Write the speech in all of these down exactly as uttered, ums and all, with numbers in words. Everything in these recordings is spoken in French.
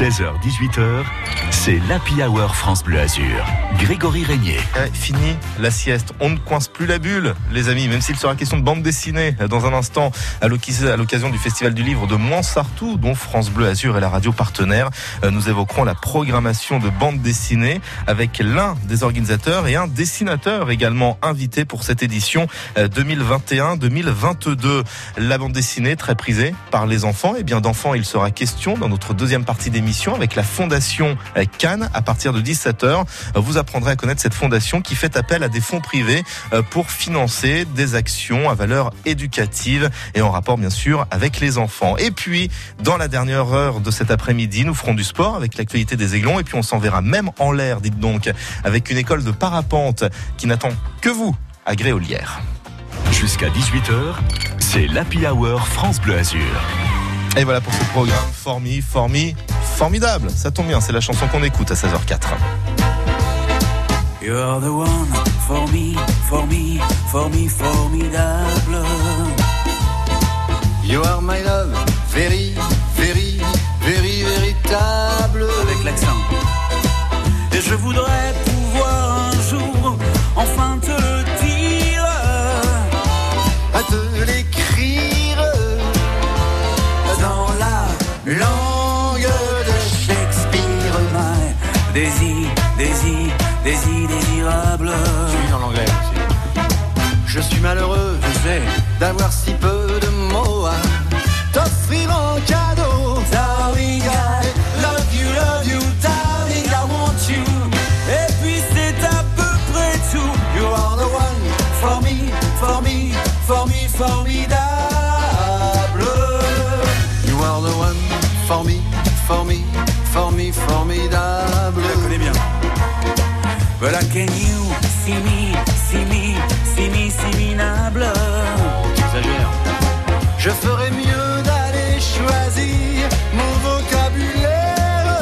seize heures dix-huit heures, c'est l'Happy Hour France Bleu Azur. Grégory Régnier. Euh, fini la sieste, on ne coince plus la bulle, les amis, même s'il sera question de bande dessinée dans un instant, à l'occasion du Festival du Livre de Mouansartou, dont France Bleu Azur est la radio partenaire. Nous évoquerons la programmation de bande dessinée avec l'un des organisateurs et un dessinateur également invité pour cette édition deux mille vingt et un deux mille vingt-deux. La bande dessinée très prisée par les enfants, et bien d'enfants il sera question dans notre deuxième partie d'émission avec la Fondation Cannes à partir de dix-sept heures. Vous apprendrez à connaître cette fondation qui fait appel à des fonds privés pour financer des actions à valeur éducative et en rapport bien sûr avec les enfants. Et puis dans la dernière heure de cet après-midi, nous ferons du sport avec l'actualité des Aiglons et puis on s'enverra même en l'air, dites donc, avec une école de parapente qui n'attend que vous à Gréolière. Jusqu'à dix-huit heures, c'est l'Happy Hour France Bleu Azur. Et voilà pour ce programme formi, formi, formidable. Ça tombe bien, c'est la chanson qu'on écoute à seize heures quatre. You're the one for me, for me, for me, formidable. You are my love, very, very, very, véritable. Avec l'accent. Et je voudrais pouvoir un jour enfin te le dire, à te l'écrire dans la langue de Shakespeare. My désir, désir, désir désirable. Je suis dans l'anglais aussi. Je suis malheureux, Je sais, d'avoir si peu de mots à t'offrir en cadeau. darling, I love you, love you, darling, I want you. Et puis c'est à peu près tout. You are the one For me, for me, for me, formidable. You are the one for me, for me, for me, formidable. Je la connais bien. Voilà, can you see me, see me, see me, see me minable. Tu exagères. Je ferais mieux d'aller choisir mon vocabulaire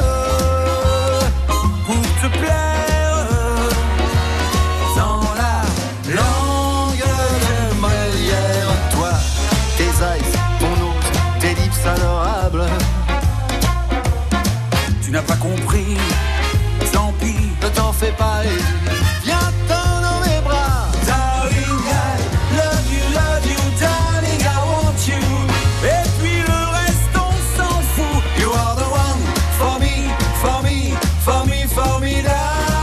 Pour te plaire, dans la langue de Molière. Toi, tes eyes, ton nose, tes lips adorables. tu n'as pas compris. Tant pis, Ne t'en fais pas et viens-t'en dans mes bras. darling, I love you, love you, darling, I want you. Et puis le reste on s'en fout. You are the one For me, for me, for me, formidable.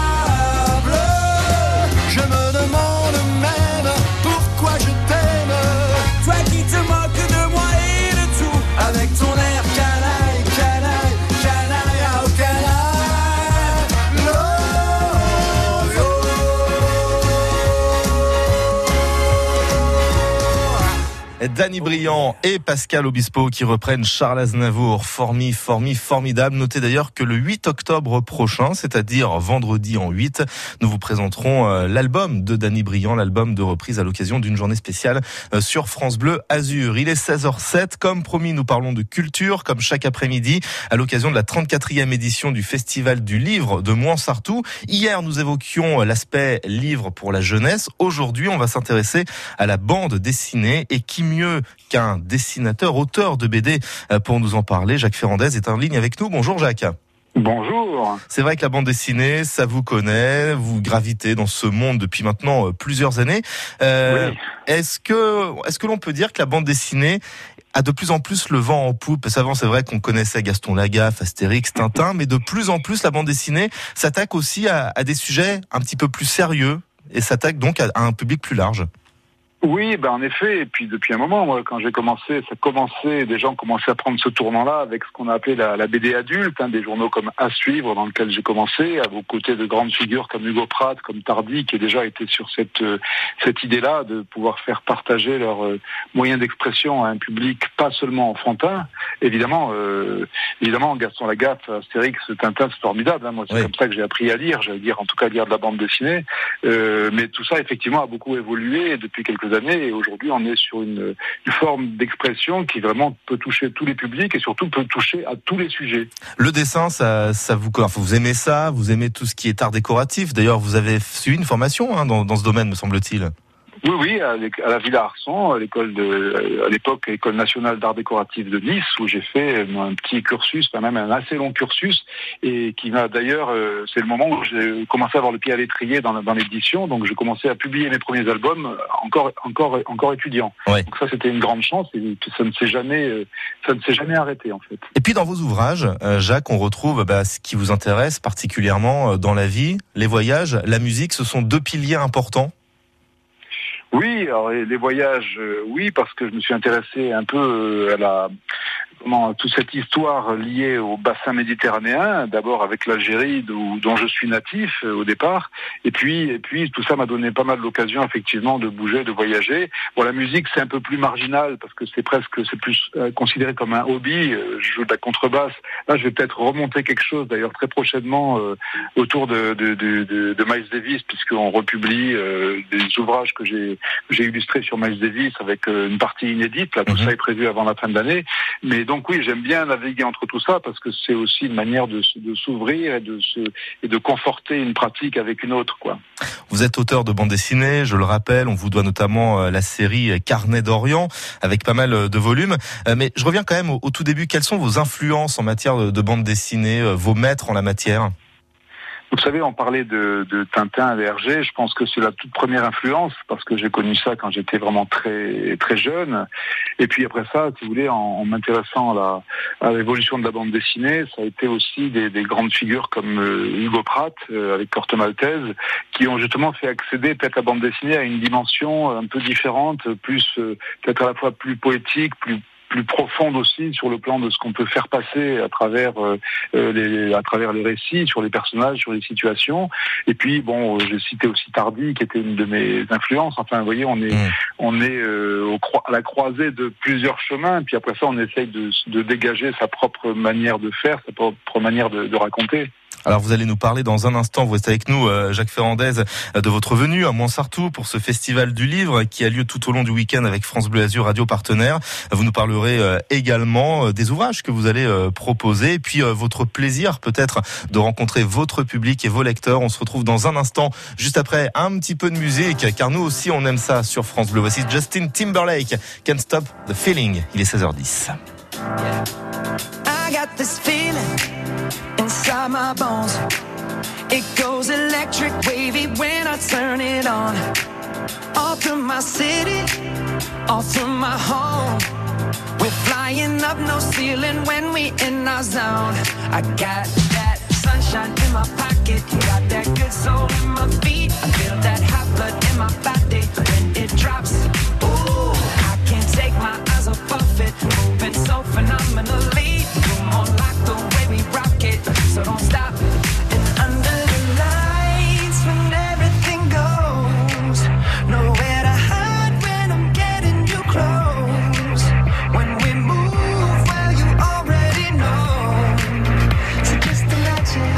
Je me demande même pourquoi je t'aime. Toi qui te moques de moi et de tout, avec ton air canaille, canaille, canaille, oh canaille. Danny Briand et Pascal Obispo qui reprennent Charles Aznavour, Formi, Formi, formidable. Notez d'ailleurs que le huit octobre prochain, c'est-à-dire vendredi en huit, nous vous présenterons l'album de Danny Briand, l'album de reprise à l'occasion d'une journée spéciale sur France Bleu Azur. Il est seize heures sept, comme promis, nous parlons de culture, comme chaque après-midi, à l'occasion de la trente-quatrième édition du Festival du Livre de Mouansartou. Hier, nous évoquions l'aspect livre pour la jeunesse. Aujourd'hui, on va s'intéresser à la bande dessinée et qui mieux qu'un dessinateur, auteur de B D pour nous en parler. Jacques Ferrandez est en ligne avec nous. Bonjour Jacques. Bonjour. C'est vrai que la bande dessinée, ça vous connaît, vous gravitez dans ce monde depuis maintenant plusieurs années. Euh, oui. Est-ce que, est-ce que l'on peut dire que la bande dessinée a de plus en plus le vent en poupe? Parce qu'avant, c'est vrai qu'on connaissait Gaston Lagaffe, Astérix, Tintin, mais de plus en plus, la bande dessinée s'attaque aussi à, à des sujets un petit peu plus sérieux et s'attaque donc à, à un public plus large. Oui, ben en effet, et puis depuis un moment, moi, quand j'ai commencé, ça commençait, des gens commençaient à prendre ce tournant-là avec ce qu'on a appelé la, la B D adulte, hein, des journaux comme À Suivre, dans lequel j'ai commencé, à vos côtés de grandes figures comme Hugo Pratt, comme Tardy, qui déjà été sur cette euh, cette idée-là de pouvoir faire partager leurs euh, moyens d'expression à un public pas seulement enfantin. Évidemment, euh, évidemment, Gaston Lagaffe, Astérix, Tintin, c'est formidable. Hein, moi, c'est oui. comme ça que j'ai appris à lire, j'allais dire, en tout cas, à lire de la bande dessinée. Euh, mais tout ça, effectivement, a beaucoup évolué depuis quelques années et aujourd'hui on est sur une, une forme d'expression qui vraiment peut toucher tous les publics et surtout peut toucher à tous les sujets. Le dessin, ça, ça vous, enfin, vous aimez ça, vous aimez tout ce qui est art décoratif. D'ailleurs, vous avez suivi une formation hein, dans, dans ce domaine, me semble-t-il. Oui, oui, à, à la Villa Arson, à l'école de, à l'époque, l'école nationale d'art décoratif de Nice, où j'ai fait un petit cursus, quand même un assez long cursus, et qui m'a d'ailleurs, euh, c'est le moment où j'ai commencé à avoir le pied à l'étrier dans, dans l'édition, donc j'ai commencé à publier mes premiers albums encore, encore, encore étudiant. Ouais. Donc ça, c'était une grande chance, et ça ne s'est jamais, ça ne s'est jamais arrêté en fait. Et puis dans vos ouvrages, euh, Jacques, on retrouve bah, ce qui vous intéresse particulièrement dans la vie, les voyages, la musique. Ce sont deux piliers importants. Oui, alors les voyages, euh, oui, parce que je me suis intéressé un peu euh, à la comment toute cette histoire liée au bassin méditerranéen, d'abord avec l'Algérie d'où, dont je suis natif euh, au départ, et puis et puis tout ça m'a donné pas mal d'occasions effectivement de bouger, de voyager. Bon, la musique c'est un peu plus marginal parce que c'est presque c'est plus euh, considéré comme un hobby. Euh, je joue de la contrebasse. Là, je vais peut-être remonter quelque chose d'ailleurs très prochainement euh, autour de de, de de de Miles Davis, puisqu'on republie euh, des ouvrages que j'ai que j'ai illustrés sur Miles Davis avec euh, une partie inédite. Là, tout mm-hmm. ça est prévu avant la fin de l'année, mais donc oui, j'aime bien naviguer entre tout ça parce que c'est aussi une manière de, de s'ouvrir et de, se, et de conforter une pratique avec une autre, quoi. Vous êtes auteur de bande dessinée, je le rappelle, on vous doit notamment la série Carnet d'Orient avec pas mal de volumes. Mais je reviens quand même au, au tout début. Quelles sont vos influences en matière de, de bande dessinée, vos maîtres en la matière ? Vous savez, on parlait de, de Tintin, de Hergé. Je pense que c'est la toute première influence parce que j'ai connu ça quand j'étais vraiment très très jeune. Et puis après ça, si vous voulez, en, en m'intéressant à, la, à l'évolution de la bande dessinée, ça a été aussi des, des grandes figures comme euh, Hugo Pratt euh, avec Corto Maltese, qui ont justement fait accéder peut-être la bande dessinée à une dimension un peu différente, plus euh, peut-être à la fois plus poétique, plus plus profonde aussi sur le plan de ce qu'on peut faire passer à travers euh, les à travers les récits, sur les personnages, sur les situations. Et puis bon, j'ai cité aussi Tardy qui était une de mes influences. Enfin, vous voyez, on est mmh. on est euh, au cro- à la croisée de plusieurs chemins. Puis après ça, on essaye de, de dégager sa propre manière de faire, sa propre manière de, de raconter. Alors vous allez nous parler dans un instant, vous êtes avec nous Jacques Ferrandez, de votre venue à Montsartou pour ce festival du livre qui a lieu tout au long du week-end avec France Bleu Azur Radio partenaire. Vous nous parlerez également des ouvrages que vous allez proposer et puis votre plaisir peut-être de rencontrer votre public et vos lecteurs. On se retrouve dans un instant juste après un petit peu de musique car nous aussi on aime ça sur France Bleu. Voici Justin Timberlake, Can't Stop the Feeling. Il est seize heures dix. I got this feeling inside my bones. It goes electric wavy when I turn it on. All through my city, all through my home. We're flying up no ceiling when we in our zone. I got that sunshine in my pocket, got that good soul in my feet. I feel that hot blood in my body when it drops. Ooh, I can't take my eyes off of it, moving so phenomenally. You're more like the way we rock it, so don't stop. And under the lights when everything goes, nowhere to hide when I'm getting you close. When we move, well you already know. So just imagine.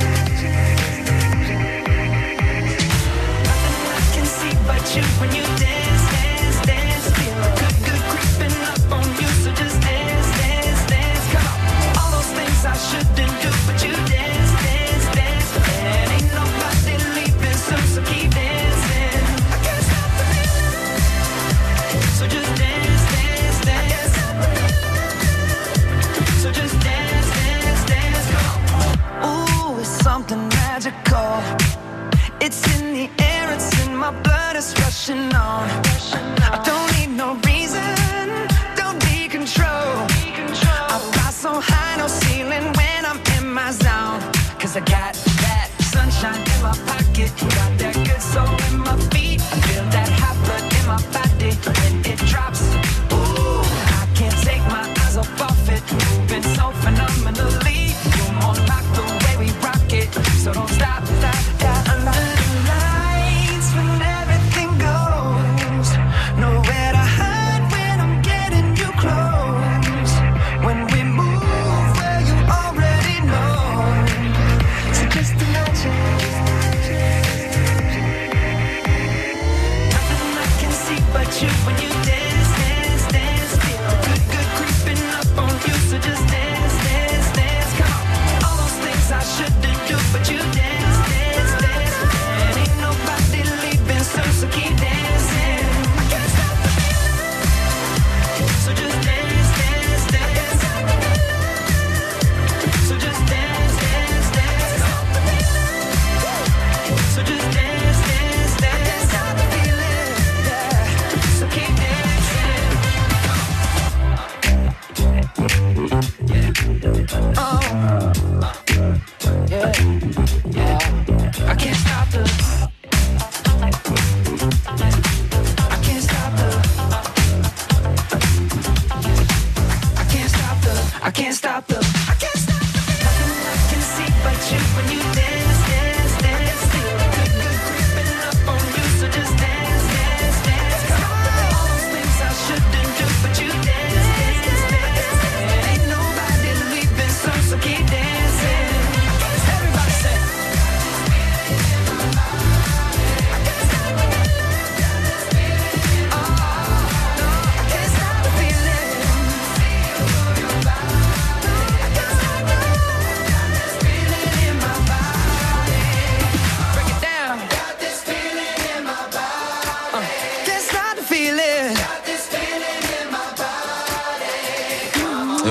Nothing I can see but you when you dance, dance, dance. Feel good, good creeping up on you, so just dance, dance, dance. Come on, all those things I shouldn't do, but you dance, dance, dance. And ain't nobody leaving soon, so keep dancing. I can't stop the feeling, so just dance, dance, dance. I can't stop the feeling, so just dance, dance, dance. Come on. Ooh, it's something magical. It's in the air, it's in my blood, it's rushing on. I don't need no reason, don't need control. I fly so high, no ceiling when I'm in my zone. Cause I got that sunshine in my pocket, got that good soul in my feet. I feel that hot blood in my body when it drops. Ooh, I can't take my eyes off of it, moving so phenomenally. You're more like the way we rock it, so don't stop, stop, stop. Under the lights when everything goes, nowhere to hide when I'm getting you close. When we move, well you already know. So just imagine.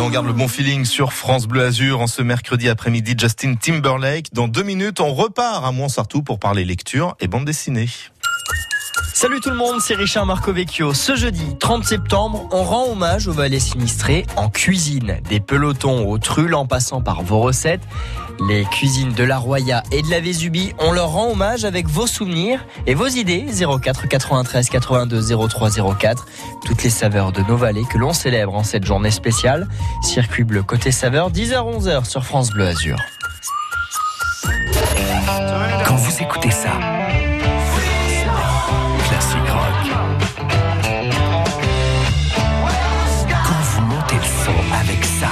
garde le bon feeling sur France Bleu Azur en ce mercredi après-midi. Justin Timberlake. Dans deux minutes, on repart à Montsartou pour parler lecture et bande dessinée. Salut tout le monde, c'est Richard Marcovecchio. Ce jeudi trente septembre, on rend hommage aux vallées sinistrées en cuisine. Des pelotons aux trulles en passant par vos recettes. Les cuisines de la Roya et de la Vésubie, on leur rend hommage avec vos souvenirs et vos idées. zéro quatre quatre-vingt-treize quatre-vingt-deux zéro trois zéro quatre. Toutes les saveurs de nos vallées que l'on célèbre en cette journée spéciale. Circuit bleu côté saveur, dix heures onze heures sur France Bleu Azur. Quand vous écoutez ça, classique rock. Quand vous montez le son avec ça,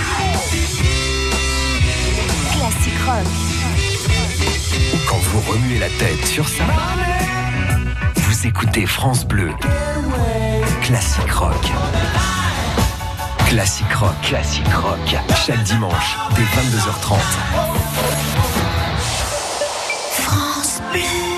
Classique rock. ou quand vous remuez la tête sur ça, vous écoutez France Bleu. Classique rock. Classique rock. Classique rock. Chaque dimanche, dès vingt-deux heures trente. France Bleu.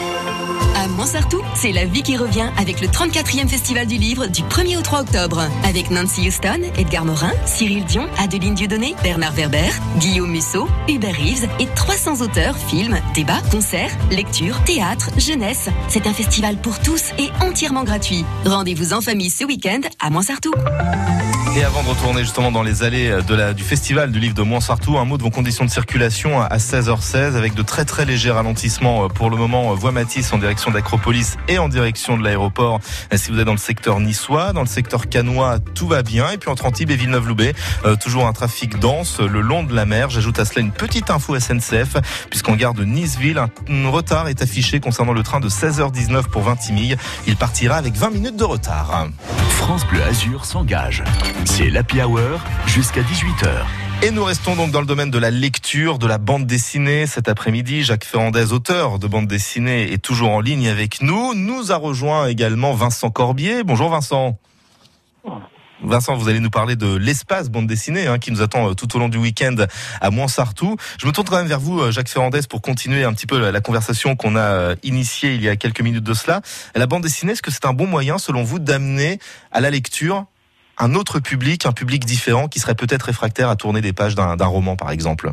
À Montsartou, c'est la vie qui revient avec le trente-quatrième Festival du Livre du premier au trois octobre. Avec Nancy Houston, Edgar Morin, Cyril Dion, Adeline Dieudonné, Bernard Werber, Guillaume Musso, Hubert Reeves et trois cents auteurs, films, débats, concerts, lectures, théâtre, jeunesse. C'est un festival pour tous et entièrement gratuit. Rendez-vous en famille ce week-end à Montsartou. Et avant de retourner justement dans les allées de la, du Festival du Livre de Montsartou, un mot de vos conditions de circulation à seize heures seize avec de très très légers ralentissements pour le moment. Voie Matisse en direction d'Acropolis et en direction de l'aéroport. Si vous êtes dans le secteur niçois, dans le secteur cannois, tout va bien. Et puis entre Antibes et Villeneuve-Loubet, euh, toujours un trafic dense le long de la mer. J'ajoute à cela une petite info S N C F, puisqu'en gare de Niceville, un retard est affiché concernant le train de seize heures dix-neuf pour Vintimille. Il partira avec vingt minutes de retard. France Bleu Azur s'engage. C'est l'Happy Hour jusqu'à dix-huit heures. Et nous restons donc dans le domaine de la lecture, de la bande dessinée. Cet après-midi, Jacques Ferrandez, auteur de bande dessinée, est toujours en ligne avec nous. Nous a rejoint également Vincent Corbier. Bonjour Vincent. Vincent, vous allez nous parler de l'espace bande dessinée hein, qui nous attend tout au long du week-end à Montsartou. Je me tourne quand même vers vous, Jacques Ferrandez, pour continuer un petit peu la, la conversation qu'on a initiée il y a quelques minutes de cela. La bande dessinée, est-ce que c'est un bon moyen, selon vous, d'amener à la lecture un autre public, un public différent qui serait peut-être réfractaire à tourner des pages d'un, d'un roman, par exemple?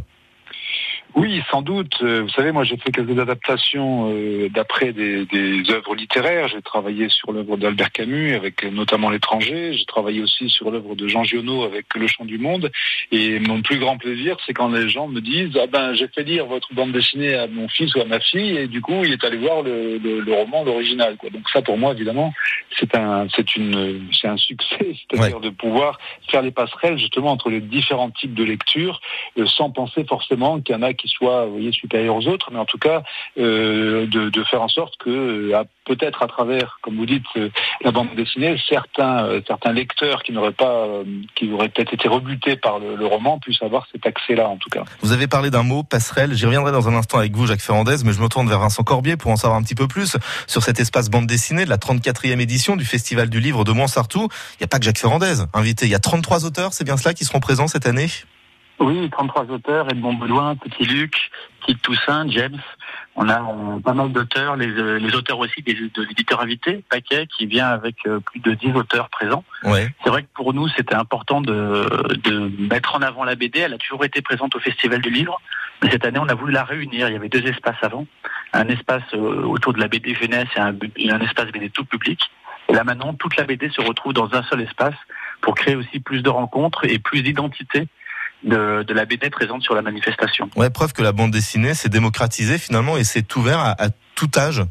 Oui, sans doute. Vous savez, moi j'ai fait quelques adaptations euh, d'après des, des œuvres littéraires. J'ai travaillé sur l'œuvre d'Albert Camus avec notamment L'étranger. J'ai travaillé aussi sur l'œuvre de Jean Giono avec Le Chant du Monde. Et mon plus grand plaisir, c'est quand les gens me disent « Ah ben, j'ai fait lire votre bande dessinée à mon fils ou à ma fille et du coup, il est allé voir le, le, le roman, l'original. » quoi. Donc ça, pour moi, évidemment, c'est un, c'est une, c'est un succès, c'est-à-dire ouais. de pouvoir faire les passerelles justement entre les différents types de lecture, euh, sans penser forcément qu'il y en a qui soient, vous voyez, supérieurs aux autres, mais en tout cas euh, de, de faire en sorte que euh, peut-être à travers, comme vous dites, euh, la bande dessinée, certains euh, certains lecteurs qui n'auraient pas, euh, qui auraient peut-être été rebutés par le, le roman, puissent avoir cet accès-là, en tout cas. Vous avez parlé d'un mot, passerelle. J'y reviendrai dans un instant avec vous, Jacques Ferrandez, mais je me tourne vers Vincent Corbier pour en savoir un petit peu plus sur cet espace bande dessinée de la trente-quatrième édition du Festival du Livre de Montsartou. Il n'y a pas que Jacques Ferrandez invité, il y a trente-trois auteurs, c'est bien cela, qui seront présents cette année? Oui, trente-trois auteurs, Edmond Baudouin, Petit Luc, Kit Toussaint, James. On a euh, pas mal d'auteurs, les, euh, les auteurs aussi des, de l'éditeur invité, Paquet, qui vient avec euh, plus de dix auteurs présents. Ouais. C'est vrai que pour nous, c'était important de, de mettre en avant la B D. Elle a toujours été présente au Festival du Livre. Mais cette année, on a voulu la réunir. Il y avait deux espaces avant. Un espace euh, autour de la B D jeunesse et un, un espace B D tout public. Et là maintenant, toute la B D se retrouve dans un seul espace pour créer aussi plus de rencontres et plus d'identité De, de la B D présente sur la manifestation. Ouais, preuve que la bande dessinée s'est démocratisée finalement et c'est ouvert à, à tout âge.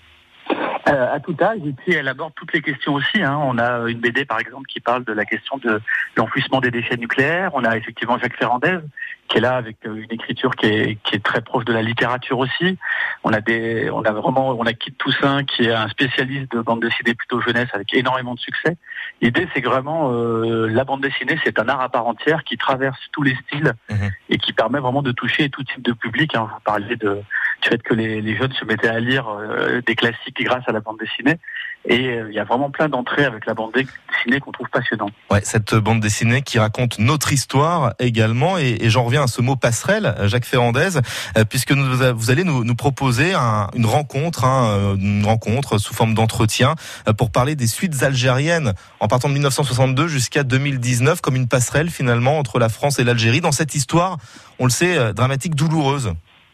Euh, à tout âge, et puis elle aborde toutes les questions aussi. Hein. On a une B D par exemple qui parle de la question de l'enfouissement des déchets nucléaires. On a effectivement Jacques Ferrandez qui est là avec une écriture qui est, qui est très proche de la littérature aussi. On a des, on a vraiment, on a Kit Toussaint qui est un spécialiste de bande dessinée plutôt jeunesse avec énormément de succès. L'idée c'est que vraiment euh, la bande dessinée c'est un art à part entière qui traverse tous les styles mmh. et qui permet vraiment de toucher tout type de public. Hein. Vous parliez de du fait que les, les jeunes se mettaient à lire euh, des classiques grâce à la bande dessinée. Et euh, il y a vraiment plein d'entrées avec la bande dessinée qu'on trouve passionnante. Ouais, cette bande dessinée qui raconte notre histoire également, et, et j'en reviens à ce mot passerelle, Jacques Ferrandez, euh, puisque nous, vous allez nous, nous proposer un, une rencontre, hein, une rencontre sous forme d'entretien euh, pour parler des suites algériennes en partant de dix-neuf cent soixante-deux jusqu'à deux mille dix-neuf, comme une passerelle finalement entre la France et l'Algérie dans cette histoire, on le sait, euh, dramatique, douloureuse.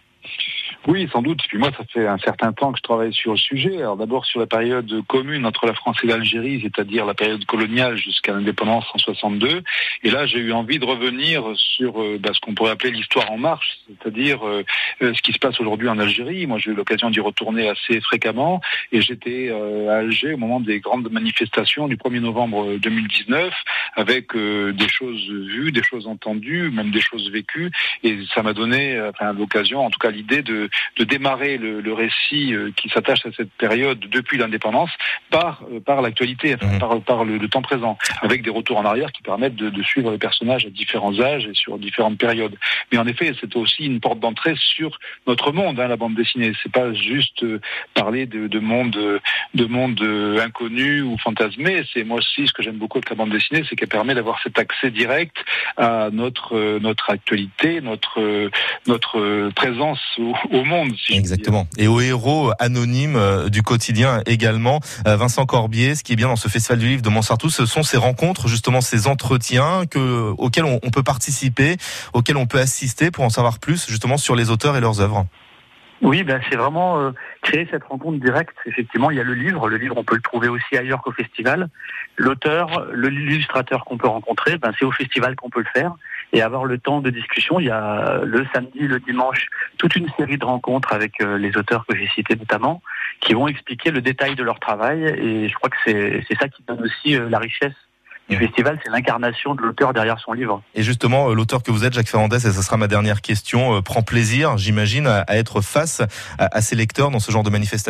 Oui, sans doute. Puis moi, ça fait un certain temps que je travaille sur le sujet. Alors d'abord sur la période commune entre la France et l'Algérie, c'est-à-dire la période coloniale jusqu'à l'indépendance en soixante-deux. Et là, j'ai eu envie de revenir sur euh, bah, ce qu'on pourrait appeler l'histoire en marche, c'est-à-dire euh, euh, ce qui se passe aujourd'hui en Algérie. Moi, j'ai eu l'occasion d'y retourner assez fréquemment, et j'étais euh, à Alger au moment des grandes manifestations du premier novembre deux mille dix-neuf, avec euh, des choses vues, des choses entendues, même des choses vécues. Et ça m'a donné euh, enfin, l'occasion, en tout cas l'idée de de démarrer le, le récit euh, qui s'attache à cette période depuis l'indépendance par euh, par l'actualité, enfin, mmh. par par le, le temps présent, avec des retours en arrière qui permettent de, de suivre les personnages à différents âges et sur différentes périodes. Mais en effet, c'est aussi une porte d'entrée sur notre monde, hein, la bande dessinée. C'est pas juste euh, parler de, de monde de monde euh, inconnu ou fantasmé. C'est moi aussi ce que j'aime beaucoup avec la bande dessinée, c'est qu'elle permet d'avoir cet accès direct à notre euh, notre actualité, notre euh, notre euh, présence au, au monde. Si Exactement. Et aux héros anonymes euh, du quotidien également. Euh, Vincent Corbier, ce qui est bien dans ce Festival du Livre de Montsartou, ce sont ces rencontres, justement ces entretiens que, auxquels on, on peut participer, auxquels on peut assister pour en savoir plus justement sur les auteurs et leurs œuvres. Oui, ben c'est vraiment euh, créer cette rencontre directe. Effectivement, il y a le livre. Le livre, on peut le trouver aussi ailleurs qu'au festival. L'auteur, le, l'illustrateur qu'on peut rencontrer, ben c'est au festival qu'on peut le faire. Et avoir le temps de discussion, il y a le samedi, le dimanche, toute une série de rencontres avec euh, les auteurs que j'ai cités notamment, qui vont expliquer le détail de leur travail. Et je crois que c'est, c'est ça qui donne aussi euh, la richesse du festival, c'est l'incarnation de l'auteur derrière son livre. Et justement, l'auteur que vous êtes, Jacques Ferrandez, et ce sera ma dernière question, euh, prend plaisir, j'imagine, à, à être face à, à ses lecteurs dans ce genre de manifestation ?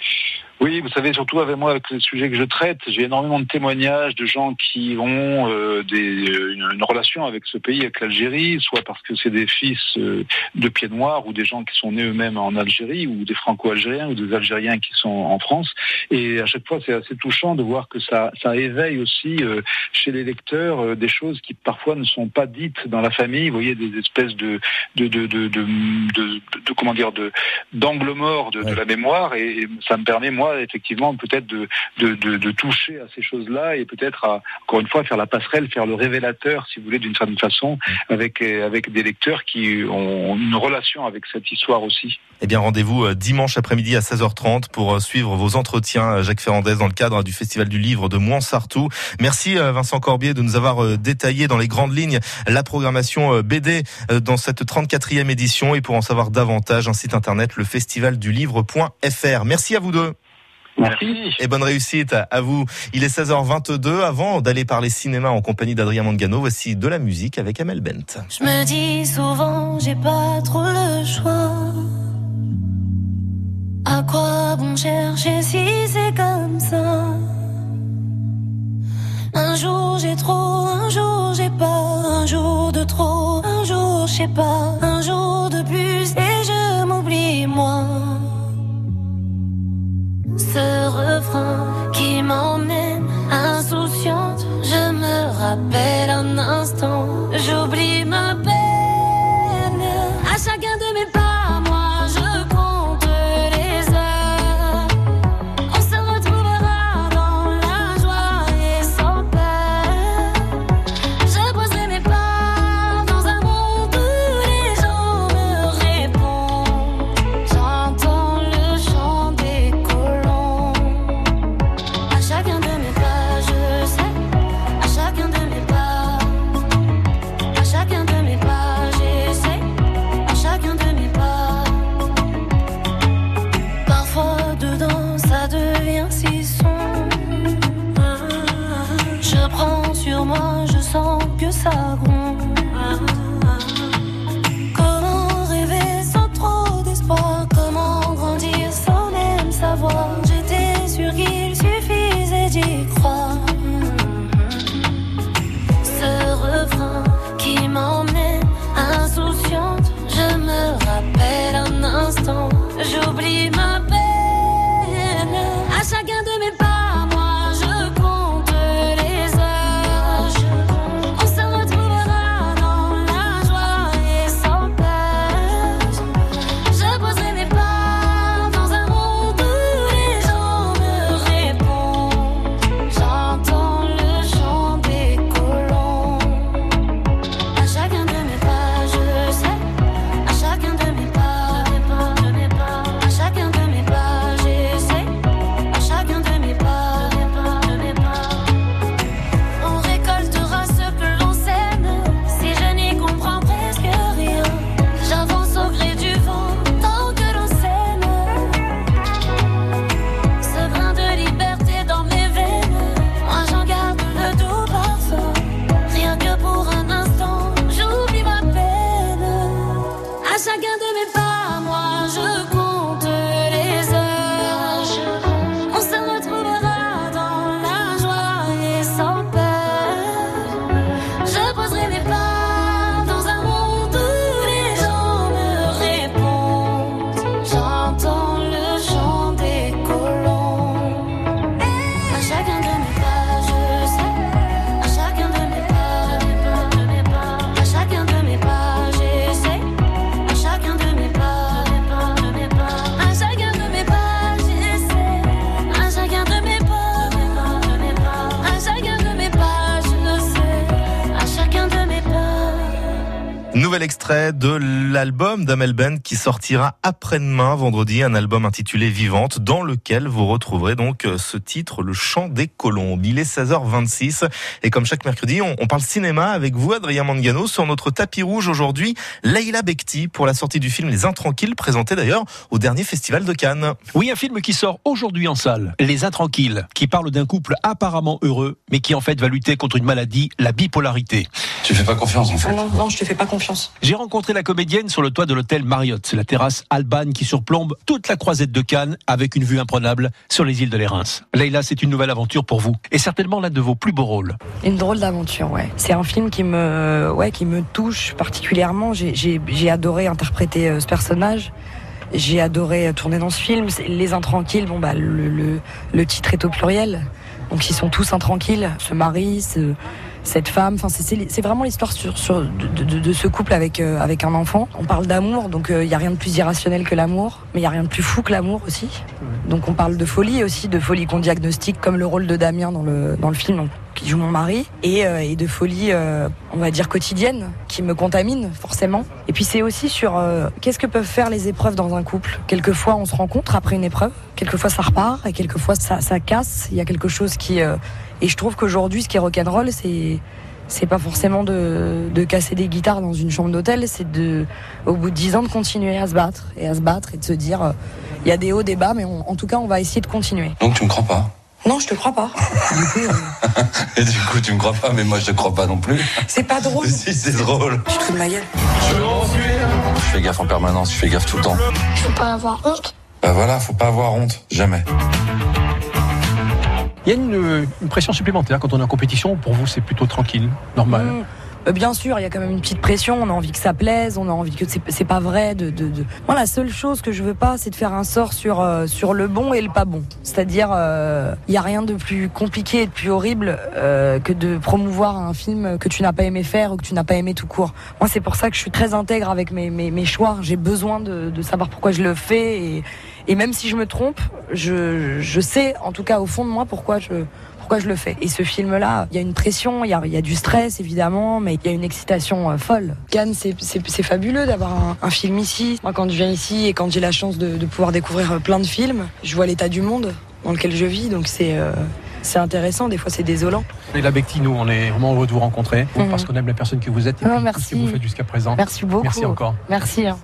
Oui, vous savez, surtout avec moi, avec les sujets que je traite, j'ai énormément de témoignages de gens qui ont euh, des, une, une relation avec ce pays, avec l'Algérie, soit parce que c'est des fils euh, de pieds noirs, ou des gens qui sont nés eux-mêmes en Algérie, ou des Franco-Algériens, ou des Algériens qui sont en France. Et à chaque fois, c'est assez touchant de voir que ça, ça éveille aussi euh, chez les lecteurs euh, des choses qui parfois ne sont pas dites dans la famille. Vous voyez, des espèces de, de, de, de, de, de, de, de comment dire, de d'angle mort de, ouais. de la mémoire. Et, et ça me permet, moi, effectivement peut-être de, de, de, de toucher à ces choses-là, et peut-être à, encore une fois, faire la passerelle, faire le révélateur, si vous voulez, d'une certaine façon, avec, avec des lecteurs qui ont une relation avec cette histoire aussi. Eh bien, rendez-vous dimanche après-midi à seize heures trente pour suivre vos entretiens, Jacques Ferrandez, dans le cadre du Festival du Livre de Montsartou. Merci Vincent Corbier de nous avoir détaillé dans les grandes lignes la programmation B D dans cette trente-quatrième édition, et pour en savoir davantage, un site internet, le festival du livre point f r. Merci à vous deux. Merci. Et bonne réussite à vous. Il est seize heures vingt-deux. Avant d'aller parler cinéma en compagnie d'Adrien Mangano, voici de la musique avec Amel Bent. Je me dis souvent, j'ai pas trop le choix. À quoi bon chercher si c'est comme ça? Un jour j'ai trop, un jour j'ai pas, un jour de trop, un jour je sais pas, un jour de plus et je m'oublie moi. Ce refrain qui m'emmène insouciante, je me rappelle un instant, j'oublie ma peine. À chacun de mes pas, moi je compte les heures. On se retrouvera dans la joie et sans peur. Je poserai mes pas dans un monde où les gens me répondent. J'entends le chant des colons. À chacun de mes pas, je sais. À chacun de mes pas. À chacun de mes pas. nouvel extrait de l'album d'Amel Ben qui sortira après-demain, vendredi, un album intitulé Vivante, dans lequel vous retrouverez donc ce titre, Le Chant des Colombes. Il est seize heures vingt-six et comme chaque mercredi, on, on parle cinéma avec vous, Adrien Mangano, sur notre tapis rouge aujourd'hui, Leïla Bekti pour la sortie du film Les Intranquilles, présenté d'ailleurs au dernier festival de Cannes. Oui, un film qui sort aujourd'hui en salle, Les Intranquilles, qui parle d'un couple apparemment heureux, mais qui en fait va lutter contre une maladie, la bipolarité. Tu fais pas confiance en fait. Ah non, non, je te fais pas confiance. J'ai rencontré la comédienne sur le toit de l'hôtel Marriott. C'est la terrasse Alban qui surplombe toute la croisette de Cannes avec une vue imprenable sur les îles de l'Érins. Leïla, c'est une nouvelle aventure pour vous et certainement l'un de vos plus beaux rôles. Une drôle d'aventure, ouais. C'est un film qui me, ouais, qui me touche particulièrement. J'ai, j'ai, j'ai adoré interpréter euh, ce personnage. J'ai adoré euh, tourner dans ce film. C'est Les Intranquilles, bon bah le, le, le titre est au pluriel. Donc ils sont tous intranquilles, se marient, se... cette femme, enfin c'est, c'est, c'est vraiment l'histoire sur, sur, de, de, de ce couple avec, euh, avec un enfant. On parle d'amour, donc il euh, n'y a rien de plus irrationnel que l'amour, mais il n'y a rien de plus fou que l'amour aussi. Donc on parle de folie aussi, de folie qu'on diagnostique, comme le rôle de Damien dans le, dans le film, donc, qui joue mon mari, et, euh, et de folie, euh, on va dire quotidienne, qui me contamine forcément. Et puis c'est aussi sur euh, qu'est-ce que peuvent faire les épreuves dans un couple. Quelquefois on se rencontre après une épreuve, quelquefois ça repart, et quelquefois ça, ça casse, il y a quelque chose qui... Euh, Et je trouve qu'aujourd'hui, ce qui est rock'n'roll, c'est c'est pas forcément de, de casser des guitares dans une chambre d'hôtel, c'est de, au bout de dix ans, de continuer à se battre et à se battre et de se dire, il euh, y a des hauts, des bas, mais on, en tout cas, on va essayer de continuer. Donc tu me crois pas? Non, je te crois pas. Du coup, euh... Et du coup, tu me crois pas, mais moi je te crois pas non plus. C'est pas drôle. Si, c'est drôle. Tu te fous de ma gueule. Je fais gaffe en permanence, je fais gaffe tout le temps. Faut pas avoir honte. Bah voilà, faut pas avoir honte, jamais. Il y a une, une pression supplémentaire quand on est en compétition. Pour vous, c'est plutôt tranquille, normal. Mmh. Euh, bien sûr, il y a quand même une petite pression. On a envie que ça plaise, on a envie que c'est, c'est pas vrai. De, de, de... Moi, la seule chose que je veux pas, c'est de faire un sort sur euh, sur le bon et le pas bon. C'est-à-dire, il euh, y a rien de plus compliqué et de plus horrible euh, que de promouvoir un film que tu n'as pas aimé faire ou que tu n'as pas aimé tout court. Moi, c'est pour ça que je suis très intègre avec mes mes, mes choix. J'ai besoin de, de savoir pourquoi je le fais et Et même si je me trompe, je, je sais, en tout cas au fond de moi, pourquoi je, pourquoi je le fais. Et ce film-là, il y a une pression, il y a, il y a du stress évidemment, mais il y a une excitation euh, folle. Cannes, c'est, c'est, c'est fabuleux d'avoir un, un film ici. Moi, quand je viens ici et quand j'ai la chance de, de pouvoir découvrir plein de films, je vois l'état du monde dans lequel je vis, donc c'est... Euh, C'est intéressant, des fois c'est désolant. Leïla Bekti, nous, on est vraiment heureux de vous rencontrer mmh. parce qu'on aime la personne que vous êtes et oh, puis merci. tout ce que vous faites jusqu'à présent. Merci beaucoup. Merci encore. Merci. Hein.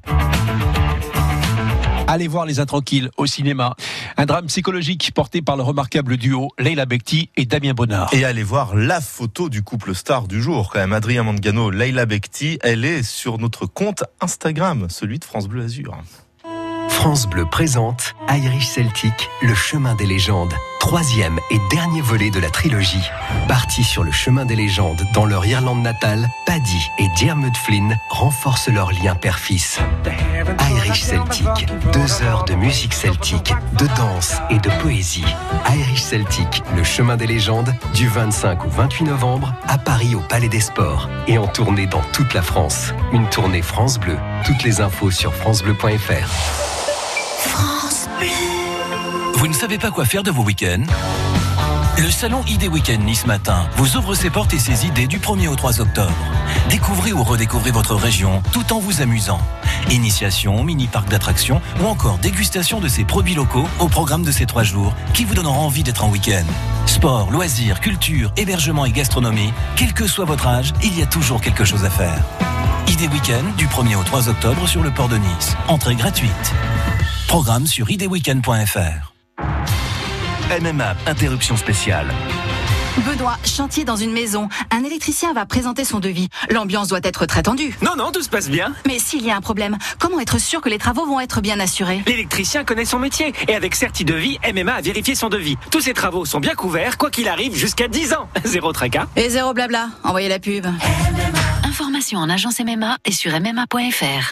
Allez voir Les Intranquilles au cinéma. Un drame psychologique porté par le remarquable duo Leïla Bekti et Damien Bonnard. Et allez voir la photo du couple star du jour, quand même. Adrien Mangano, Leïla Bekti, elle est sur notre compte Instagram, celui de France Bleu Azur. France Bleu présente Irish Celtic, le chemin des légendes. Troisième et dernier volet de la trilogie. Partis sur le chemin des légendes dans leur Irlande natale, Paddy et Diarmuid Flynn renforcent leur lien père-fils. Irish Celtic, deux heures de musique celtique, de danse et de poésie. Irish Celtic, le chemin des légendes, du vingt-cinq au vingt-huit novembre, à Paris au Palais des Sports et en tournée dans toute la France. Une tournée France Bleu. Toutes les infos sur francebleu point f r. France Bleu. Vous ne savez pas quoi faire de vos week-ends ? Le salon Idées Week-end Nice Matin vous ouvre ses portes et ses idées du premier au trois octobre. Découvrez ou redécouvrez votre région tout en vous amusant. Initiation, mini-parc d'attractions ou encore dégustation de ces produits locaux au programme de ces trois jours qui vous donneront envie d'être en week-end. Sport, loisirs, culture, hébergement et gastronomie, quel que soit votre âge, il y a toujours quelque chose à faire. Idées Week-end du premier au trois octobre sur le port de Nice. Entrée gratuite. Programme sur idées weekend point f r. M M A, interruption spéciale. Benoît, chantier dans une maison. Un électricien va présenter son devis. L'ambiance doit être très tendue. Non, non, tout se passe bien. Mais s'il y a un problème, comment être sûr que les travaux vont être bien assurés ? L'électricien connaît son métier. Et avec Certidevis, M M A a vérifié son devis. Tous ses travaux sont bien couverts, quoi qu'il arrive, jusqu'à dix ans. Zéro tracas. Et zéro blabla. Envoyez la pub. Information en agence M M A et sur m m a point f r.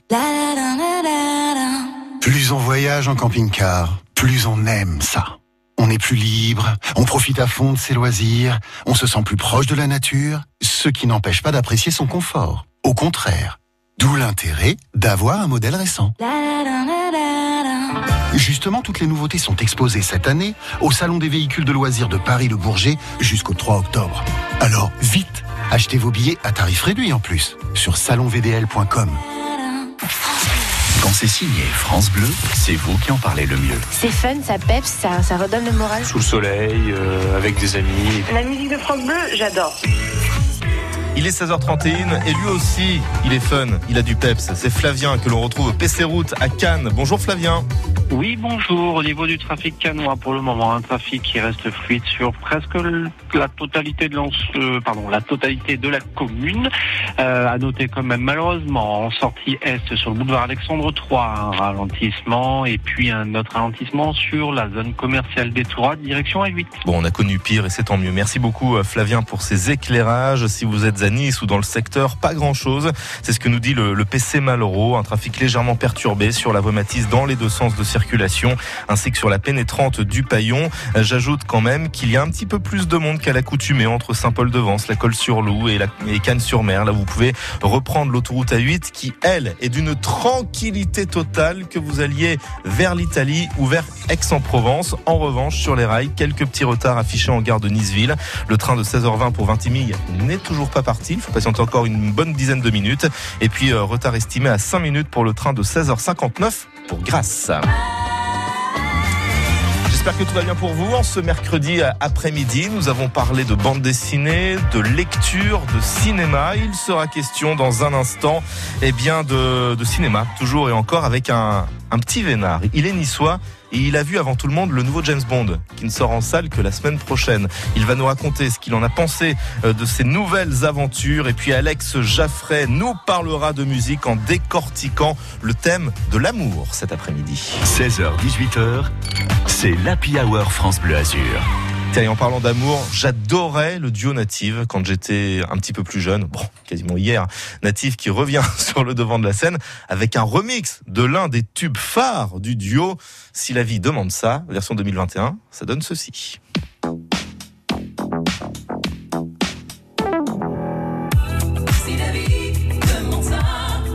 Plus on voyage en camping-car, plus on aime ça. On est plus libre, on profite à fond de ses loisirs, on se sent plus proche de la nature, ce qui n'empêche pas d'apprécier son confort. Au contraire. D'où l'intérêt d'avoir un modèle récent. Justement, toutes les nouveautés sont exposées cette année au Salon des véhicules de loisirs de Paris-Le Bourget jusqu'au trois octobre. Alors, vite, Achetez vos billets à tarif réduit en plus sur salon v d l point com. Quand c'est signé France Bleu, c'est vous qui en parlez le mieux. C'est fun, ça peps, ça, ça redonne le moral. Sous le soleil, euh, avec des amis. La musique de France Bleu, j'adore. Il est seize heures trente et un et lui aussi, il est fun, il a du peps. C'est Flavien que l'on retrouve au P C Route à Cannes. Bonjour Flavien. Oui, bonjour. Au niveau du trafic cannois, pour le moment, un trafic qui reste fluide sur presque la totalité de, euh, pardon, la totalité de la commune. Euh, à noter quand même, malheureusement, en sortie est sur le boulevard Alexandre trois, un ralentissement et puis un autre ralentissement sur la zone commerciale des Tourades, direction A huit. Bon, on a connu pire et c'est tant mieux. Merci beaucoup Flavien pour ces éclairages. Si vous êtes à Nice ou dans le secteur, pas grand-chose. C'est ce que nous dit le, le P C Malraux. Un trafic légèrement perturbé sur la voie Matisse dans les deux sens de circulation, ainsi que sur la pénétrante du Paillon. J'ajoute quand même qu'il y a un petit peu plus de monde qu'à l'accoutumée entre Saint-Paul-de-Vence, la Colle-sur-Loup et, la, et Cannes-sur-Mer. Là, vous pouvez reprendre l'autoroute A huit qui, elle, est d'une tranquillité totale que vous alliez vers l'Italie ou vers Aix-en-Provence. En revanche, sur les rails, quelques petits retards affichés en gare de Niceville. Le train de seize heures vingt pour Vintimille n'est toujours pas parti. Il faut patienter encore une bonne dizaine de minutes. Et puis, euh, retard estimé à cinq minutes pour le train de seize heures cinquante-neuf pour Grasse. J'espère que tout va bien pour vous. En ce mercredi après-midi, nous avons parlé de bande dessinée, de lecture, de cinéma. Il sera question dans un instant eh bien de, de cinéma, toujours et encore avec un, un petit vénard. Il est niçois et il a vu avant tout le monde le nouveau James Bond qui ne sort en salle que la semaine prochaine. Il va nous raconter ce qu'il en a pensé de ses nouvelles aventures. Et puis Alex Jaffray nous parlera de musique en décortiquant le thème de l'amour cet après-midi. seize heures dix-huit heures, c'est l'Happy Hour France Bleu Azur. Tiens, et en parlant d'amour, j'adorais le duo Native quand j'étais un petit peu plus jeune, bon, quasiment hier. Native qui revient sur le devant de la scène avec un remix de l'un des tubes phares du duo. Si la vie demande ça, version deux mille vingt et un, ça donne ceci. Si la vie demande ça,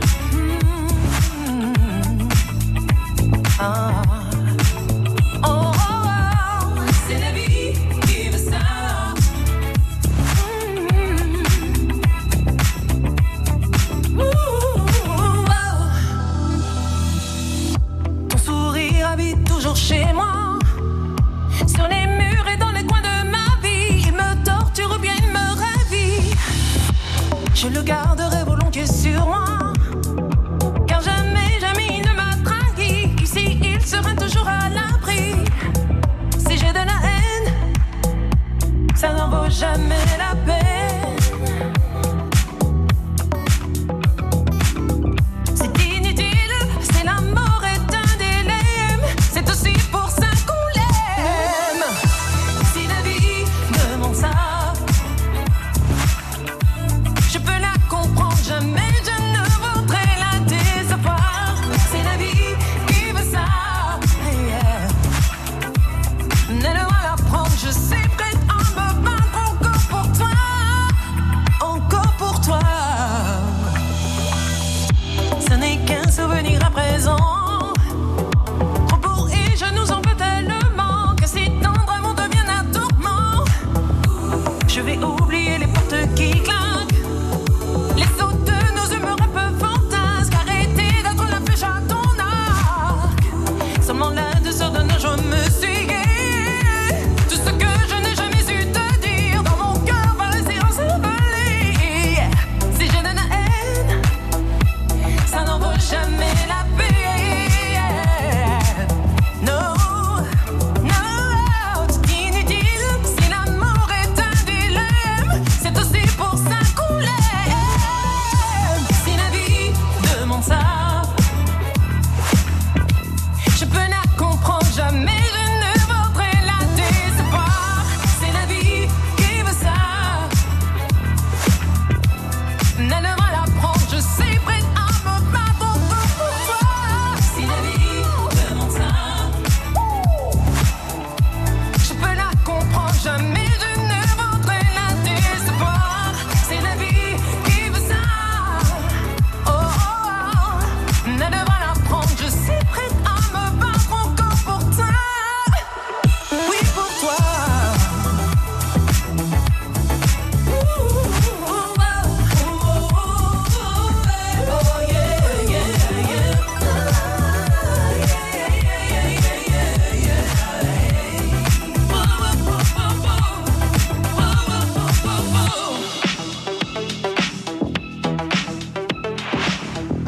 ah. Chez moi, sur les murs et dans les coins de ma vie, il me torture ou bien il me ravit. Je le garderai volontiers sur moi, car jamais, jamais il ne m'a trahi. Ici, il sera toujours à l'abri. Si j'ai de la haine, ça n'en vaut jamais la peine. Je peux la comprendre.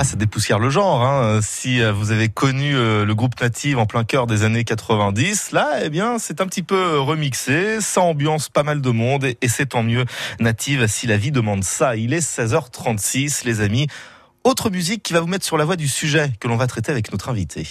Ah, ça dépoussière le genre. Hein. Si vous avez connu le groupe Native en plein cœur des années quatre-vingt-dix, là, eh bien, c'est un petit peu remixé. Ça ambiance pas mal de monde et, et c'est tant mieux. Native, si la vie demande ça. Il est seize heures trente-six, les amis. Autre musique qui va vous mettre sur la voie du sujet que l'on va traiter avec notre invité.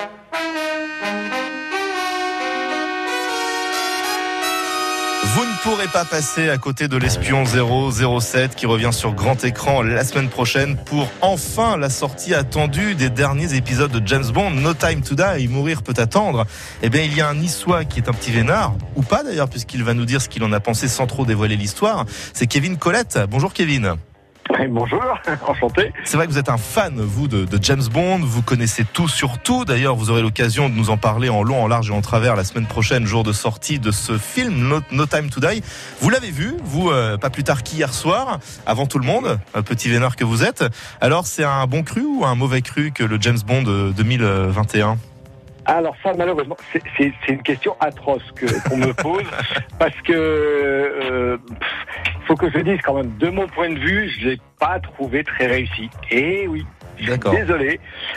Vous ne pourrez pas passer à côté de l'espion zéro zéro sept qui revient sur grand écran la semaine prochaine pour enfin la sortie attendue des derniers épisodes de James Bond, No Time to Die, Mourir peut attendre. Eh bien, il y a un Niçois qui est un petit vénard, ou pas d'ailleurs, puisqu'il va nous dire ce qu'il en a pensé sans trop dévoiler l'histoire. C'est Kevin Collette. Bonjour Kevin. Bonjour, enchanté. C'est vrai que vous êtes un fan, vous, de, de James Bond. Vous connaissez tout sur tout. D'ailleurs, vous aurez l'occasion de nous en parler en long, en large et en travers la semaine prochaine, jour de sortie de ce film, No, No Time to Die. Vous l'avez vu, vous, euh, pas plus tard qu'hier soir, avant tout le monde, un petit vénard que vous êtes. Alors, c'est un bon cru ou un mauvais cru que le James Bond deux mille vingt et un ? Alors ça, malheureusement, c'est, c'est, c'est une question atroce que, qu'on me pose, parce que euh, faut que je dise quand même, de mon point de vue, je l'ai pas trouvé très réussi. Et oui, D'accord. désolé.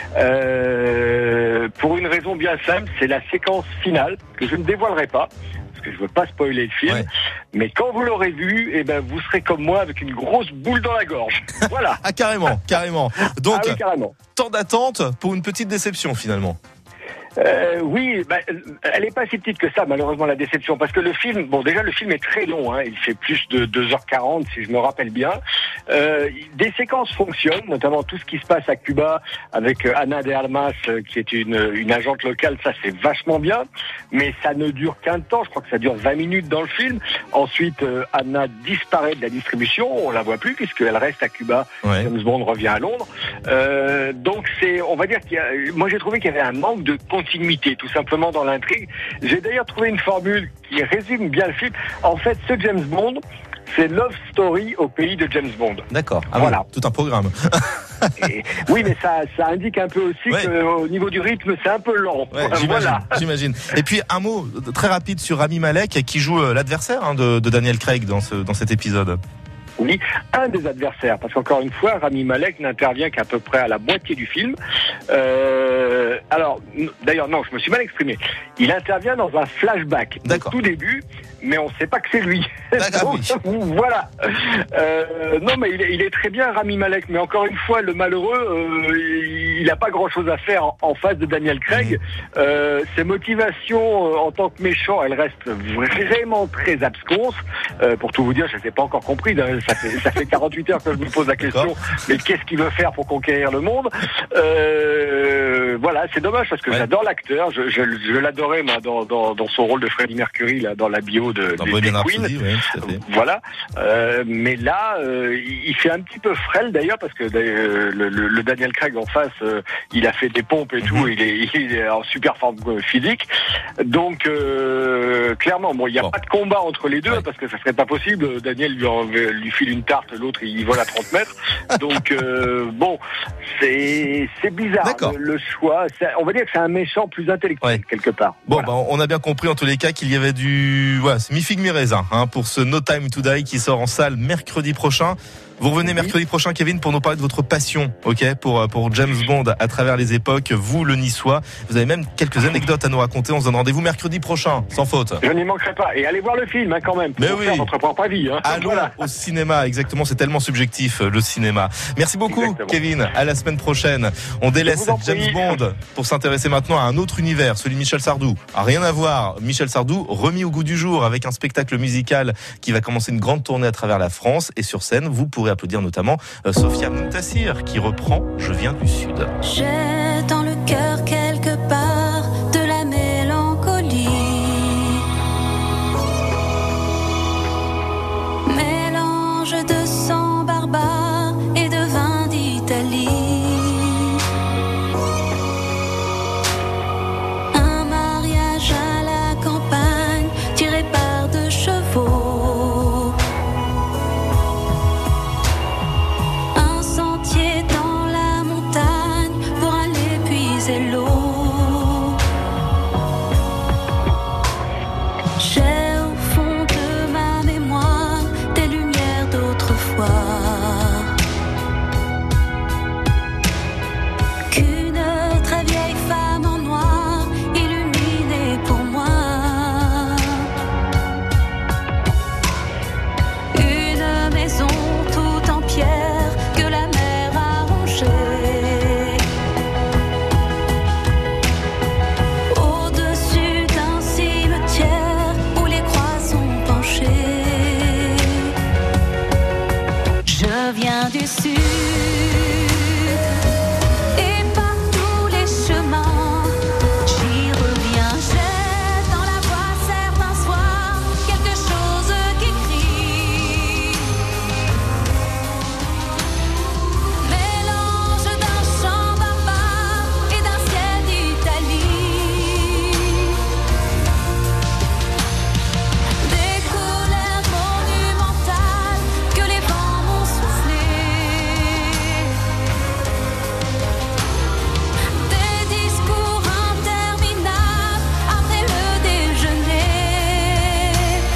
Euh, pour une raison bien simple, c'est la séquence finale que je ne dévoilerai pas. Que je veux pas spoiler le film, ouais. Mais quand vous l'aurez vu, eh ben vous serez comme moi avec une grosse boule dans la gorge. Voilà. Ah carrément, carrément. Donc ah oui, carrément. Temps d'attente pour une petite déception finalement. Euh, oui, bah, elle est pas si petite que ça, malheureusement, la déception, parce que le film, bon, déjà le film est très long, hein, il fait plus de deux heures quarante si je me rappelle bien. Euh, des séquences fonctionnent, notamment tout ce qui se passe à Cuba avec Ana de Armas, qui est une, une agente locale, ça c'est vachement bien, mais ça ne dure qu'un temps, je crois que ça dure vingt minutes dans le film. Ensuite, euh, Anna disparaît de la distribution, on la voit plus puisqu'elle reste à Cuba. Ouais. James Bond revient à Londres. Euh, donc c'est, on va dire qu'il y a, moi j'ai trouvé qu'il y avait un manque de continuité, tout simplement dans l'intrigue. J'ai d'ailleurs trouvé une formule qui résume bien le film. En fait, ce James Bond, c'est Love Story au pays de James Bond. D'accord. Ah voilà. Oui, tout un programme. Et, oui, mais ça, ça indique un peu aussi ouais. qu'au niveau du rythme, c'est un peu lent. Ouais, j'imagine, voilà. j'imagine. Et puis, un mot très rapide sur Rami Malek, qui joue l'adversaire hein, de, de Daniel Craig dans, ce, dans cet épisode. Oui, un des adversaires, parce qu'encore une fois, Rami Malek n'intervient qu'à peu près à la moitié du film. Euh, alors, d'ailleurs, non, je me suis mal exprimé. Il intervient dans un flashback au tout début, mais on ne sait pas que c'est lui. Donc, oui. Voilà. Euh, non, mais il est, il est très bien, Rami Malek, mais encore une fois, le malheureux, euh, il n'a pas grand-chose à faire en, en face de Daniel Craig. Mmh. Euh, ses motivations euh, en tant que méchant, elles restent vraiment très absconses. Euh, pour tout vous dire, je ne les ai pas encore compris. Ça fait, ça fait quarante-huit heures que je me pose la question. D'accord. Mais qu'est-ce qu'il veut faire pour conquérir le monde ? euh, Voilà, c'est dommage parce que ouais. j'adore l'acteur. Je, je, je l'adorais moi, dans, dans, dans son rôle de Freddie Mercury là, dans la bio de, de, de Queen. Ouais, voilà. Euh, mais là, euh, il fait un petit peu frêle d'ailleurs parce que euh, le, le, le Daniel Craig en face, euh, il a fait des pompes et mm-hmm. tout. Il est, il est en super forme physique. Donc euh, clairement, bon, il n'y a bon. pas de combat entre les deux ouais. parce que ça serait pas possible. Daniel lui, en, lui file une tarte, l'autre il vole à trente mètres. Donc euh, bon, c'est c'est bizarre le, le choix. C'est, on va dire que c'est un méchant plus intellectuel ouais. quelque part. Bon, voilà. bah, on a bien compris en tous les cas qu'il y avait du, voilà, c'est mi figue mi raisin hein, pour ce No Time to Die qui sort en salle mercredi prochain. Vous revenez mercredi prochain, Kevin, pour nous parler de votre passion, ok, pour pour James Bond à travers les époques. Vous, le Niçois, vous avez même quelques anecdotes à nous raconter. On se donne rendez-vous mercredi prochain, sans faute. Je n'y manquerai pas. Et allez voir le film, hein, quand même. Mais oui. Faire votre propre avis. Hein. Allons voilà. au cinéma, exactement. C'est tellement subjectif le cinéma. Merci beaucoup, exactement. Kevin. À la semaine prochaine. On délaisse James Bond pour s'intéresser maintenant à un autre univers, celui de Michel Sardou. Ah, rien à voir. Michel Sardou remis au goût du jour avec un spectacle musical qui va commencer une grande tournée à travers la France et sur scène, vous pourrez applaudir notamment Sophia Muntassir qui reprend Je viens du Sud. J'ai dans le cœur quelque part de la mélancolie, mélange de sang barbare et de vin d'Italie. Un mariage à la campagne tiré par deux chevaux. sud. Et par tous les chemins, j'y reviens. J'ai dans la voix certains soirs quelque chose qui crie. Mélange d'un chant barbare et d'un ciel d'Italie. Des colères monumentales que les vents m'ont soufflées. Des discours interminables après le déjeuner.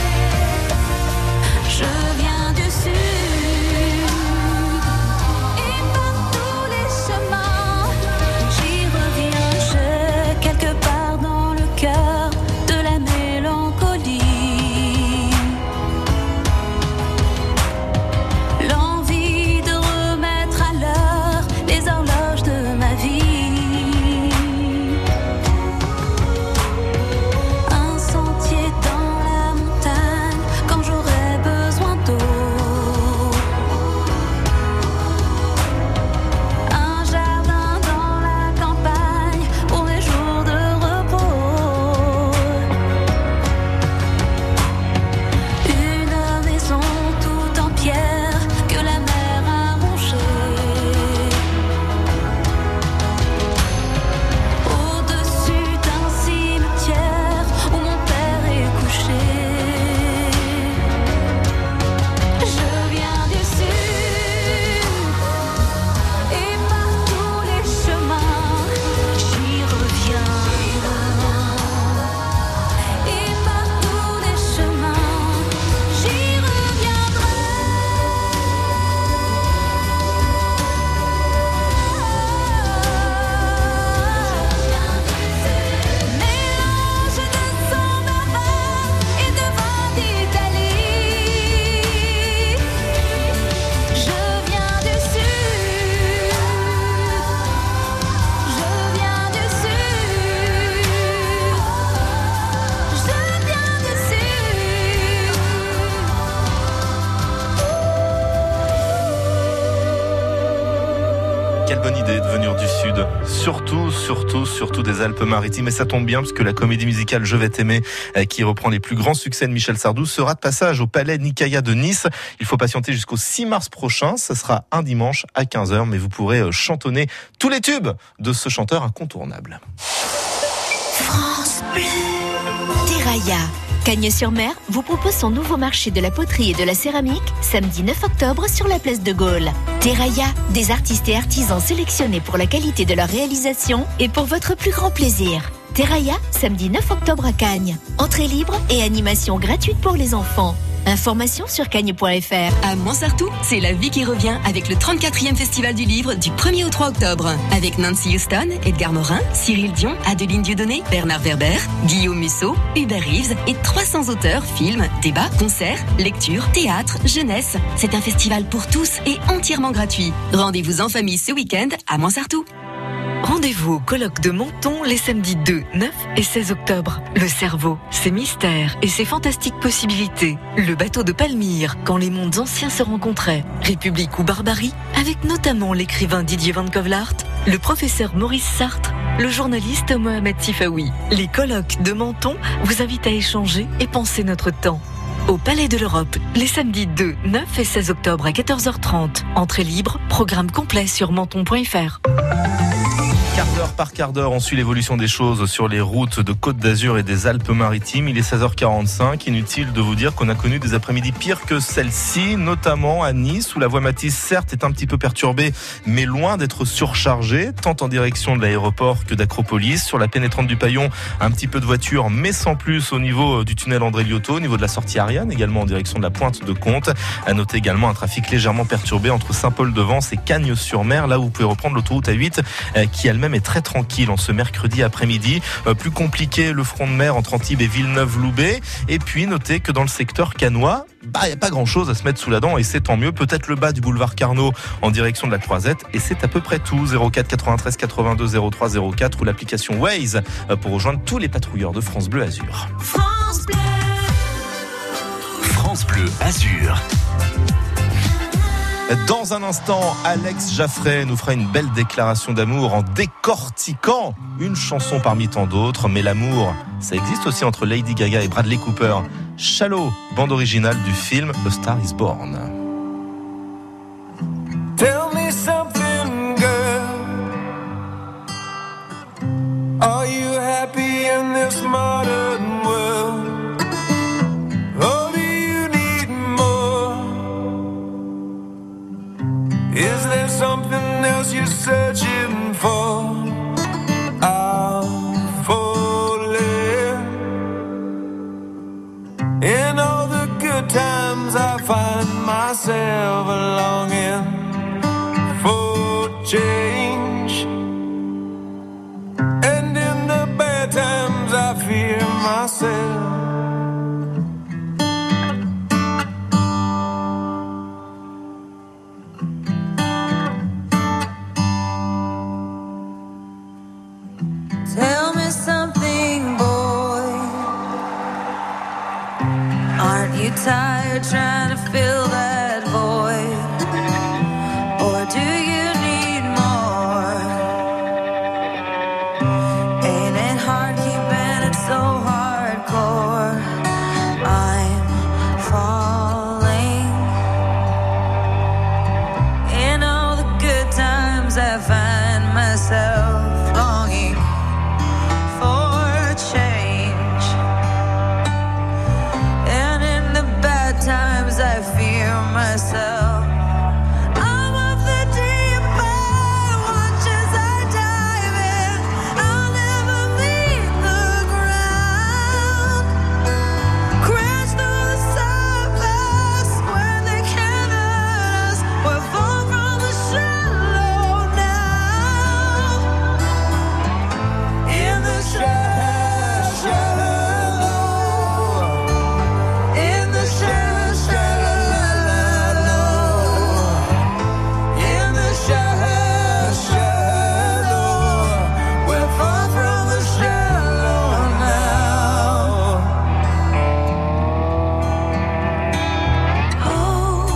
Je viens du sud et par tous les chemins, j'y reviens. J'ai quelque part dans le cœur de la mélancolie, l'envie de remettre à l'heure les horloges de ma vie. Un sentier dans la montagne quand j'aurai besoin d'eau. Un jardin dans la campagne pour mes jours de repos. Une maison toute en pierre que la mer a rongée. Au-dessus d'un cimetière où mon père est couché. Je viens du sud et par tous les chemins, j'y reviens. Et par tous les chemins, j'y reviendrai. Mélange de sang barbare et de vin d'Italie. Je viens du sud. Je viens du sud. Je viens du sud. Quelle bonne idée de venir du Sud. Surtout, surtout, surtout des Alpes-Maritimes. Et ça tombe bien puisque la comédie musicale Je vais t'aimer, euh, qui reprend les plus grands succès de Michel Sardou, sera de passage au Palais Nicaïa de Nice. Il faut patienter jusqu'au six mars prochain. Ça sera un dimanche à quinze heures, mais vous pourrez euh, chantonner tous les tubes de ce chanteur incontournable. France Bleu. Terraia. Cagnes-sur-Mer vous propose son nouveau marché de la poterie et de la céramique samedi neuf octobre sur la place de Gaulle. Terraia, des artistes et artisans sélectionnés pour la qualité de leur réalisation et pour votre plus grand plaisir. Terraia, samedi neuf octobre à Cagnes. Entrée libre et animation gratuite pour les enfants. Informations sur cagnes point f r. À Montsartou, c'est la vie qui revient avec le trente-quatrième Festival du Livre du premier au trois octobre. Avec Nancy Houston, Edgar Morin, Cyril Dion, Adeline Dieudonné, Bernard Werber, Guillaume Musso, Hubert Reeves et trois cents auteurs, films, débats, concerts, lectures, théâtre, jeunesse. C'est un festival pour tous et entièrement gratuit. Rendez-vous en famille ce week-end à Montsartou. Rendez-vous au colloque de Menton les samedis deux, neuf et seize octobre. Le cerveau, ses mystères et ses fantastiques possibilités. Le bateau de Palmyre, quand les mondes anciens se rencontraient. République ou barbarie, avec notamment l'écrivain Didier Van Kovlart, le professeur Maurice Sartre, le journaliste Mohamed Sifaoui. Les colloques de Menton vous invitent à échanger et penser notre temps. Au Palais de l'Europe, les samedis deux, neuf et seize octobre à quatorze heures trente. Entrée libre, programme complet sur menton point f r. Quart d'heure par quart d'heure, on suit l'évolution des choses sur les routes de Côte d'Azur et des Alpes-Maritimes. Il est seize heures quarante-cinq. Inutile de vous dire qu'on a connu des après-midi pires que celle-ci, notamment à Nice, où la voie Matisse, certes, est un petit peu perturbée, mais loin d'être surchargée, tant en direction de l'aéroport que d'Acropolis. Sur la pénétrante du Paillon, un petit peu de voiture, mais sans plus au niveau du tunnel André Liotto, au niveau de la sortie Ariane, également en direction de la Pointe de Comte. À noter également un trafic légèrement perturbé entre Saint-Paul-de-Vence et Cagnes-sur-Mer, là où vous pouvez reprendre l'autoroute A huit, qui elle-même est très tranquille en ce mercredi après-midi. Euh, plus compliqué le front de mer entre Antibes et Villeneuve-Loubet. Et puis notez que dans le secteur cannois, bah, il n'y a pas grand-chose à se mettre sous la dent et c'est tant mieux. Peut-être le bas du boulevard Carnot en direction de la Croisette et c'est à peu près tout. zéro quatre quatre-vingt-treize quatre-vingt-deux zéro trois zéro quatre ou l'application Waze pour rejoindre tous les patrouilleurs de France Bleu Azur. France Bleu. France Bleu Azur. Dans un instant, Alex Jaffray nous fera une belle déclaration d'amour en décortiquant une chanson parmi tant d'autres. Mais l'amour, ça existe aussi entre Lady Gaga et Bradley Cooper. Shallow, bande originale du film A Star Is Born. Tell me something, girl. Are you happy in this modern world? Or do you need more? Is there something else you're searching for? I'm falling. In all the good times I find myself longing for change, and in the bad times I fear myself. Tell me something, boy. Aren't you tired trying to fill that void? Or do you need more? Ain't it hard keeping it so hardcore? I'm falling. In all the good times I find myself longing for change, and in the bad times I fear myself. I'm of the deep end, watch as I dive in. I'll never meet the ground. Crash through the surface where they can't hurt us. We're far from the shallow now. In the shallow, shallow, in the shallow, shallow, in the shallow, shallow, we're far from the shallow now. Oh,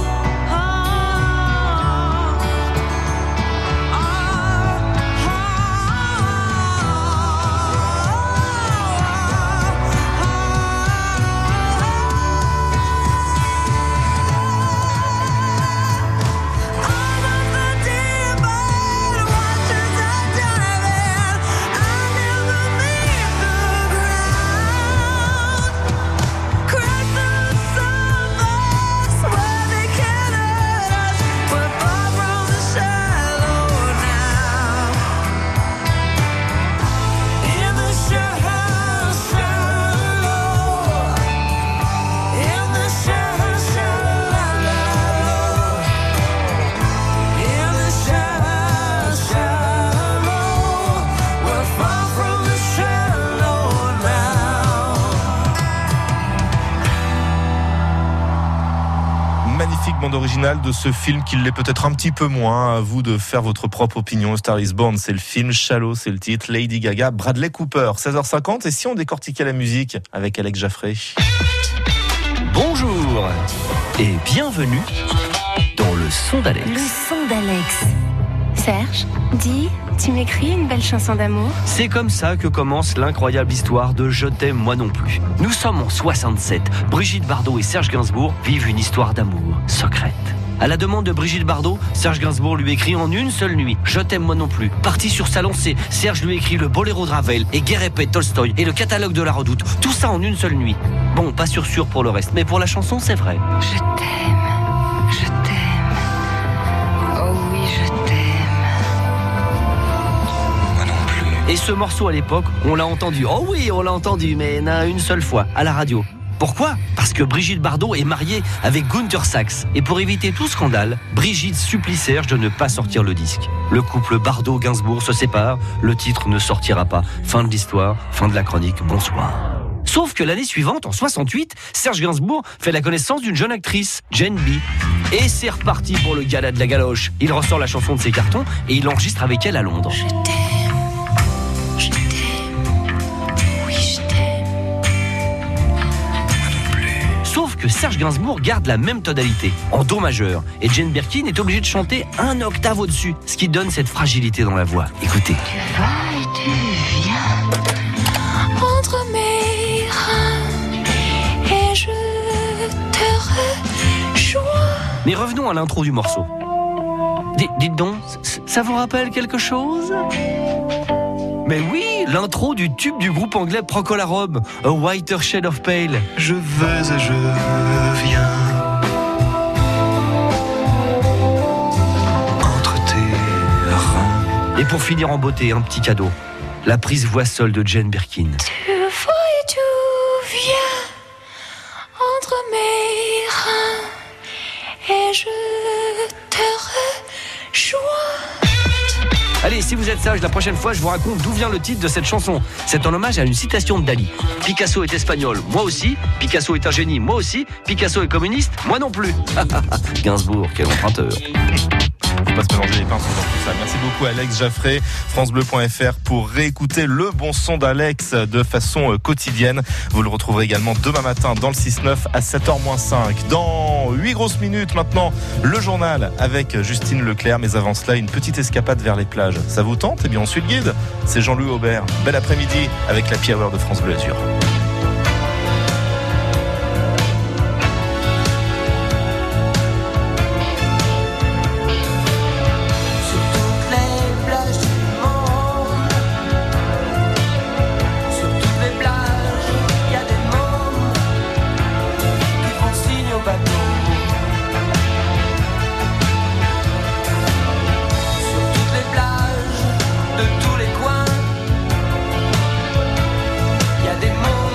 Magnifique bande originale de ce film qui l'est peut-être un petit peu moins. À vous de faire votre propre opinion. A Star Is Born, c'est le film. Shallow, c'est le titre. Lady Gaga, Bradley Cooper. seize heures cinquante. Et si on décortiquait la musique avec Alex Jaffray? Bonjour et bienvenue dans le son d'Alex. Le son d'Alex. Serge, dis, tu m'écris une belle chanson d'amour? C'est comme ça que commence l'incroyable histoire de Je t'aime moi non plus. Nous sommes en soixante-sept. Brigitte Bardot et Serge Gainsbourg vivent une histoire d'amour secrète. À la demande de Brigitte Bardot, Serge Gainsbourg lui écrit en une seule nuit « Je t'aime moi non plus ». Parti sur sa lancée, Serge lui écrit le Boléro de Ravel et Guy répète Tolstoï et le catalogue de la Redoute. Tout ça en une seule nuit. Bon, pas sûr sûr pour le reste, mais pour la chanson, c'est vrai. Je t'aime, je t'aime. Oh oui, je t'aime. Et ce morceau à l'époque, on l'a entendu. Oh oui, on l'a entendu, mais une seule fois, à la radio. Pourquoi ? Parce que Brigitte Bardot est mariée avec Gunther Sachs. Et pour éviter tout scandale, Brigitte supplie Serge de ne pas sortir le disque. Le couple Bardot-Gainsbourg se sépare, le titre ne sortira pas. Fin de l'histoire, fin de la chronique, bonsoir. Sauf que l'année suivante, en soixante-huit, Serge Gainsbourg fait la connaissance d'une jeune actrice, Jane B. Et c'est reparti pour le gala de la galoche. Il ressort la chanson de ses cartons et il l'enregistre avec elle à Londres. Je t'aime, je t'aime, oui je t'aime. Sauf que Serge Gainsbourg garde la même tonalité, en do majeur. Et Jane Birkin est obligée de chanter un octave au-dessus, ce qui donne cette fragilité dans la voix. Écoutez. Tu vas et tu viens entre mes reins et je te rejoins. Mais revenons à l'intro du morceau. D- dites donc, ça vous rappelle quelque chose ? Mais oui, l'intro du tube du groupe anglais Procol Harum, A Whiter Shade of Pale. Je veux et je viens entre tes reins. Et pour finir en beauté, un petit cadeau. La prise voix seule de Jane Birkin. Tu vas et tu viens entre mes reins et je te rejoins. Allez, si vous êtes sage, la prochaine fois, je vous raconte d'où vient le titre de cette chanson. C'est en hommage à une citation de Dali. Picasso est espagnol, moi aussi. Picasso est un génie, moi aussi. Picasso est communiste, moi non plus. Gainsbourg, quel emprunteur. Faut pas se mélanger les pinceaux dans tout ça. Merci beaucoup Alex Jaffré, francebleu point f r pour réécouter le bon son d'Alex de façon quotidienne. Vous le retrouverez également demain matin dans le six neuf à sept heures moins cinq. Dans huit grosses minutes maintenant, le journal avec Justine Leclerc. Mais avant cela, une petite escapade vers les plages. Ça vous tente ? Eh bien on suit le guide. C'est Jean-Louis Aubert. Bel après-midi avec la Happy Hour de France Bleu Azur. De tous les coins, il y a des mots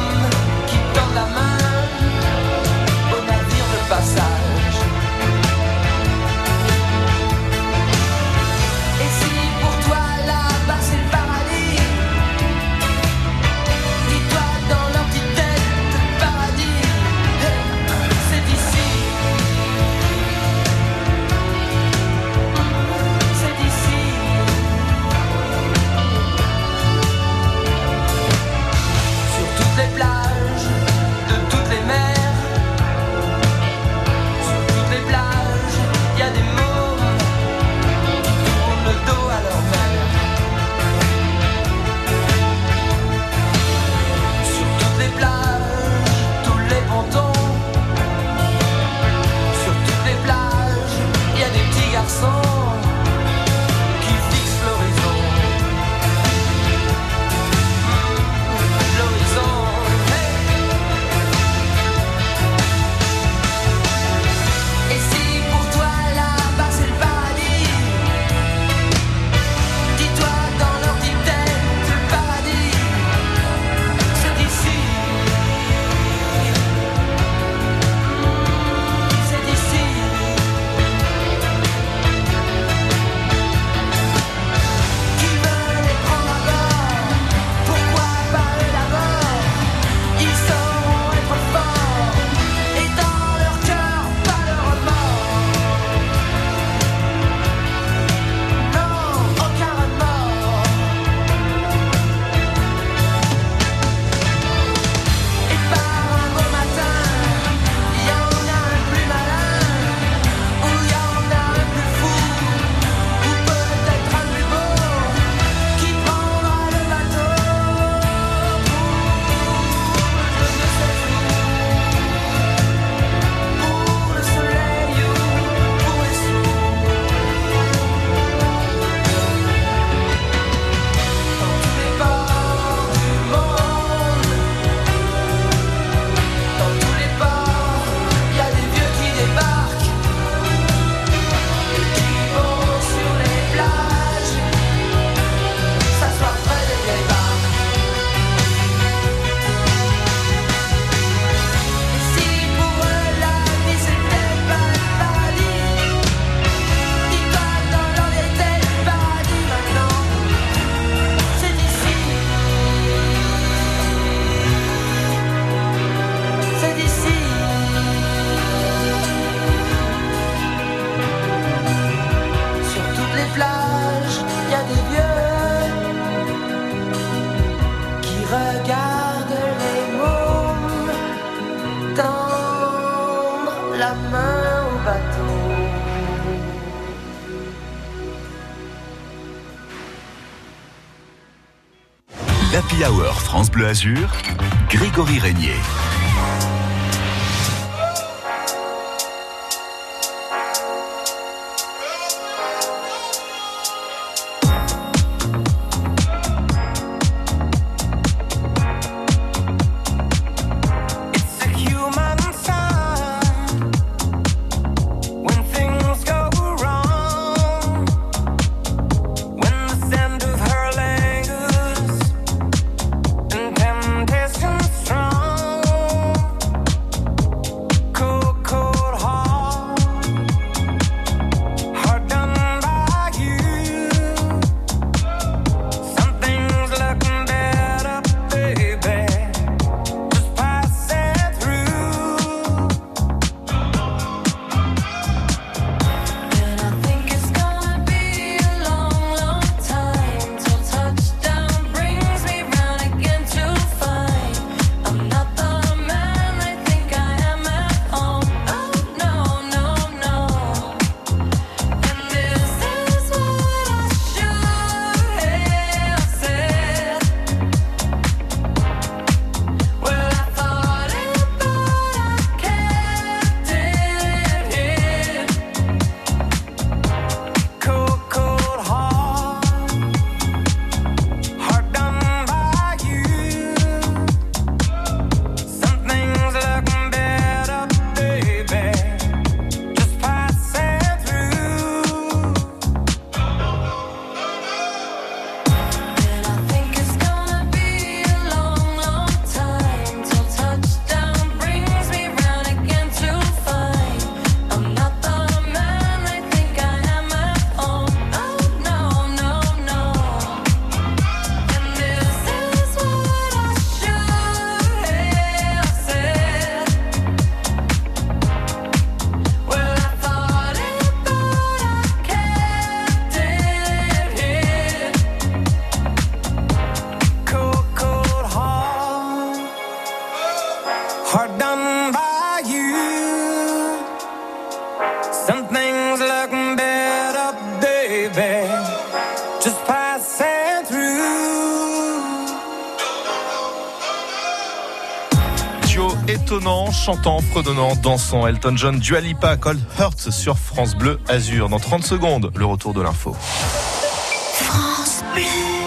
l'Happy Hour France Bleu Azur, Grégory Régnier. Étonnant, chantant, fredonnant, dansant, Elton John, Dua Lipa, Cold Heart sur France Bleu Azur. Dans trente secondes, le retour de l'info. France Bleu.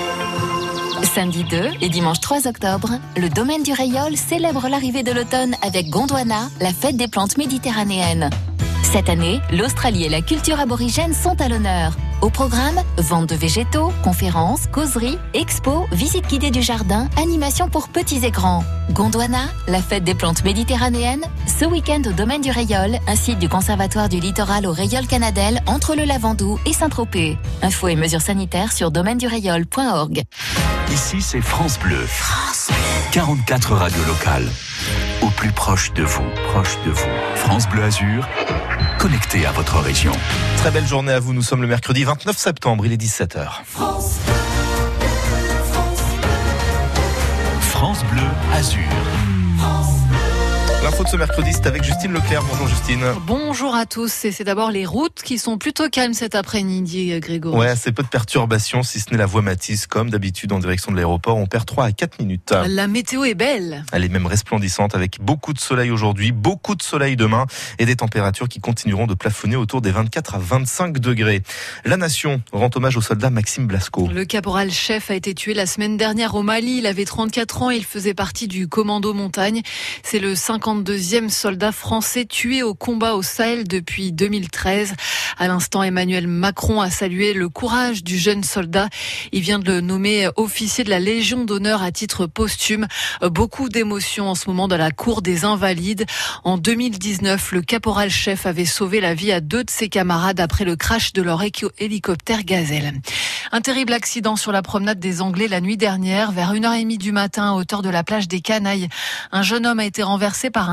Samedi deux et dimanche trois octobre, le domaine du Rayol célèbre l'arrivée de l'automne avec Gondwana, la fête des plantes méditerranéennes. Cette année, l'Australie et la culture aborigène sont à l'honneur. Au programme, vente de végétaux, conférences, causeries, expos, visites guidées du jardin, animations pour petits et grands. Gondwana, la fête des plantes méditerranéennes, ce week-end au domaine du Rayol, un site du conservatoire du littoral au Rayol Canadel, entre le Lavandou et Saint-Tropez. Infos et mesures sanitaires sur domaine du rayol point org. Ici, c'est France Bleu. France Bleu. quarante-quatre radios locales. Au plus proche de vous, proche de vous. France Bleu Azur, connecté à votre région. Très belle journée à vous. Nous sommes le mercredi vingt-neuf septembre, il est dix-sept heures. France France Bleu Azur. L'info de ce mercredi, c'est avec Justine Leclerc. Bonjour Justine. Bonjour à tous. Et c'est d'abord les routes qui sont plutôt calmes cet après-midi, Grégory. Ouais, assez peu de perturbations, si ce n'est la voie Matisse, comme d'habitude en direction de l'aéroport. On perd trois à quatre minutes. La météo est belle. Elle est même resplendissante avec beaucoup de soleil aujourd'hui, beaucoup de soleil demain et des températures qui continueront de plafonner autour des vingt-quatre à vingt-cinq degrés. La Nation rend hommage au soldat Maxime Blasco. Le caporal-chef a été tué la semaine dernière au Mali. Il avait trente-quatre ans et il faisait partie du commando montagne. C'est le cinquante-deuxième soldat français tué au combat au Sahel depuis deux mille treize. À l'instant, Emmanuel Macron a salué le courage du jeune soldat. Il vient de le nommer officier de la Légion d'honneur à titre posthume. Beaucoup d'émotions en ce moment dans la cour des Invalides. En deux mille dix-neuf, le caporal-chef avait sauvé la vie à deux de ses camarades après le crash de leur hélicoptère Gazelle. Un terrible accident sur la promenade des Anglais la nuit dernière, vers une heure trente du matin, à hauteur de la plage des Canailles. Un jeune homme a été renversé par un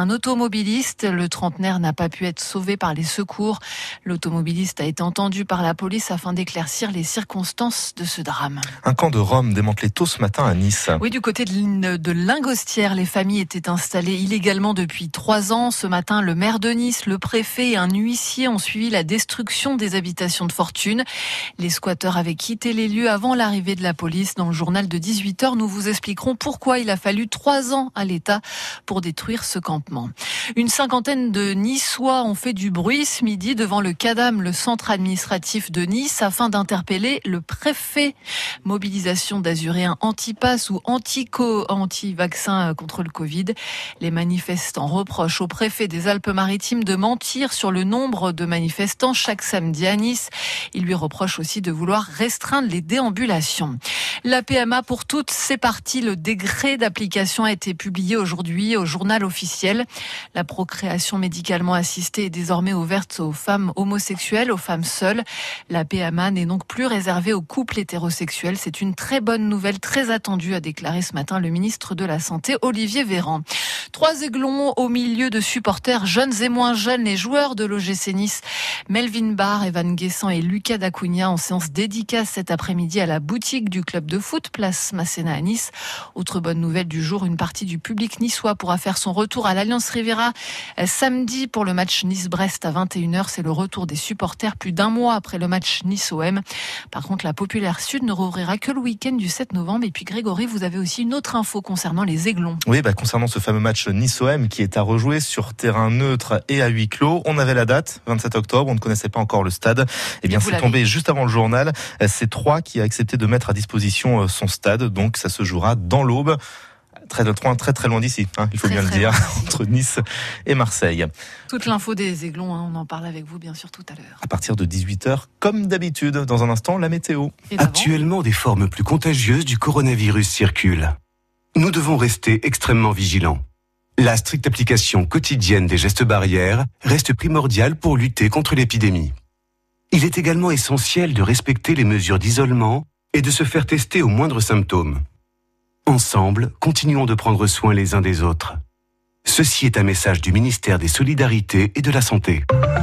un automobiliste. Le trentenaire n'a pas pu être sauvé par les secours. L'automobiliste a été entendu par la police afin d'éclaircir les circonstances de ce drame. Un camp de Roms démantelé tôt ce matin à Nice. Oui, du côté de, de Lingostière, les familles étaient installées illégalement depuis trois ans. Ce matin, le maire de Nice, le préfet et un huissier ont suivi la destruction des habitations de fortune. Les squatteurs avaient quitté les lieux avant l'arrivée de la police. Dans le journal de dix-huit heures, nous vous expliquerons pourquoi il a fallu trois ans à l'État pour détruire ce campement. Une cinquantaine de Niçois ont fait du bruit ce midi devant le CADAM, le centre administratif de Nice, afin d'interpeller le préfet. Mobilisation d'azuréens anti-pass ou anti-co, anti-vaccin contre le Covid. Les manifestants reprochent au préfet des Alpes-Maritimes de mentir sur le nombre de manifestants chaque samedi à Nice. Il lui reproche aussi de vouloir restreindre les déambulations. La P M A pour toutes, c'est parti. Le décret d'application a été publié aujourd'hui au journal officiel. La procréation médicalement assistée est désormais ouverte aux femmes homosexuelles, aux femmes seules. La P M A n'est donc plus réservée aux couples hétérosexuels. C'est une très bonne nouvelle, très attendue, a déclaré ce matin le ministre de la Santé, Olivier Véran. Trois aiglons au milieu de supporters jeunes et moins jeunes. Les joueurs de l'O G C Nice, Melvin Barr, Evan Guessant et Lucas Dacunha en séance dédicace cet après-midi à la boutique du club de foot, place Masséna à Nice. Autre bonne nouvelle du jour, une partie du public niçois pourra faire son retour à l'Alliance Riviera samedi pour le match Nice-Brest à vingt et une heures. C'est le retour des supporters plus d'un mois après le match Nice-O M. Par contre, la Populaire Sud ne rouvrira que le week-end du sept novembre. Et puis Grégory, vous avez aussi une autre info concernant les aiglons. Oui, bah, concernant ce fameux match Nice-O M qui est à rejouer sur terrain neutre et à huis clos. On avait la date, vingt-sept octobre, on ne connaissait pas encore le stade. Eh bien, c'est tombé juste avant le journal. C'est Troyes qui a accepté de mettre à disposition son stade. Donc, ça se jouera dans l'Aube. Très, très, très, très loin d'ici, hein, il faut très, bien le dire, entre Nice et Marseille. Toute l'info des aiglons, hein, on en parle avec vous bien sûr tout à l'heure. À partir de dix-huit heures, comme d'habitude, dans un instant, la météo. Actuellement, des formes plus contagieuses du coronavirus circulent. Nous devons rester extrêmement vigilants. La stricte application quotidienne des gestes barrières reste primordiale pour lutter contre l'épidémie. Il est également essentiel de respecter les mesures d'isolement et de se faire tester aux moindres symptômes. Ensemble, continuons de prendre soin les uns des autres. Ceci est un message du ministère des Solidarités et de la Santé.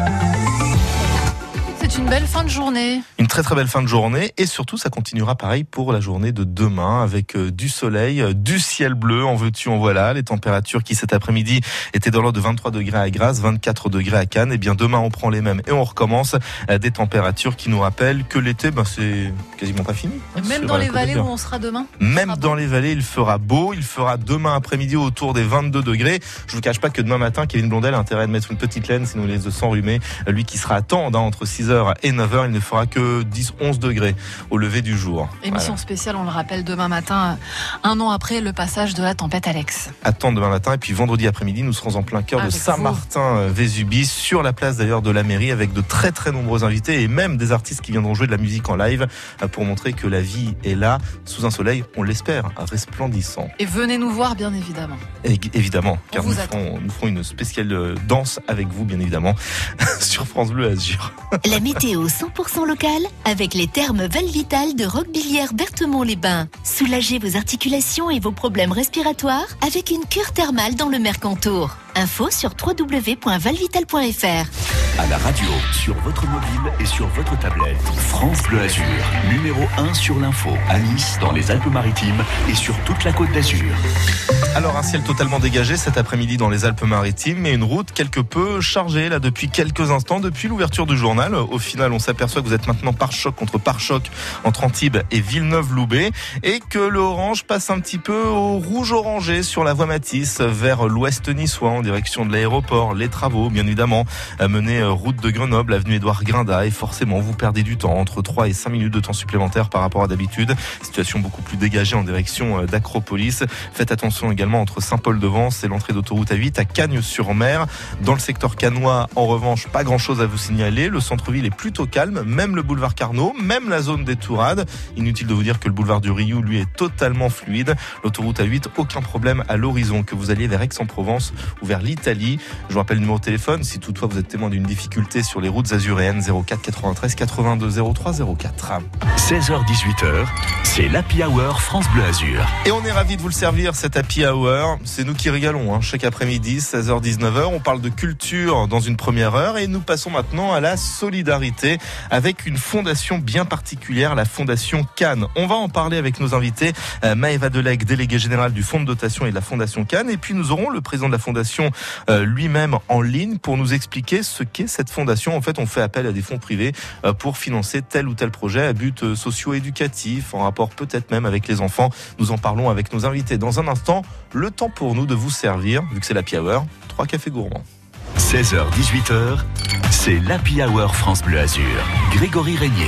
C'est une belle fin de journée. Une très très belle fin de journée et surtout ça continuera pareil pour la journée de demain avec du soleil, du ciel bleu, en veux-tu en voilà. Les températures qui cet après-midi étaient dans l'ordre de vingt-trois degrés à Grasse, vingt-quatre degrés à Cannes. Et bien demain on prend les mêmes et on recommence. Des températures qui nous rappellent que l'été ben, c'est quasiment pas fini. Même dans les vallées où on sera demain. Même dans les vallées il fera beau, il fera demain après-midi autour des vingt-deux degrés. Je vous cache pas que demain matin Kevin Blondel a intérêt de mettre une petite laine sinon il les s'enrhumer. Lui qui sera à Tende hein, entre six heures et neuf heures, il ne fera que dix à onze degrés au lever du jour. Émission voilà. Spéciale, on le rappelle, demain matin, un an après le passage de la tempête Alex. Attends demain matin et puis vendredi après-midi, nous serons en plein cœur avec de Saint-Martin-Vésubie, sur la place d'ailleurs de la mairie avec de très très nombreux invités et même des artistes qui viendront jouer de la musique en live pour montrer que la vie est là, sous un soleil, on l'espère, resplendissant. Et venez nous voir bien évidemment. Et, évidemment, on car nous ferons, nous ferons une spéciale danse avec vous bien évidemment sur France Bleu Azur. La météo cent pour cent locale avec les thermes Valvital de Roquebillière-Berthemont-les-Bains. Soulagez vos articulations et vos problèmes respiratoires avec une cure thermale dans le Mercantour. Info sur w w w point valvital point f r. À la radio, sur votre mobile et sur votre tablette. France Bleu Azur, numéro un sur l'info. À Nice, dans les Alpes-Maritimes et sur toute la Côte d'Azur. Alors un ciel totalement dégagé cet après-midi dans les Alpes-Maritimes, mais une route quelque peu chargée là depuis quelques instants, depuis l'ouverture du journal. Au final, on s'aperçoit que vous êtes maintenant pare-choc contre pare-choc entre Antibes et Villeneuve-Loubet et que le orange passe un petit peu au rouge-orangé sur la voie Matisse vers l'ouest niçois en direction de l'aéroport. Les travaux, bien évidemment, menés route de Grenoble, avenue Édouard Grinda et forcément vous perdez du temps, entre trois et cinq minutes de temps supplémentaire par rapport à d'habitude. Situation beaucoup plus dégagée en direction d'Acropolis. Faites attention également entre Saint-Paul-de-Vence et l'entrée d'autoroute A huit à Cagnes-sur-Mer. Dans le secteur cannois, en revanche, pas grand-chose à vous signaler. Le centre-ville est plutôt calme, même le boulevard Carnot, même la zone des Tourades. Inutile de vous dire que le boulevard du Rioux, lui, est totalement fluide. L'autoroute A huit, aucun problème à l'horizon, que vous alliez vers Aix-en-Provence ou vers l'Italie. Je vous rappelle le numéro de téléphone, si toutefois vous êtes témoin d'une difficultés sur les routes azuréennes. zéro quatre quatre-vingt-treize quatre-vingt-deux zéro trois zéro quatre. seize heures dix-huit heures, c'est l'Happy Hour France Bleu Azur. Et on est ravis de vous le servir, cet Happy Hour. C'est nous qui régalons, hein, chaque après-midi, seize heures dix-neuf heures. On parle de culture dans une première heure et nous passons maintenant à la solidarité avec une fondation bien particulière, la Fondation Cannes. On va en parler avec nos invités, euh, Maëva Delègue, déléguée générale du Fonds de dotation et de la Fondation Cannes. Et puis nous aurons le président de la Fondation euh, lui-même en ligne pour nous expliquer ce qu'est cette fondation. En fait, on fait appel à des fonds privés euh, pour financer tel ou tel projet à but euh, socio-éducatif, en rapport peut-être même avec les enfants. Nous en parlons avec nos invités dans un instant. Le temps pour nous de vous servir, vu que c'est l'Happy Hour, trois cafés gourmands. seize heures dix-huit heures, c'est l'Happy Hour France Bleu Azur. Grégory Régnier.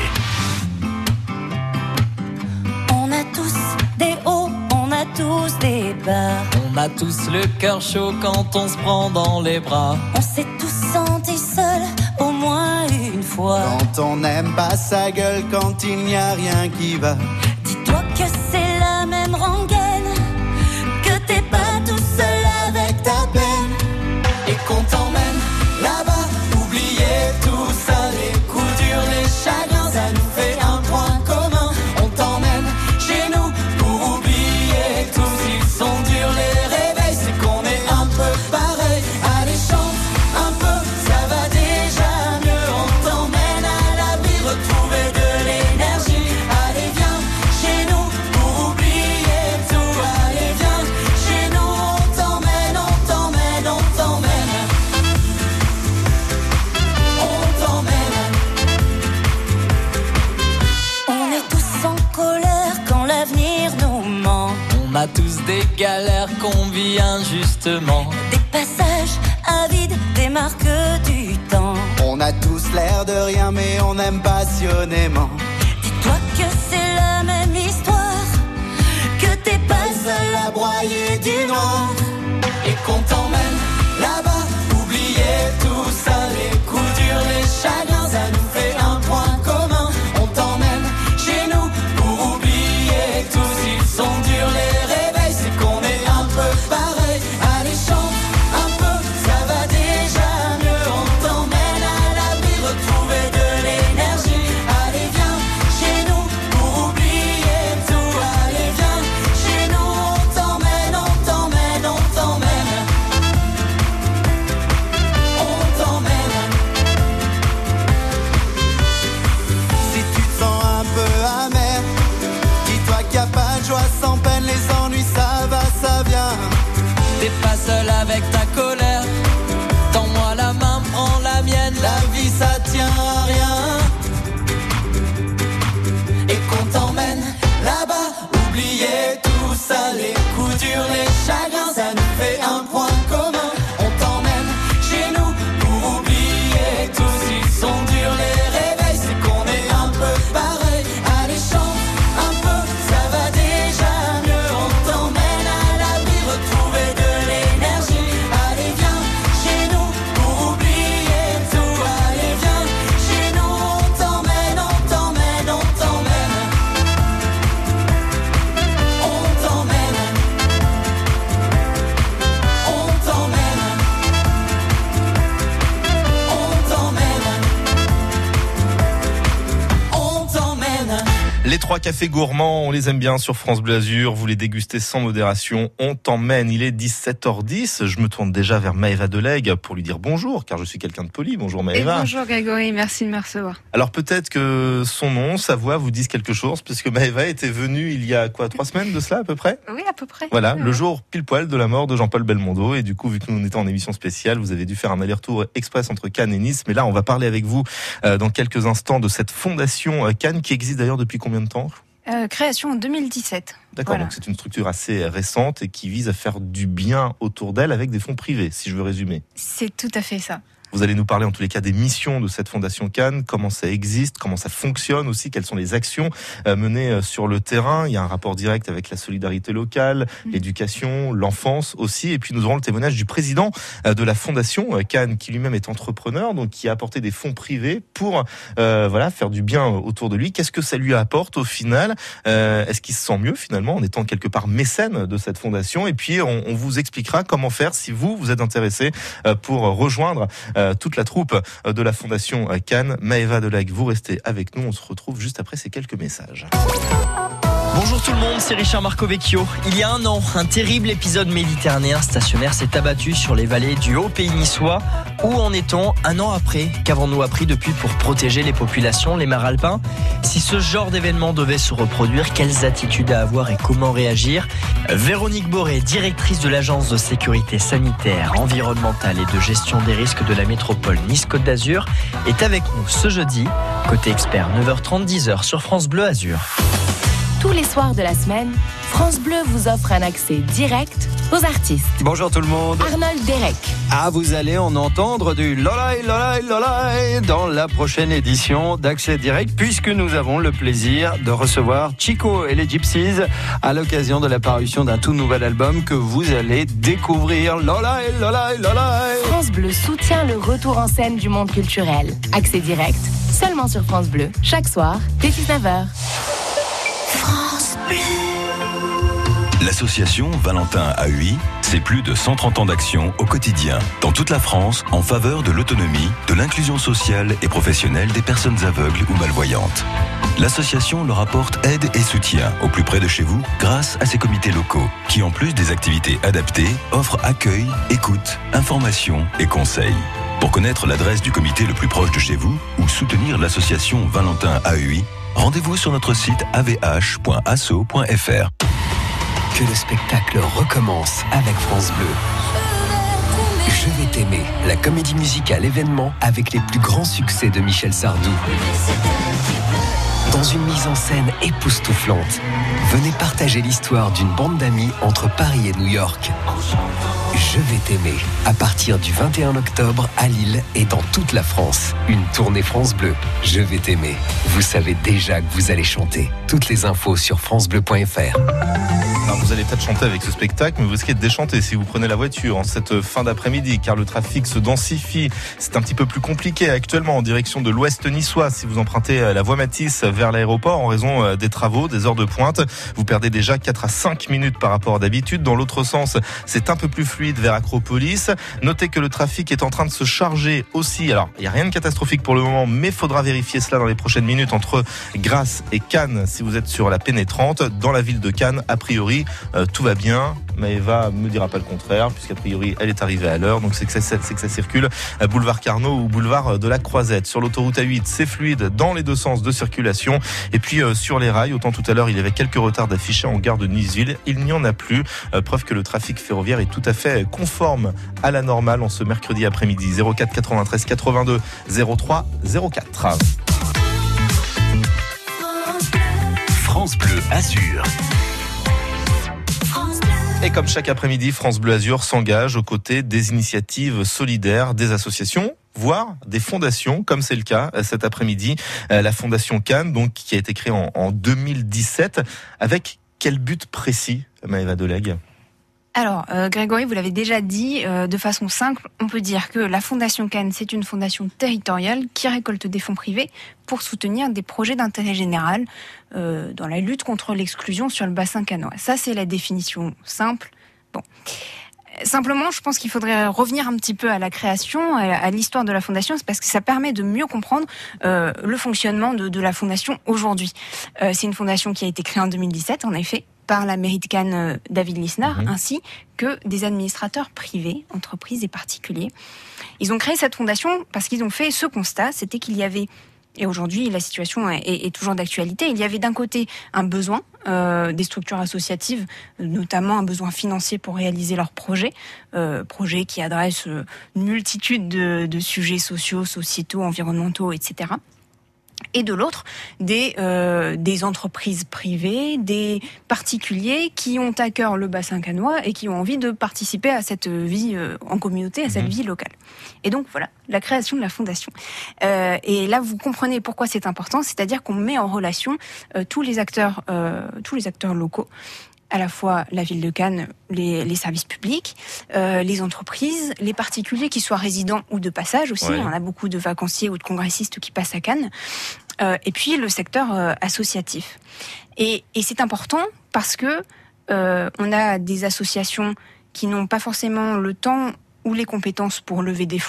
On a tous des hauts, on a tous des bas. On a tous le cœur chaud quand on se prend dans les bras. On s'est tous sentis seuls au moins une fois. Quand on n'aime pas sa gueule, quand il n'y a rien qui va. Dis-toi que c'est la même rengaine, que t'es pas tout seul avec ta peine. Et qu'on t'emmène là-bas, oubliez tout ça, les coups durs, les chagrins, ça nous fait un point commun. On t'emmène chez nous pour oublier tout. S'ils sont durs les réveils, c'est qu'on est un peu pareil. Allez chante un peu, ça va déjà mieux. On t'emmène à l'abri, retrouver de l'énergie. Allez viens chez nous pour oublier tout. Allez viens chez nous, on t'emmène, on t'emmène, on t'emmène. On est tous en colère quand l'avenir nous ment. On a tous des galères qu'on vit injustement. Des passages à vide, des marques du temps. On a tous l'air de rien mais on aime passionnément. Dis-toi que c'est la même histoire, que t'es pas seul à broyer du noir. Et qu'on t'emmène là-bas, oubliez tout ça, les coups durs, les chagrins, ça nous fait un point commun. On t'emmène chez nous pour oublier tout. S'ils sont durs les réveils, c'est qu'on est un peu pareil. Allez chante un peu, ça va déjà mieux. On t'emmène à l'abri, retrouver de l'énergie. Allez viens chez nous pour oublier tout. Allez viens chez nous, on t'emmène, on t'emmène, on t'emmène. On t'emmène. Si tu te sens un peu amer, dis-toi qu'il n'y a pas de joie sans peine. Les ennuis, ça va, ça vient. T'es pas seul avec ta colère. Tends-moi la main, prends la mienne. La vie, ça tient à rien. Et qu'on t'emmène là-bas, oubliez tout ça, les coups durs, les chagrins, ça nous fait un point commun. On t'emmène chez nous pour oublier tout. S'ils sont durs les réveils, c'est qu'on est un peu pareil. Allez chante un peu, ça va déjà mieux. On t'emmène à l'abri, retrouver de l'énergie. Allez viens chez nous pour oublier tout. Allez viens chez nous, on t'emmène, on t'emmène, on t'emmène. On t'emmène. On t'emmène. On t'emmène. On t'emmène. Les trois cafés gourmands, on les aime bien sur France Bleu Azur. Vous les dégustez sans modération. On t'emmène. Il est dix-sept heures dix. Je me tourne déjà vers Maëva Delègue pour lui dire bonjour, car je suis quelqu'un de poli. Bonjour Et Maëva. bonjour Grégory, merci de me recevoir. Alors peut-être que son nom, sa voix vous disent quelque chose, puisque Maëva était venue il y a quoi, trois semaines de cela à peu près? Oui, à peu près. Voilà, Oui, le oui. jour pile poil de la mort de Jean-Paul Belmondo. Et du coup, vu que nous on était en émission spéciale, vous avez dû faire un aller-retour express entre Cannes et Nice. Mais là, on va parler avec vous euh, dans quelques instants de cette fondation euh, Cannes qui existe d'ailleurs depuis combien de temps? Euh, création en deux mille dix-sept. D'accord, Voilà. donc c'est une structure assez récente et qui vise à faire du bien autour d'elle avec des fonds privés, si je veux résumer. C'est tout à fait ça. Vous allez nous parler en tous les cas des missions de cette Fondation Cannes, comment ça existe, comment ça fonctionne aussi, quelles sont les actions euh, menées euh, sur le terrain. Il y a un rapport direct avec la solidarité locale, mmh. l'éducation, l'enfance aussi. Et puis nous aurons le témoignage du président euh, de la Fondation euh, Cannes, qui lui-même est entrepreneur, donc qui a apporté des fonds privés pour euh, voilà faire du bien autour de lui. Qu'est-ce que ça lui apporte au final? euh, Est-ce qu'il se sent mieux finalement en étant quelque part mécène de cette fondation? Et puis on, on vous expliquera comment faire si vous, vous êtes intéressé euh, pour rejoindre euh, euh, toute la troupe de la Fondation Cannes. Maëva Delague, vous restez avec nous. On se retrouve juste après ces quelques messages. Bonjour tout le monde, c'est Richard Marcovecchio. Il y a un an, un terrible épisode méditerranéen stationnaire s'est abattu sur les vallées du haut pays niçois. Où en est-on un an après? Qu'avons-nous appris depuis pour protéger les populations, les mares alpins? Si ce genre d'événement devait se reproduire, quelles attitudes à avoir et comment réagir? Véronique Boré, directrice de l'agence de sécurité sanitaire, environnementale et de gestion des risques de la métropole Nice-Côte d'Azur, est avec nous ce jeudi. Côté expert, neuf heures trente, dix heures sur France Bleu Azur. Tous les soirs de la semaine, France Bleu vous offre un accès direct aux artistes. Bonjour tout le monde. Arnold Derek. Ah, vous allez en entendre du lolai, lolai, lolai dans la prochaine édition d'Accès Direct, puisque nous avons le plaisir de recevoir Chico et les Gypsies à l'occasion de la parution d'un tout nouvel album que vous allez découvrir. Lolai, lolai, lolai. France Bleu soutient le retour en scène du monde culturel. Accès Direct, seulement sur France Bleu, chaque soir, dès dix-neuf heures. France Bleu. L'association Valentin A U I, c'est plus de cent trente ans d'action au quotidien, dans toute la France, en faveur de l'autonomie, de l'inclusion sociale et professionnelle des personnes aveugles ou malvoyantes. L'association leur apporte aide et soutien au plus près de chez vous grâce à ses comités locaux, qui en plus des activités adaptées, offrent accueil, écoute, information et conseils. Pour connaître l'adresse du comité le plus proche de chez vous ou soutenir l'association Valentin A U I, rendez-vous sur notre site a v h point asso point f r. Que le spectacle recommence avec France Bleu. Je vais t'aimer, la comédie musicale événement avec les plus grands succès de Michel Sardou. Dans une mise en scène époustouflante, venez partager l'histoire d'une bande d'amis entre Paris et New York. Je vais t'aimer, à partir du vingt et un octobre à Lille et dans toute la France. Une tournée France Bleu. Je vais t'aimer. Vous savez déjà que vous allez chanter. Toutes les infos sur francebleu point f r. Alors vous allez peut-être chanter avec ce spectacle, mais vous risquez de déchanter si vous prenez la voiture en cette fin d'après-midi, car le trafic se densifie. C'est un petit peu plus compliqué actuellement en direction de l'ouest niçois. Si vous empruntez la voie Matisse vers l'aéroport en raison des travaux, des heures de pointe, vous perdez déjà quatre à cinq minutes par rapport à d'habitude. Dans l'autre sens, c'est un peu plus fluide vers Acropolis. Notez que le trafic est en train de se charger aussi. Alors, il n'y a rien de catastrophique pour le moment, mais il faudra vérifier cela dans les prochaines minutes entre Grasse et Cannes si vous êtes sur la pénétrante. Dans la ville de Cannes, a priori, euh, tout va bien. Maëva me dira pas le contraire, puisqu'a priori, elle est arrivée à l'heure. Donc, c'est que ça, c'est que ça circule à boulevard Carnot ou boulevard de la Croisette. Sur l'autoroute A huit, c'est fluide dans les deux sens de circulation. Et puis, euh, sur les rails, autant tout à l'heure, il y avait quelques retards d'affichés en gare de Niceville. Il n'y en a plus. Euh, preuve que le trafic ferroviaire est tout à fait conforme à la normale en ce mercredi après-midi. zéro quatre quatre-vingt-treize quatre-vingt-deux zéro trois zéro quatre. France Bleu Azur. Et comme chaque après-midi, France Bleu Azur s'engage aux côtés des initiatives solidaires, des associations, voire des fondations, comme c'est le cas cet après-midi. La Fondation Cannes, donc, qui a été créée en, en deux mille dix-sept. Avec quel but précis, Maëva Delague ? Alors, euh, Grégory, vous l'avez déjà dit, euh, de façon simple, on peut dire que la Fondation Cannes, c'est une fondation territoriale qui récolte des fonds privés pour soutenir des projets d'intérêt général euh, dans la lutte contre l'exclusion sur le bassin cannois. Ça, c'est la définition simple. Bon. Simplement, je pense qu'il faudrait revenir un petit peu à la création, à l'histoire de la Fondation, c'est parce que ça permet de mieux comprendre euh, le fonctionnement de, de la Fondation aujourd'hui. Euh, c'est une fondation qui a été créée en deux mille dix-sept, en effet, par la mairie de Cannes David Lisnard, mmh. ainsi que des administrateurs privés, entreprises et particuliers. Ils ont créé cette fondation parce qu'ils ont fait ce constat, c'était qu'il y avait, et aujourd'hui la situation est, est, est toujours d'actualité, il y avait d'un côté un besoin euh, des structures associatives, notamment un besoin financier pour réaliser leurs projets, euh, projets qui adressent une multitude de, de sujets sociaux, sociétaux, environnementaux, et cetera. Et de l'autre, des, euh, des entreprises privées, des particuliers qui ont à cœur le bassin cannois et qui ont envie de participer à cette vie euh, en communauté, à cette mmh. vie locale. Et donc voilà, la création de la fondation. Euh, et là, vous comprenez pourquoi c'est important, c'est-à-dire qu'on met en relation euh, tous les acteurs, euh, tous les acteurs locaux, à la fois la ville de Cannes, les, les services publics, euh, les entreprises, les particuliers qui soient résidents ou de passage aussi. Ouais. On a beaucoup de vacanciers ou de congressistes qui passent à Cannes. Euh, et puis le secteur euh, associatif. Et, et c'est important parce que euh, on a des associations qui n'ont pas forcément le temps ou les compétences pour lever des fonds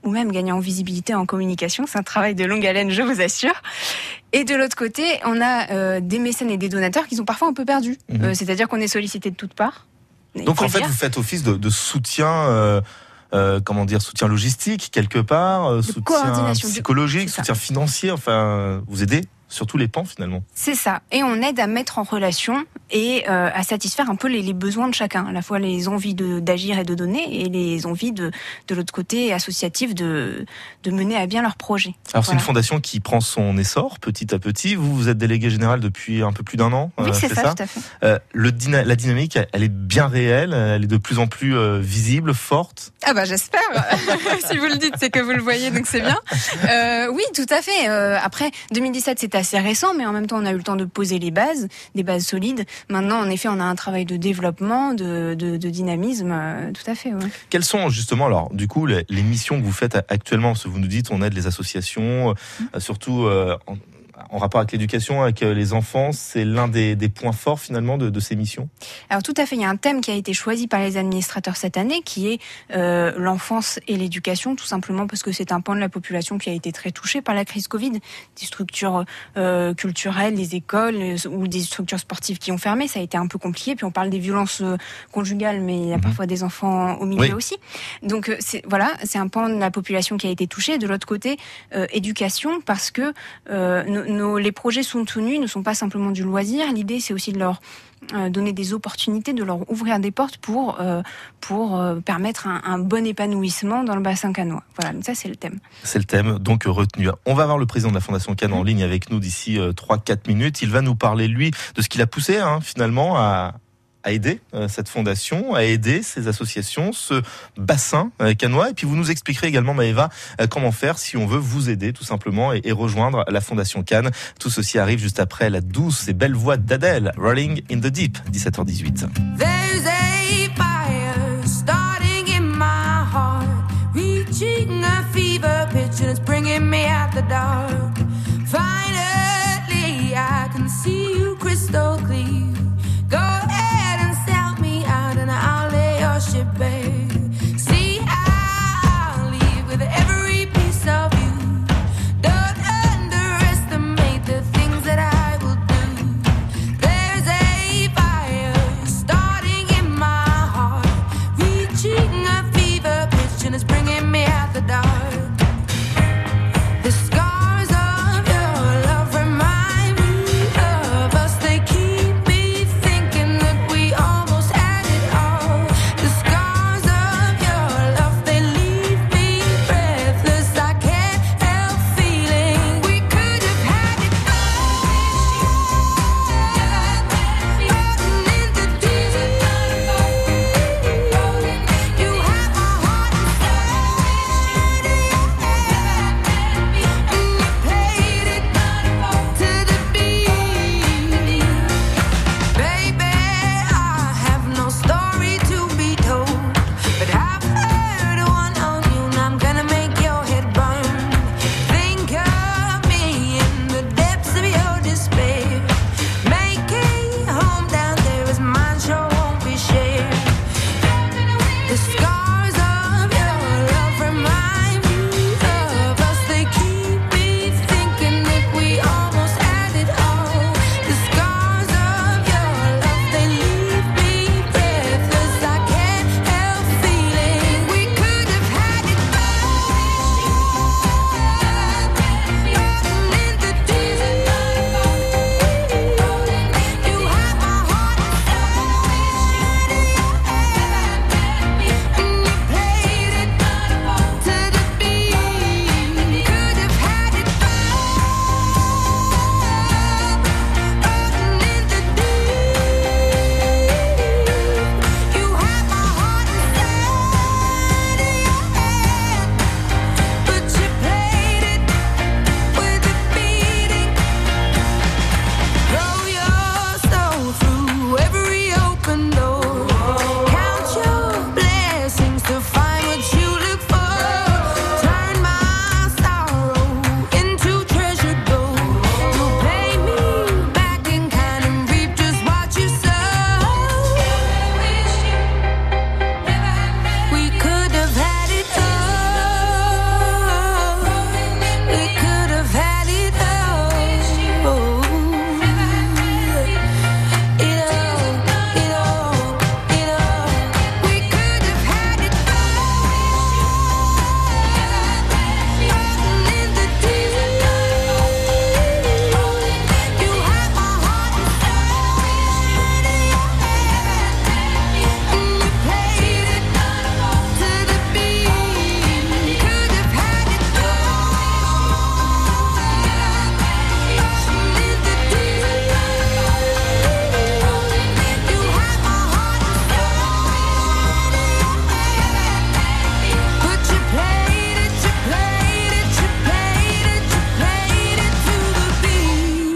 ou même gagner en visibilité, en communication. C'est un travail de longue haleine, je vous assure. Et de l'autre côté, on a euh, des mécènes et des donateurs qui sont parfois un peu perdus. Mmh. Euh, c'est-à-dire qu'on est sollicité de toutes parts. Donc en fait, dire. vous faites office de, de soutien, euh, euh, comment dire, soutien logistique quelque part, euh, soutien psychologique, soutien financier. Enfin, vous aidez sur tous les pans finalement. C'est ça. Et on aide à mettre en relation et euh, à satisfaire un peu les, les besoins de chacun. À la fois les envies de, d'agir et de donner et les envies de, de l'autre côté associatif de, de mener à bien leur projet. Alors voilà. C'est une fondation qui prend son essor petit à petit. Vous, vous êtes délégué général depuis un peu plus d'un an. Oui, euh, c'est, c'est ça, ça, tout à fait. Euh, le dyna- la dynamique, elle est bien réelle. Elle est de plus en plus euh, visible, forte. Ah bah j'espère. Si vous le dites, c'est que vous le voyez, donc c'est bien. Euh, oui, tout à fait. Euh, après, deux mille dix-sept, c'était assez récent, mais en même temps, on a eu le temps de poser les bases, des bases solides. Maintenant, en effet, on a un travail de développement, de, de, de dynamisme, euh, tout à fait. Ouais. Quelles sont justement, alors, du coup, les, les missions que vous faites actuellement? Parce que vous nous dites, on aide les associations, mmh. surtout euh, en, en rapport avec l'éducation, avec les enfants. C'est l'un des, des points forts finalement de, de ces missions. Alors tout à fait, il y a un thème qui a été choisi par les administrateurs cette année, qui est euh, l'enfance et l'éducation, tout simplement parce que c'est un pan de la population qui a été très touché par la crise Covid. Des structures euh, culturelles, des écoles euh, ou des structures sportives qui ont fermé, ça a été un peu compliqué. Puis on parle des violences euh, conjugales, mais il y a mmh. parfois des enfants au milieu oui. aussi. Donc euh, c'est, voilà, c'est un pan de la population qui a été touché. De l'autre côté, euh, éducation, parce que euh, nos, nos, les projets soutenus ne sont pas simplement du loisir. L'idée, c'est aussi de leur euh, donner des opportunités, de leur ouvrir des portes pour euh, pour euh, permettre un, un bon épanouissement dans le bassin cannois. Voilà, donc ça c'est le thème. C'est le thème donc retenu. On va avoir le président de la Fondation Cannes en ligne avec nous d'ici euh, trois quatre minutes. Il va nous parler lui de ce qu'il a poussé hein, finalement à à aider euh, cette fondation, à aider ces associations, ce bassin euh, cannois. Et puis vous nous expliquerez également, Maëva, euh, comment faire si on veut vous aider tout simplement et, et rejoindre la Fondation Cannes. Tout ceci arrive juste après la douce et belle voix d'Adèle, Rolling in the Deep, dix-sept heures dix-huit. There's a fire starting in my heart, reaching a fever pitch and it's bringing me out the dark. Finally, I can see you crystal clear. Go ahead and sell me out and I'll lay your ship bare. See, I'll leave with every piece of you. Don't underestimate the things that I will do. There's a fire starting in my heart, reaching a fever pitch and it's bringing me out the dark. The scars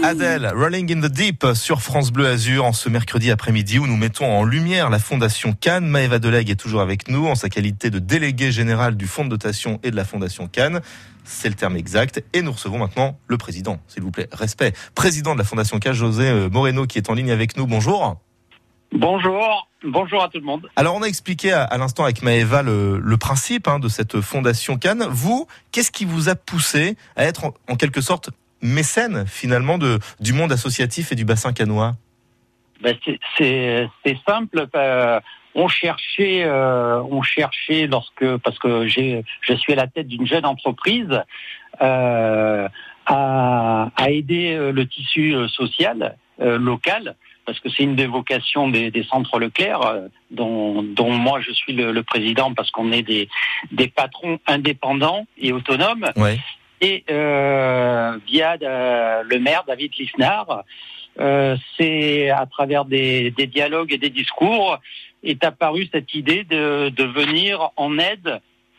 Adèle, Rolling in the Deep sur France Bleu Azur en ce mercredi après-midi où nous mettons en lumière la Fondation Cannes. Maëva Delègue est toujours avec nous en sa qualité de déléguée générale du fonds de dotation et de la Fondation Cannes. C'est le terme exact. Et nous recevons maintenant le président, s'il vous plaît, respect. Président de la Fondation Cannes, José Moreno, qui est en ligne avec nous. Bonjour. Bonjour, bonjour à tout le monde. Alors on a expliqué à, à l'instant avec Maëva le, le principe hein, de cette Fondation Cannes. Vous, qu'est-ce qui vous a poussé à être en, en quelque sorte mécène finalement de, du monde associatif et du bassin cannois? Ben c'est, c'est, c'est simple. Euh, on cherchait, euh, on cherchait lorsque, parce que j'ai, je suis à la tête d'une jeune entreprise, euh, à, à aider le tissu social euh, local. Parce que c'est une des vocations des, des centres Leclerc, euh, dont, dont moi je suis le, le président, parce qu'on est des, des patrons indépendants et autonomes. Ouais. Et euh, via euh, le maire David Lisnard, euh, c'est à travers des, des dialogues et des discours est apparue cette idée de, de venir en aide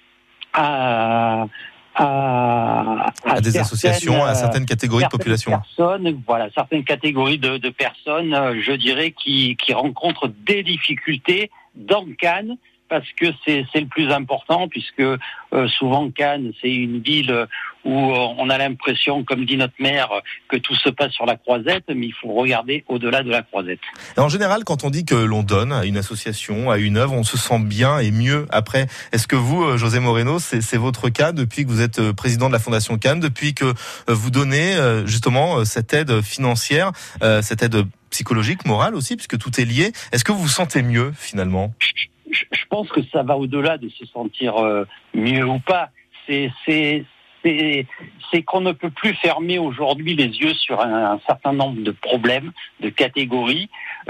à À, à, à des associations, à certaines catégories certaines de population. Personnes, voilà, certaines catégories de, de personnes, je dirais, qui, qui rencontrent des difficultés dans Cannes, parce que c'est, c'est le plus important, puisque euh, souvent Cannes, c'est une ville où on a l'impression, comme dit notre maire, que tout se passe sur la croisette, mais il faut regarder au-delà de la croisette. Et en général, quand on dit que l'on donne à une association, à une œuvre, on se sent bien et mieux après. Est-ce que vous, José Moreno, c'est, c'est votre cas depuis que vous êtes président de la Fondation Cannes, depuis que vous donnez justement cette aide financière, cette aide psychologique, morale aussi, puisque tout est lié. Est-ce que vous vous sentez mieux finalement ? Je pense que ça va au-delà de se sentir mieux ou pas. C'est, c'est, c'est, c'est qu'on ne peut plus fermer aujourd'hui les yeux sur un, un certain nombre de problèmes, de catégories.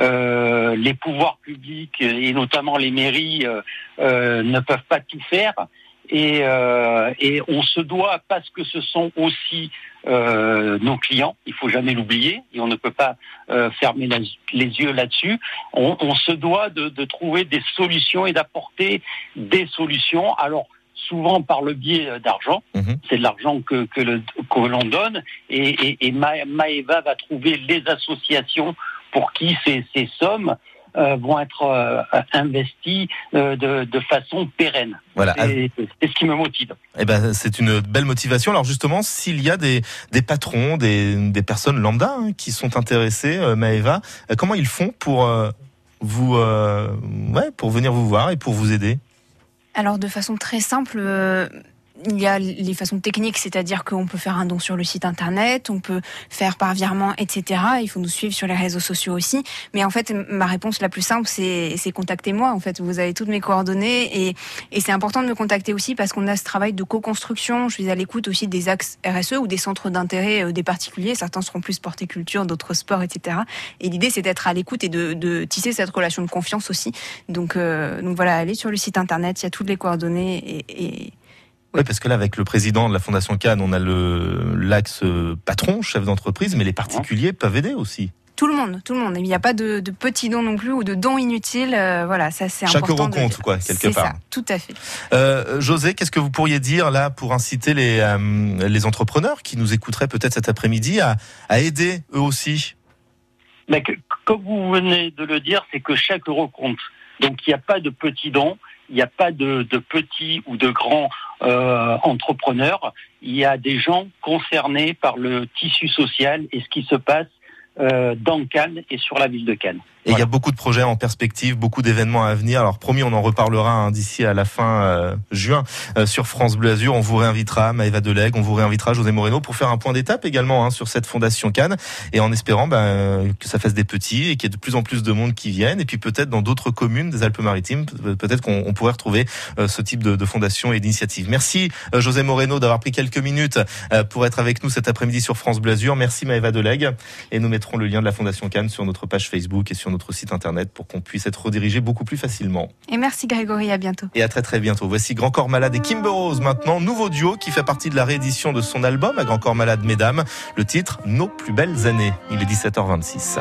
Euh, les pouvoirs publics et notamment les mairies euh, euh, ne peuvent pas tout faire. Et, euh, et on se doit, parce que ce sont aussi euh, nos clients, il faut jamais l'oublier, et on ne peut pas euh, fermer la, les yeux là-dessus, on, on se doit de, de trouver des solutions et d'apporter des solutions, alors souvent par le biais d'argent, mmh. c'est de l'argent que, que, le, que l'on donne, et, et, et Ma, Maëva va trouver les associations pour qui ces, ces sommes Euh, vont être euh, investis euh, de, de façon pérenne. Voilà. C'est, c'est ce qui me motive. Eh ben, c'est une belle motivation. Alors justement, s'il y a des, des patrons, des, des personnes lambda hein, qui sont intéressées, euh, Maëva, euh, comment ils font pour euh, vous, euh, ouais, pour venir vous voir et pour vous aider ? Alors de façon très simple. Euh... Il y a les façons techniques, c'est-à-dire qu'on peut faire un don sur le site internet, on peut faire par virement, et cetera. Il faut nous suivre sur les réseaux sociaux aussi. Mais en fait, ma réponse la plus simple, c'est, c'est contactez-moi. En fait, vous avez toutes mes coordonnées et, et c'est important de me contacter aussi parce qu'on a ce travail de co-construction. Je suis à l'écoute aussi des axes R S E ou des centres d'intérêt des particuliers. Certains seront plus sport et culture, d'autres sport, et cetera. Et l'idée, c'est d'être à l'écoute et de, de tisser cette relation de confiance aussi. Donc, euh, donc voilà, allez sur le site internet, il y a toutes les coordonnées et, et Oui, parce que là, avec le président de la Fondation Cannes, on a le, l'axe patron, chef d'entreprise, mais les particuliers peuvent aider aussi. Tout le monde, tout le monde. Il n'y a pas de, de petits dons non plus ou de dons inutiles. Euh, voilà, ça c'est Chaque important. Chaque euro compte, quoi, quelque c'est part. C'est ça, tout à fait. Euh, José, qu'est-ce que vous pourriez dire là pour inciter les, euh, les entrepreneurs qui nous écouteraient peut-être cet après-midi à, à aider eux aussi ? Mais que, comme vous venez de le dire, c'est que chaque euro compte. Donc il n'y a pas de petits dons. Il n'y a pas de, de petits ou de grands euh, entrepreneurs. Il y a des gens concernés par le tissu social et ce qui se passe euh, dans Cannes et sur la ville de Cannes. Et il voilà. y a beaucoup de projets en perspective, beaucoup d'événements à venir. Alors promis, on en reparlera hein, d'ici à la fin euh, juin euh, sur France Bleu Azur. On vous réinvitera, Maëva Delègue, on vous réinvitera, José Moreno, pour faire un point d'étape également hein, sur cette Fondation Cannes. Et en espérant ben, que ça fasse des petits et qu'il y ait de plus en plus de monde qui viennent. Et puis peut-être dans d'autres communes des Alpes-Maritimes, peut-être qu'on on pourrait retrouver euh, ce type de, de fondation et d'initiative. Merci euh, José Moreno d'avoir pris quelques minutes euh, pour être avec nous cet après-midi sur France Bleu Azur. Merci Maëva Delègue. Et nous mettrons le lien de la Fondation Cannes sur notre page Facebook et sur notre site internet pour qu'on puisse être redirigé beaucoup plus facilement. Et merci Grégory, à bientôt. Et à très très bientôt. Voici Grand Corps Malade et Kimber Rose maintenant, nouveau duo qui fait partie de la réédition de son album à Grand Corps Malade Mesdames. Le titre Nos plus belles années. Il est dix-sept heures vingt-six.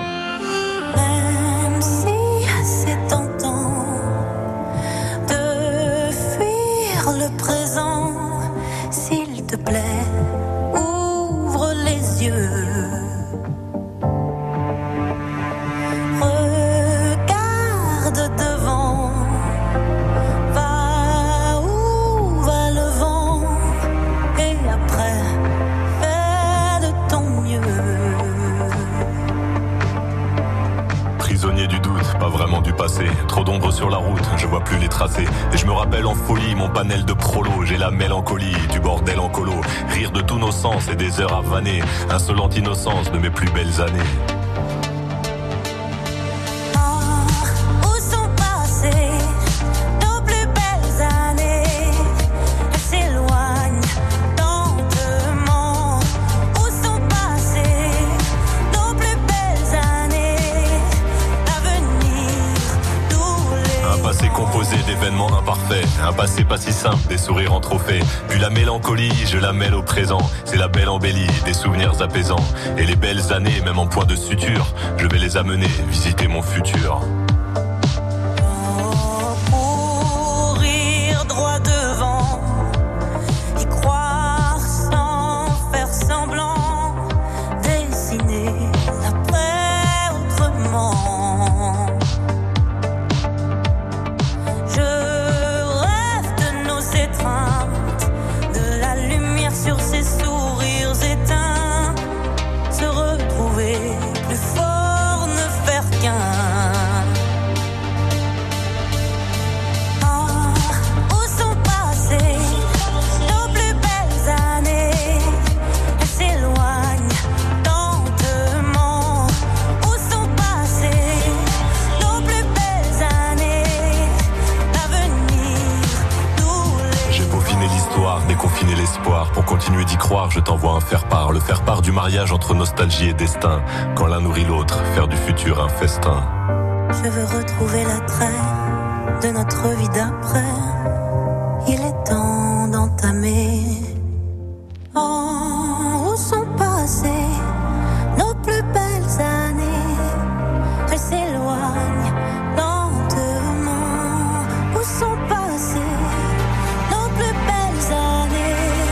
Même si c'est tentant de fuir le présent, s'il te plaît, ouvre les yeux. le vent. Va où va le vent. Et après, fais de ton mieux. Prisonnier du doute, pas vraiment du passé. Trop d'ombre sur la route, je vois plus les tracés. Et je me rappelle en folie mon panel de prolo. J'ai la mélancolie du bordel en colo. Rire de tous nos sens et des heures à vanner. Insolente innocence de mes plus belles années. D'événements imparfaits, un passé pas si simple, des sourires en trophée. Puis la mélancolie, je la mêle au présent. C'est la belle embellie, des souvenirs apaisants. Et les belles années, même en point de suture, je vais les amener visiter mon futur. Courir droit devant, y croire sans faire semblant, dessiner l'après autrement. Sur ses sourires éteints, se retrouver plus fort, ne faire qu'un. Ah, où sont passées nos plus belles années? Elles s'éloignent lentement. Où sont passées nos plus belles années? L'avenir, nous les... J'ai peaufiné l'histoire, déconfiné l'espoir. Pour continuer d'y croire, je t'envoie un faire-part. Le faire-part du mariage entre nostalgie et destin. Quand l'un nourrit l'autre, faire du futur un festin. Je veux retrouver l'attrait de notre vie d'après. Il est temps d'entamer. Oh, où sont passées nos plus belles années? Elles s'éloignent lentement. Où sont passées nos plus belles années?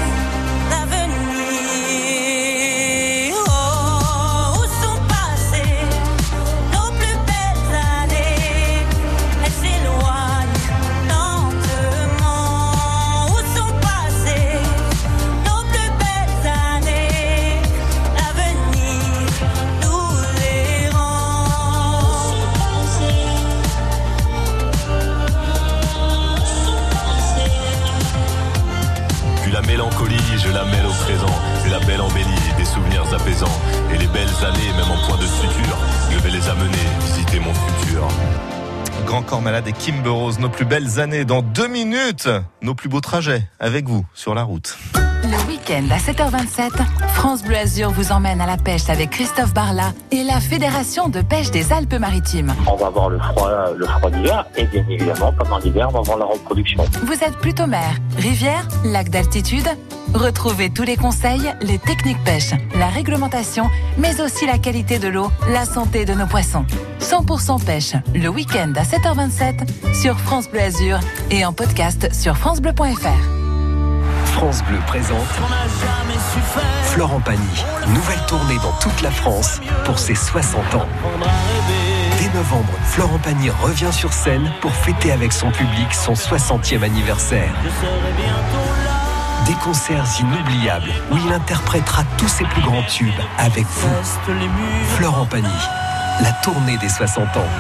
Mélancolie, je la mêle au présent. C'est la belle embellie, des souvenirs apaisants. Et les belles années, même en point de suture, je vais les amener visiter mon futur. Grand Corps Malade et Kim Burrows, nos plus belles années dans deux minutes, nos plus beaux trajets avec vous sur la route. Le week-end à sept heures vingt-sept, France Bleu Azur vous emmène à la pêche avec Christophe Barla et la Fédération de pêche des Alpes-Maritimes. On va avoir le froid, le froid d'hiver et bien évidemment pendant l'hiver on va avoir la reproduction. Vous êtes plutôt mer, rivière, lac d'altitude? Retrouvez tous les conseils, les techniques pêche, la réglementation, mais aussi la qualité de l'eau, la santé de nos poissons. cent pour cent pêche, le week-end à sept heures vingt-sept sur France Bleu Azur et en podcast sur francebleu point f r. France Bleu présente Florent Pagny, nouvelle tournée dans toute la France pour ses soixante ans. Dès novembre, Florent Pagny revient sur scène pour fêter avec son public son soixantième anniversaire. Des concerts inoubliables où il interprétera tous ses plus grands tubes avec vous. Florent Pagny, la tournée des soixante ans.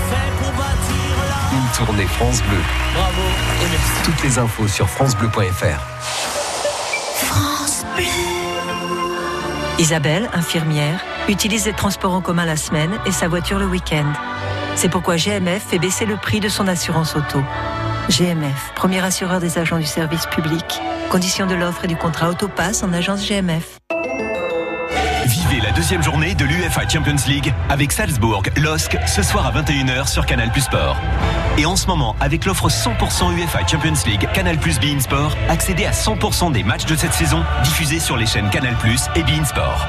Une tournée France Bleu. Toutes les infos sur francebleu point f r. France Bleu. Isabelle, infirmière, utilise les transports en commun la semaine et sa voiture le week-end. C'est pourquoi G M F fait baisser le prix de son assurance auto. G M F, premier assureur des agents du service public. Conditions de l'offre et du contrat Autopass en agence G M F. Vivez la deuxième journée de l'U F A Champions League avec Salzbourg, L O S C ce soir à vingt et une heures sur Canal Plus Sport. Et en ce moment, avec l'offre cent pour cent U F A Champions League Canal Plus beIN Sport, accédez à cent pour cent des matchs de cette saison diffusés sur les chaînes Canal Plus et beIN Sport.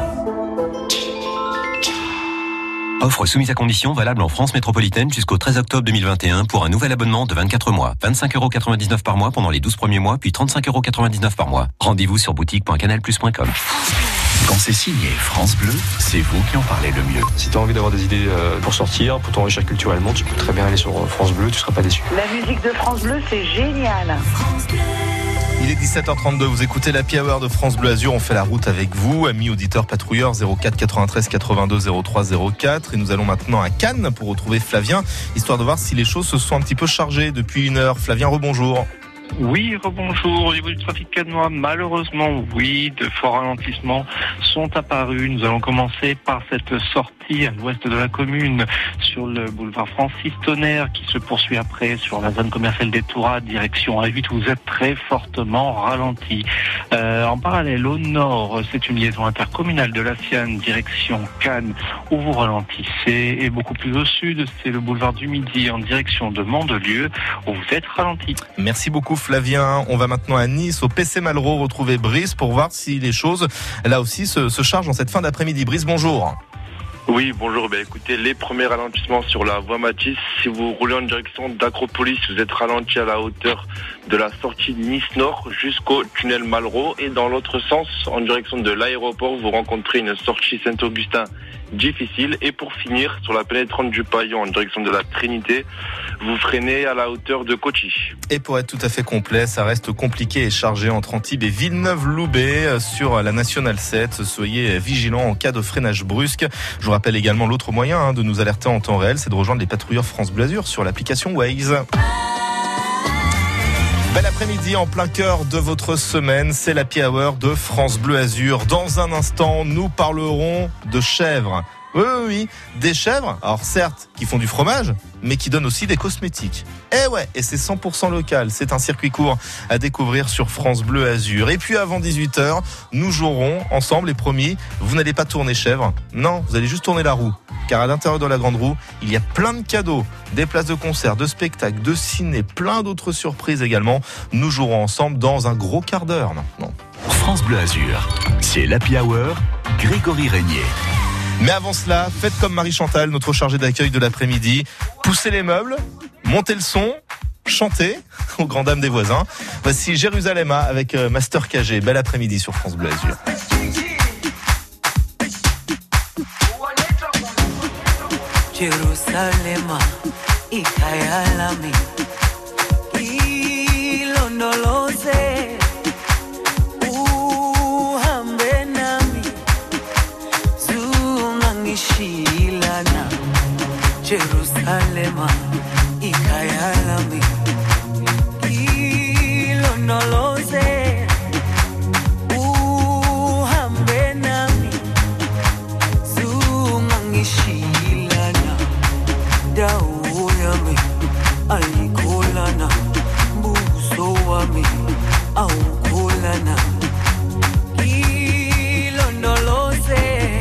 Offre soumise à condition, valable en France métropolitaine jusqu'au treize octobre deux mille vingt et un pour un nouvel abonnement de vingt-quatre mois. vingt-cinq euros quatre-vingt-dix-neuf par mois pendant les douze premiers mois, puis trente-cinq euros quatre-vingt-dix-neuf par mois. Rendez-vous sur boutique point canal plus point com. Quand c'est signé France Bleu, c'est vous qui en parlez le mieux. Si tu as envie d'avoir des idées pour sortir, pour t'enrichir culturellement, tu peux très bien aller sur France Bleu, tu ne seras pas déçu. La musique de France Bleu, c'est génial. Il est dix-sept heures trente-deux, vous écoutez l'Happy Hour de France Bleu Azur, on fait la route avec vous, amis auditeurs patrouilleurs zéro quatre quatre-vingt-treize quatre-vingt-deux zéro trois zéro quatre. Et nous allons maintenant à Cannes pour retrouver Flavien, histoire de voir si les choses se sont un petit peu chargées depuis une heure. Flavien, rebonjour. Oui, rebonjour. Au niveau du trafic cannois, malheureusement, oui, de forts ralentissements sont apparus. Nous allons commencer par cette sortie à l'ouest de la commune sur le boulevard Francis Tonnerre qui se poursuit après sur la zone commerciale des Tourades, direction A huit, où vous êtes très fortement ralenti. Euh, en parallèle, au nord, c'est une liaison intercommunale de la Siane, direction Cannes, où vous ralentissez. Et beaucoup plus au sud, c'est le boulevard du Midi en direction de Mandelieu, où vous êtes ralenti. Merci beaucoup Flavien. On va maintenant à Nice, au P C Malraux, retrouver Brice pour voir si les choses, là aussi, se, se chargent en cette fin d'après-midi. Brice, bonjour. Oui, bonjour. Ben, écoutez, les premiers ralentissements sur la voie Matisse. Si vous roulez en direction d'Acropolis, vous êtes ralenti à la hauteur de la sortie Nice-Nord jusqu'au tunnel Malraux. Et dans l'autre sens, en direction de l'aéroport, vous rencontrez une sortie Saint-Augustin difficile. Et pour finir, sur la pénétrante du Paillon, en direction de la Trinité, vous freinez à la hauteur de Cauchy. Et pour être tout à fait complet, ça reste compliqué et chargé entre Antibes et Villeneuve-Loubet sur la Nationale sept. Soyez vigilants en cas de freinage brusque. Je vous rappelle également l'autre moyen hein, de nous alerter en temps réel, c'est de rejoindre les patrouilleurs France Bleu Azur sur l'application Waze. Bel après-midi en plein cœur de votre semaine, c'est l'Happy Hour de France Bleu Azur. Dans un instant, nous parlerons de chèvres. Oui, oui, oui, des chèvres, alors certes, qui font du fromage, mais qui donnent aussi des cosmétiques. Eh ouais, et c'est cent pour cent local, c'est un circuit court à découvrir sur France Bleu Azur. Et puis avant dix-huit heures, nous jouerons ensemble, et promis, vous n'allez pas tourner chèvre, non, vous allez juste tourner la roue. Car à l'intérieur de la grande roue, il y a plein de cadeaux, des places de concert, de spectacles, de ciné, plein d'autres surprises également. Nous jouerons ensemble dans un gros quart d'heure maintenant. France Bleu Azur, c'est l'Happy Hour, Grégory Régnier. Mais avant cela, faites comme Marie-Chantal, notre chargée d'accueil de l'après-midi. Poussez les meubles, montez le son, chantez aux grandes dames des voisins. Voici Jérusalem avec Master K G. Bel après-midi sur France Bleu Azur. Jerusalema ikayalami ilondoloze uhambe nami zungangishilana Jerusalema ikayalami ilondoloze uhambe nami zungangishilana dawo yami ayikholana buso wami awukholana ilondoloze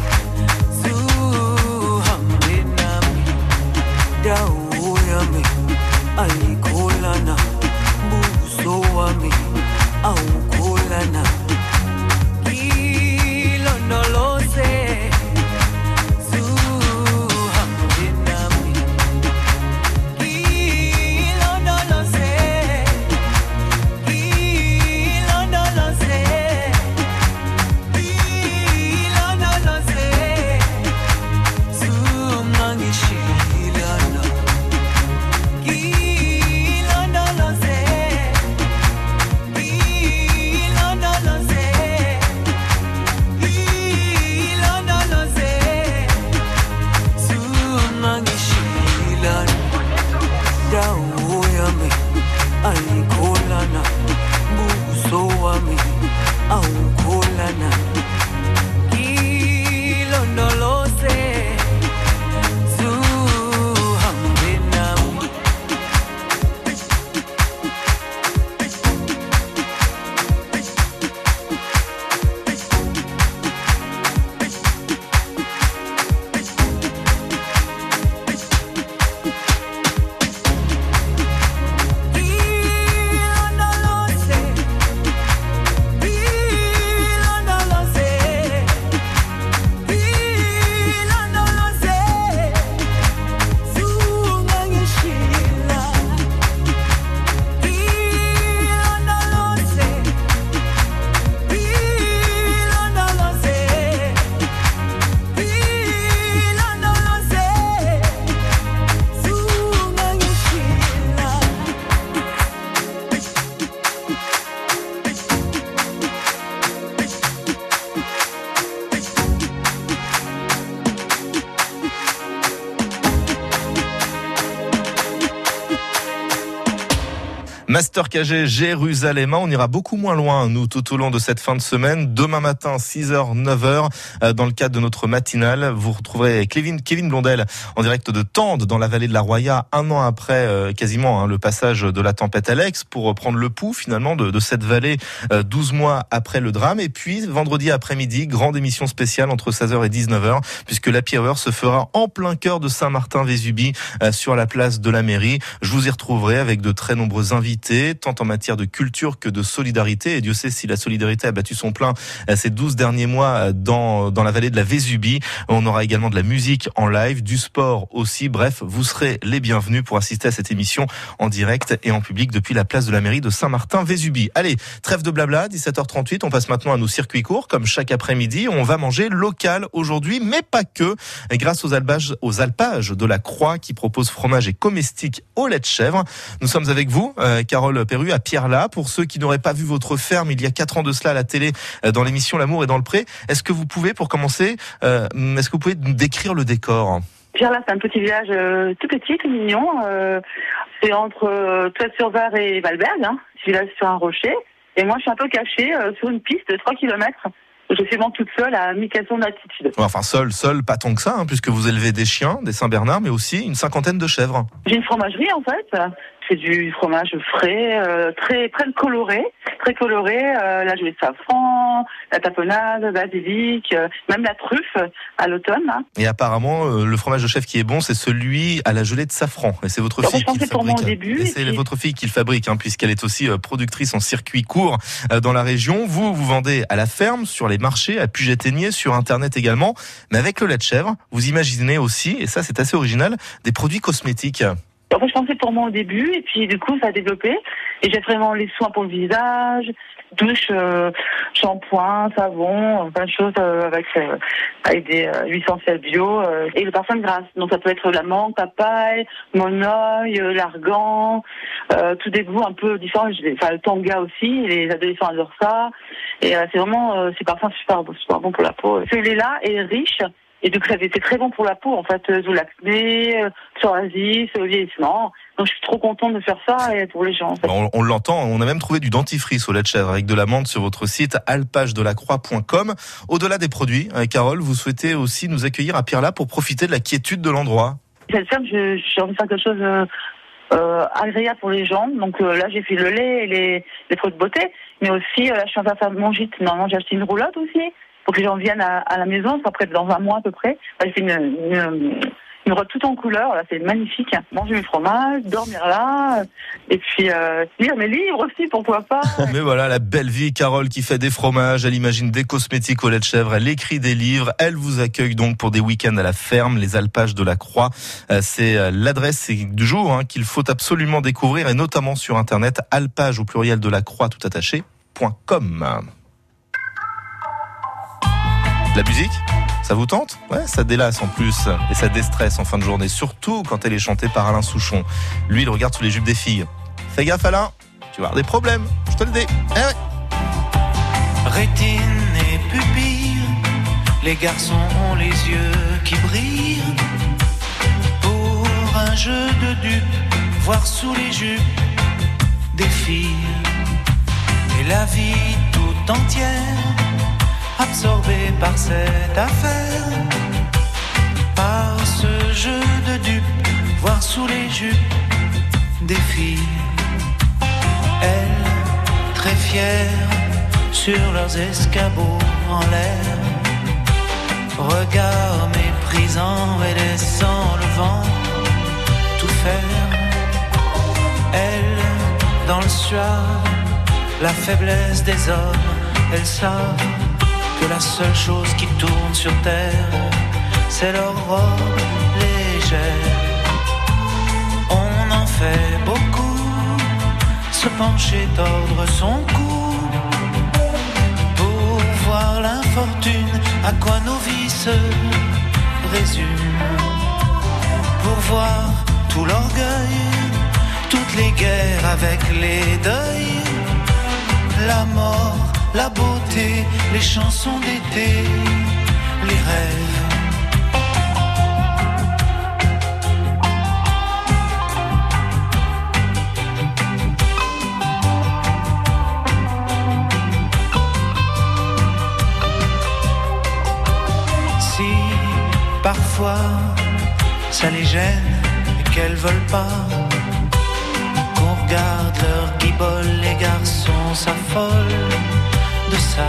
zuhambe nami dawo yami ayikholana buso wami awukholana ilondoloze Master K G Jérusalem. On ira beaucoup moins loin, nous, tout au long de cette fin de semaine. Demain matin, six heures, neuf heures, dans le cadre de notre matinale, vous retrouverez Kevin, Kevin Blondel en direct de Tende, dans la vallée de la Roya, un an après euh, quasiment hein, le passage de la tempête Alex, pour prendre le pouls finalement de, de cette vallée euh, douze mois après le drame. Et puis, vendredi après-midi, grande émission spéciale entre seize heures et dix-neuf heures, puisque l'Happy Hour se fera en plein cœur de Saint-Martin-Vésubie, euh, sur la place de la mairie. Je vous y retrouverai avec de très nombreux invités, tant en matière de culture que de solidarité. Et Dieu sait si la solidarité a battu son plein euh, ces douze derniers mois dans, dans la vallée de la Vésubie. On aura également de la musique en live, du sport aussi. Bref, vous serez les bienvenus pour assister à cette émission en direct et en public depuis la place de la mairie de Saint-Martin-Vésubie. Allez, trêve de blabla, dix-sept heures trente-huit. On passe maintenant à nos circuits courts, comme chaque après-midi. On va manger local aujourd'hui, mais pas que. Et grâce aux alpages, aux alpages de la Croix, qui propose fromage et comestique au lait de chèvre. Nous sommes avec vous, euh, Carole Perru, à Pierre-Là. Pour ceux qui n'auraient pas vu votre ferme il y a quatre ans de cela à la télé, euh, dans l'émission L'amour est dans le pré, est-ce que vous pouvez, pour commencer, euh, est-ce que vous pouvez nous décrire le décor ? Pierre-Là, c'est un petit village euh, tout petit, tout mignon. Euh, c'est entre euh, Toit-sur-Var et Valberg, hein, village sur un rocher. Et moi, je suis un peu cachée euh, sur une piste de trois kilomètres. Je suis vraiment toute seule à mille quatre cents d'altitude. Enfin, seule, seule, pas tant que ça, hein, puisque vous élevez des chiens, des Saint-Bernard, mais aussi une cinquantaine de chèvres. J'ai une fromagerie, en fait. C'est du fromage frais, euh, très très coloré, très coloré. Euh, la gelée de safran, la tapenade, le basilic, euh, même la truffe à l'automne. Hein. Et apparemment, euh, le fromage de chèvre qui est bon, c'est celui à la gelée de safran. Et c'est votre Alors, fille qui le fabrique. Au début, et c'est et puis... votre fille qui le fabrique, hein, puisqu'elle est aussi euh, productrice en circuit court euh, dans la région. Vous, vous vendez à la ferme, sur les marchés, à Puget-Théniers, sur Internet également. Mais avec le lait de chèvre, vous imaginez aussi, et ça c'est assez original, des produits cosmétiques. En fait, je pensais pour moi au début, et puis du coup, ça a développé. Et j'ai vraiment les soins pour le visage, douche, euh, shampoing, savon, plein de choses euh, avec, euh, avec des euh, huiles essentielles bio euh, et le parfum de grâce. Donc ça peut être la menthe, papaye, monoeil, euh, l'argan, euh, tous des goûts un peu différents. Enfin, le tanga aussi, les adolescents adorent ça. Et euh, c'est vraiment, euh, ces parfums super, super bon pour la peau. Ce lait-là est riche. Et donc, c'est très bon pour la peau, en fait, sous l'acné, psoriasis, le vieillissement. Donc, je suis trop contente de faire ça et pour les gens. En fait. On, on l'entend, on a même trouvé du dentifrice au lait de chèvre avec de la menthe sur votre site alpage de la croix point com. Au-delà des produits, Carole, vous souhaitez aussi nous accueillir à Pierre-Là pour profiter de la quiétude de l'endroit. C'est ça, je, j'ai envie de faire quelque chose euh, euh, agréable pour les gens. Donc euh, là, j'ai fait le lait et les, les produits de beauté. Mais aussi, euh, là, je suis en train de faire mon gîte. Normalement, j'ai acheté une roulotte aussi. Pour que les gens viennent à, à la maison, ça près dans un mois à peu près. J'ai fait une, une, une robe toute en couleur, là, c'est magnifique. Manger du fromage, dormir là, et puis euh, lire mes livres aussi, pourquoi pas. Mais voilà, la belle vie, Carole qui fait des fromages, elle imagine des cosmétiques au lait de chèvre, elle écrit des livres, elle vous accueille donc pour des week-ends à la ferme, les alpages de la Croix. C'est l'adresse du jour hein, qu'il faut absolument découvrir, et notamment sur Internet, alpage au pluriel de la Croix tout attaché, .com. La musique, ça vous tente ? Ouais, ça délasse en plus et ça déstresse en fin de journée, surtout quand elle est chantée par Alain Souchon. Lui, il regarde sous les jupes des filles. Fais gaffe Alain, tu vas avoir des problèmes, je te le dis. Eh ouais. Rétine et pupille, les garçons ont les yeux qui brillent. Pour un jeu de dupes, voir sous les jupes des filles. Et la vie tout entière absorbé par cette affaire, par ce jeu de dupes, voir sous les jupes des filles. Elles, très fières, sur leurs escabeaux en l'air, regard méprisant et laissant le vent tout faire. Elles, dans le soir, la faiblesse des hommes, elles savent que la seule chose qui tourne sur terre, c'est leur robe légère. On en fait beaucoup, se pencher, tordre son cou, pour voir l'infortune, à quoi nos vies se résument, pour voir tout l'orgueil, toutes les guerres avec les deuils, la mort, la beauté, les chansons d'été, les rêves. parfois ça les gêne et qu'elles veulent pas qu'on regarde leur guibole. Les garçons s'affolent de ça.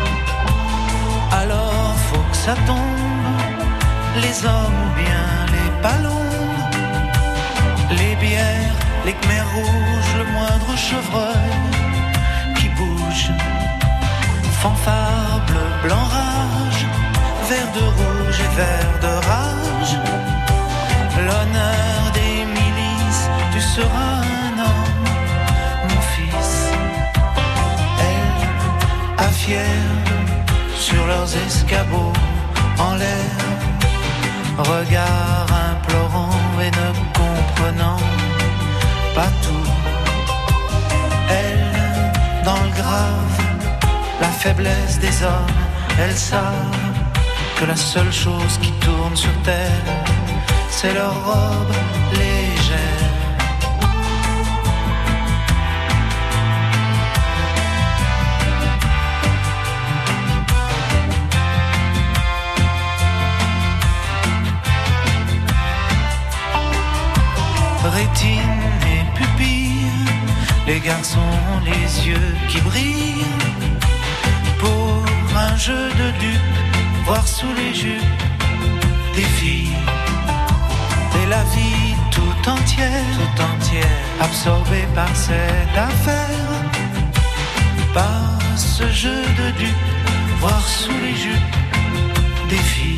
Alors faut que ça tombe, les hommes ou bien les ballons, les bières, les khmers rouges, le moindre chevreuil qui bouge. Fanfare, bleu, blanc, rage, vert de rouge et vert de rage. L'honneur des milices, tu seras un homme, mon fils. Elle, à fière, sur leurs escabeaux en l'air, regard implorant et ne comprenant pas tout. Elle, dans le grave, la faiblesse des hommes, elles savent que la seule chose qui tourne sur terre, c'est leur robe légère. Rétine et pupille, les garçons ont les yeux qui brillent. Pour un jeu de dupes, voir sous les jupes des filles. Et la vie tout entière, tout entière, absorbée par cette affaire. Par ce jeu de dupes, voir sous les jupes des filles.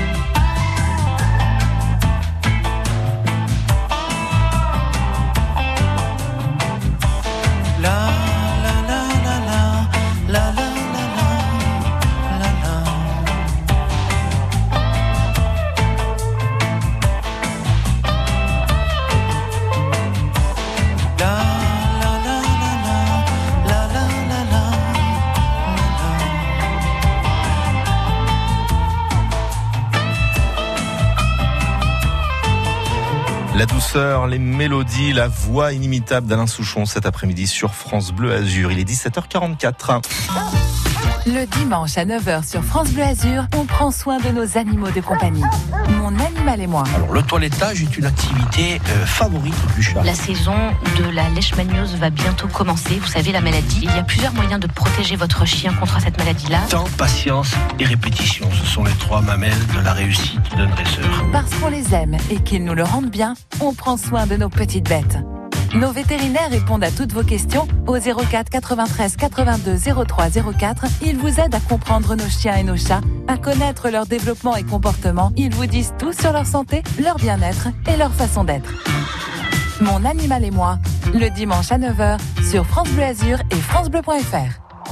La douceur, les mélodies, la voix inimitable d'Alain Souchon cet après-midi sur France Bleu Azur. Il est dix-sept heures quarante-quatre. Le dimanche à neuf heures sur France Bleu Azur, on prend soin de nos animaux de compagnie. Mon animal et moi. Alors, le toilettage est une activité euh, favorite du chat. La saison de la leishmaniose va bientôt commencer. Vous savez, la maladie. Il y a plusieurs moyens de protéger votre chien contre cette maladie-là. Temps, patience et répétition. Ce sont les trois mamelles de la réussite d'un dresseur. Parce qu'on les aime et qu'ils nous le rendent bien, on prend soin de nos petites bêtes. Nos vétérinaires répondent à toutes vos questions au zéro quatre quatre-vingt-treize quatre-vingt-deux zéro trois zéro quatre. Ils vous aident à comprendre nos chiens et nos chats, à connaître leur développement et comportement. Ils vous disent tout sur leur santé, leur bien-être et leur façon d'être. Mon animal et moi, le dimanche à neuf heures sur France Bleu Azur et francebleu point f r.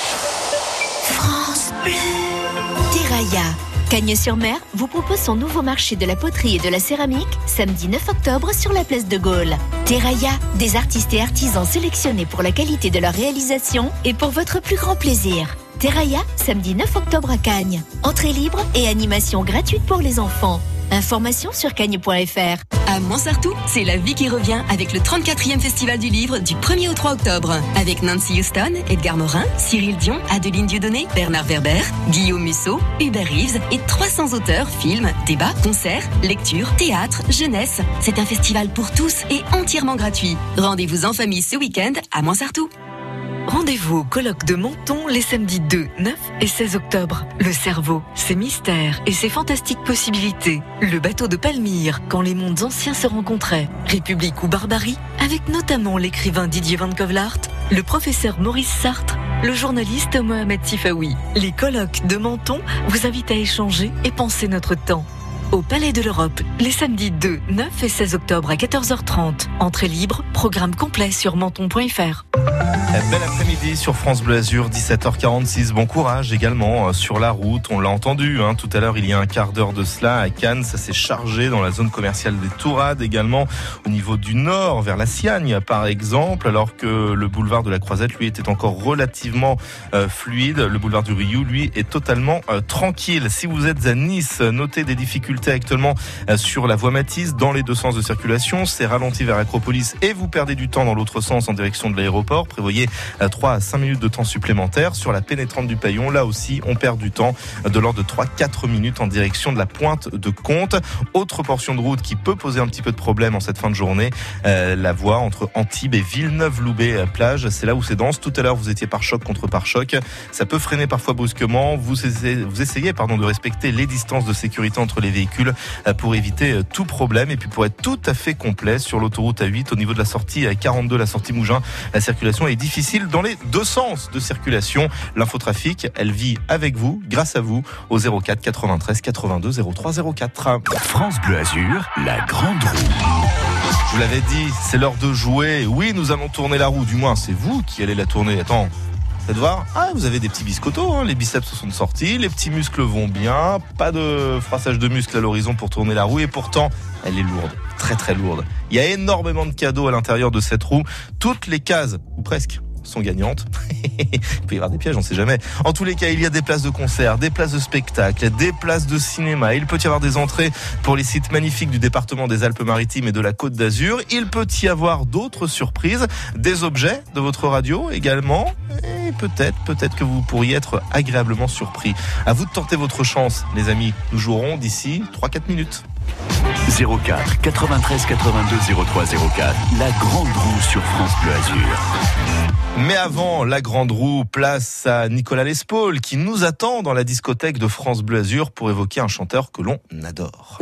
France Bleu. Terraia. Cagnes-sur-Mer vous propose son nouveau marché de la poterie et de la céramique samedi neuf octobre sur la place de Gaulle. Terraia, des artistes et artisans sélectionnés pour la qualité de leur réalisation et pour votre plus grand plaisir. Terraia, samedi neuf octobre à Cagnes. Entrée libre et animation gratuite pour les enfants. Informations sur cagnes point f r. À Montsartou, c'est la vie qui revient avec le trente-quatrième Festival du Livre du premier au trois octobre. Avec Nancy Houston, Edgar Morin, Cyril Dion, Adeline Dieudonné, Bernard Werber, Guillaume Musso, Hubert Reeves et trois cents auteurs, films, débats, concerts, lectures, théâtre, jeunesse. C'est un festival pour tous et entièrement gratuit. Rendez-vous en famille ce week-end à Montsartou. Rendez-vous au colloque de Menton les samedis deux, neuf et seize octobre. Le cerveau, ses mystères et ses fantastiques possibilités. Le bateau de Palmyre, quand les mondes anciens se rencontraient. République ou barbarie, avec notamment l'écrivain Didier Van Kovlart, le professeur Maurice Sartre, le journaliste Mohamed Sifaoui. Les colloques de Menton vous invitent à échanger et penser notre temps. Au Palais de l'Europe, les samedis deux, neuf et seize octobre à quatorze heures trente. Entrée libre, programme complet sur menton point f r. Bel après-midi sur France Bleu Azur, dix-sept heures quarante-six. Bon courage également sur la route. On l'a entendu hein, tout à l'heure, il y a un quart d'heure de cela à Cannes. Ça s'est chargé dans la zone commerciale des Tourades, également au niveau du nord, vers la Siagne par exemple, alors que le boulevard de la Croisette, lui, était encore relativement euh, fluide. Le boulevard du Rioux, lui, est totalement euh, tranquille. Si vous êtes à Nice, notez des difficultés difficultés actuellement sur la voie Matisse dans les deux sens de circulation. C'est ralenti vers Acropolis et vous perdez du temps dans l'autre sens en direction de l'aéroport. Prévoyez trois à cinq minutes de temps supplémentaires. Sur la pénétrante du Paillon, là aussi, on perd du temps de l'ordre de trois à quatre minutes en direction de la pointe de Comte. Autre portion de route qui peut poser un petit peu de problème en cette fin de journée, euh, la voie entre Antibes et Villeneuve-Loubet-Plage. C'est là où c'est dense. Tout à l'heure, vous étiez pare-choc contre pare-choc. Ça peut freiner parfois brusquement. Vous essayez, vous essayez pardon, de respecter les distances de sécurité entre les véhicules pour éviter tout problème. Et puis pour être tout à fait complet sur l'autoroute A huit, au niveau de la sortie quarante-deux, la sortie Mougins, la circulation est difficile dans les deux sens de circulation. L'infotrafic, elle vit avec vous, grâce à vous, au zéro quatre quatre-vingt-treize quatre-vingt-deux zéro trois zéro quatre. France Bleu Azur, la grande roue. Je vous l'avais dit, c'est l'heure de jouer. Oui, nous allons tourner la roue. Du moins, c'est vous qui allez la tourner. Attends, faites voir. Ah, vous avez des petits biscottos, hein. Les biceps se sont sortis, les petits muscles vont bien. Pas de froissage de muscles à l'horizon pour tourner la roue. Et pourtant, elle est lourde, très très lourde. Il y a énormément de cadeaux à l'intérieur de cette roue. Toutes les cases, ou presque, sont gagnantes. Il peut y avoir des pièges, on sait jamais. En tous les cas, il y a des places de concert, des places de spectacle, des places de cinéma. Il peut y avoir des entrées pour les sites magnifiques du département des Alpes-Maritimes et de la Côte d'Azur. Il peut y avoir d'autres surprises, des objets de votre radio également. Et peut-être, peut-être que vous pourriez être agréablement surpris. À vous de tenter votre chance, les amis. Nous jouerons d'ici trois à quatre minutes. zéro quatre quatre-vingt-treize quatre-vingt-deux zéro trois zéro quatre. La grande roue sur France Bleu Azur. Mais avant la grande roue, place à Nicolas Lespaul qui nous attend dans la discothèque de France Bleu Azur pour évoquer un chanteur que l'on adore.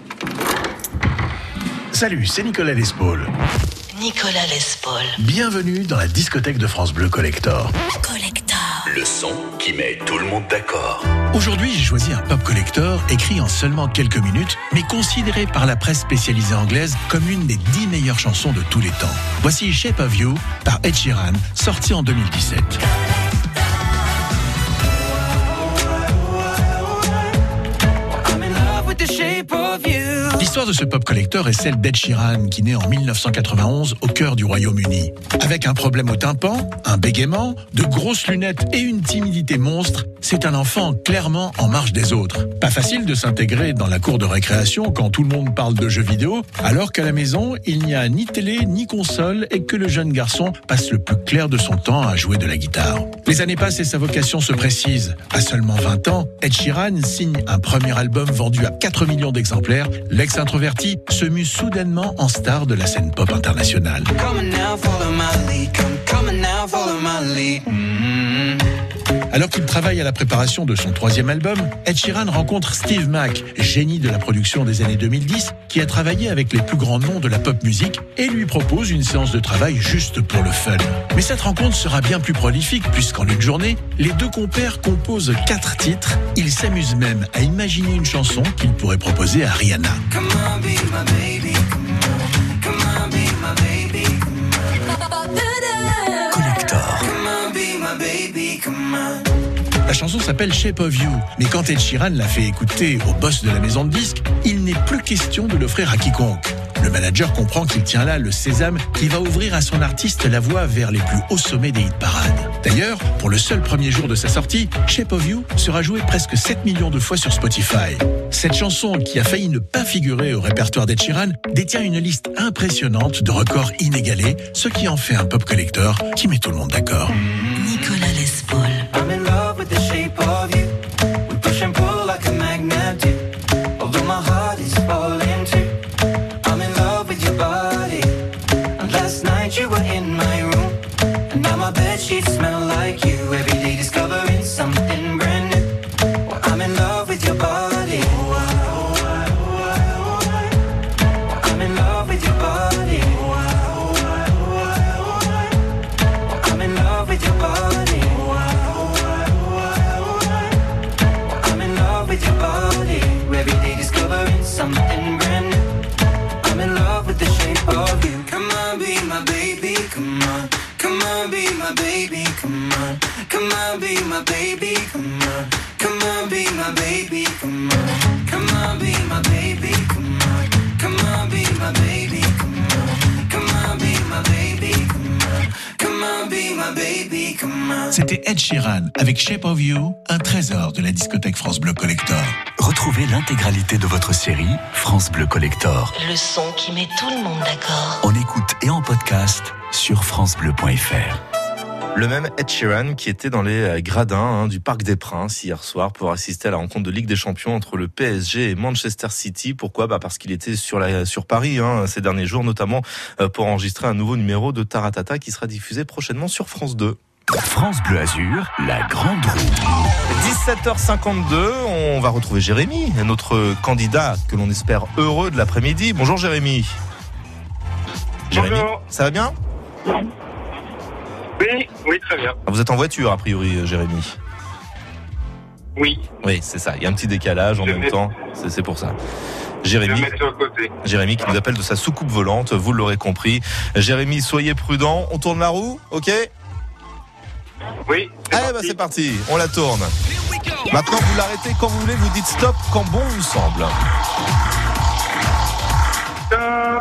Salut, c'est Nicolas Lespaul. Nicolas Lespaul. Bienvenue dans la discothèque de France Bleu Collector. Collector. Le son qui met tout le monde d'accord. Aujourd'hui, j'ai choisi un pop collector écrit en seulement quelques minutes, mais considéré par la presse spécialisée anglaise comme l'une des dix meilleures chansons de tous les temps. Voici Shape of You par Ed Sheeran, sorti en deux mille dix-sept. L'histoire de ce pop collector est celle d'Ed Sheeran, qui naît en dix-neuf cent quatre-vingt-onze au cœur du Royaume-Uni. Avec un problème au tympan, un bégaiement, de grosses lunettes et une timidité monstre, c'est un enfant clairement en marge des autres. Pas facile de s'intégrer dans la cour de récréation quand tout le monde parle de jeux vidéo, alors qu'à la maison, il n'y a ni télé ni console et que le jeune garçon passe le plus clair de son temps à jouer de la guitare. Les années passent et sa vocation se précise. À seulement vingt ans, Ed Sheeran signe un premier album vendu à quatre millions d'exemplaires. L'ex-introverti se mue soudainement en star de la scène pop internationale. Alors qu'il travaille à la préparation de son troisième album, Ed Sheeran rencontre Steve Mac, génie de la production des années deux mille dix, qui a travaillé avec les plus grands noms de la pop musique et lui propose une séance de travail juste pour le fun. Mais cette rencontre sera bien plus prolifique puisqu'en une journée, les deux compères composent quatre titres. Ils s'amusent même à imaginer une chanson qu'ils pourraient proposer à Rihanna. Come on, be my baby, come on, come on, be my baby, come on. Collector. Come on, be my baby, come on. La chanson s'appelle Shape of You, mais quand Ed Sheeran l'a fait écouter au boss de la maison de disques, il n'est plus question de l'offrir à quiconque. Le manager comprend qu'il tient là le sésame qui va ouvrir à son artiste la voie vers les plus hauts sommets des hit-parades. D'ailleurs, pour le seul premier jour de sa sortie, Shape of You sera joué presque sept millions de fois sur Spotify. Cette chanson, qui a failli ne pas figurer au répertoire d'Ed Sheeran, détient une liste impressionnante de records inégalés, ce qui en fait un pop collector qui met tout le monde d'accord. Nicolas Lespaul. I'm in love with the shape of you. We push and pull like a magnet do. Although my heart is falling too. I'm in love with your body. And last night you were in my room. And now my bedsheets smell like you. Every day discovering something brand new. Well, I'm in love with your body. I'm in love with your body. I'm in love with your body. Something brand new. I'm in love with the shape of you. Come on, be my baby, come on. Come on, be my baby, come on. Come on, be my baby, come on. Come on, be my baby, come on. Come on, be my baby, come on. Come on, be my baby, come on. Come on, be my baby, come on. Come on, be my baby, C'était Ed Sheeran avec Shape of You, un trésor de la discothèque France Bleu Collector. Retrouvez l'intégralité de votre série France Bleu Collector. Le son qui met tout le monde d'accord. En écoute et en podcast sur francebleu point f r. Le même Ed Sheeran qui était dans les gradins hein, du Parc des Princes hier soir pour assister à la rencontre de Ligue des Champions entre le P S G et Manchester City. Pourquoi ? Bah parce qu'il était sur, la, sur Paris hein, ces derniers jours, notamment pour enregistrer un nouveau numéro de Taratata qui sera diffusé prochainement sur France deux. France Bleu Azur, la grande roue. dix-sept heures cinquante-deux, on va retrouver Jérémy, notre candidat que l'on espère heureux de l'après-midi. Bonjour Jérémy. Jérémy, bonjour. Ça va bien ? Oui, oui, très bien. Vous êtes en voiture, a priori, Jérémy ? Oui. Oui, c'est ça. Il y a un petit décalage en Je même vais... temps. C'est, c'est pour ça. Jérémy, Jérémy qui nous appelle de sa soucoupe volante, vous l'aurez compris. Jérémy, soyez prudent. On tourne la roue, ok ? Oui. Allez, bah c'est parti. On la tourne. Maintenant, vous l'arrêtez quand vous voulez. Vous dites stop quand bon vous semble. Stop.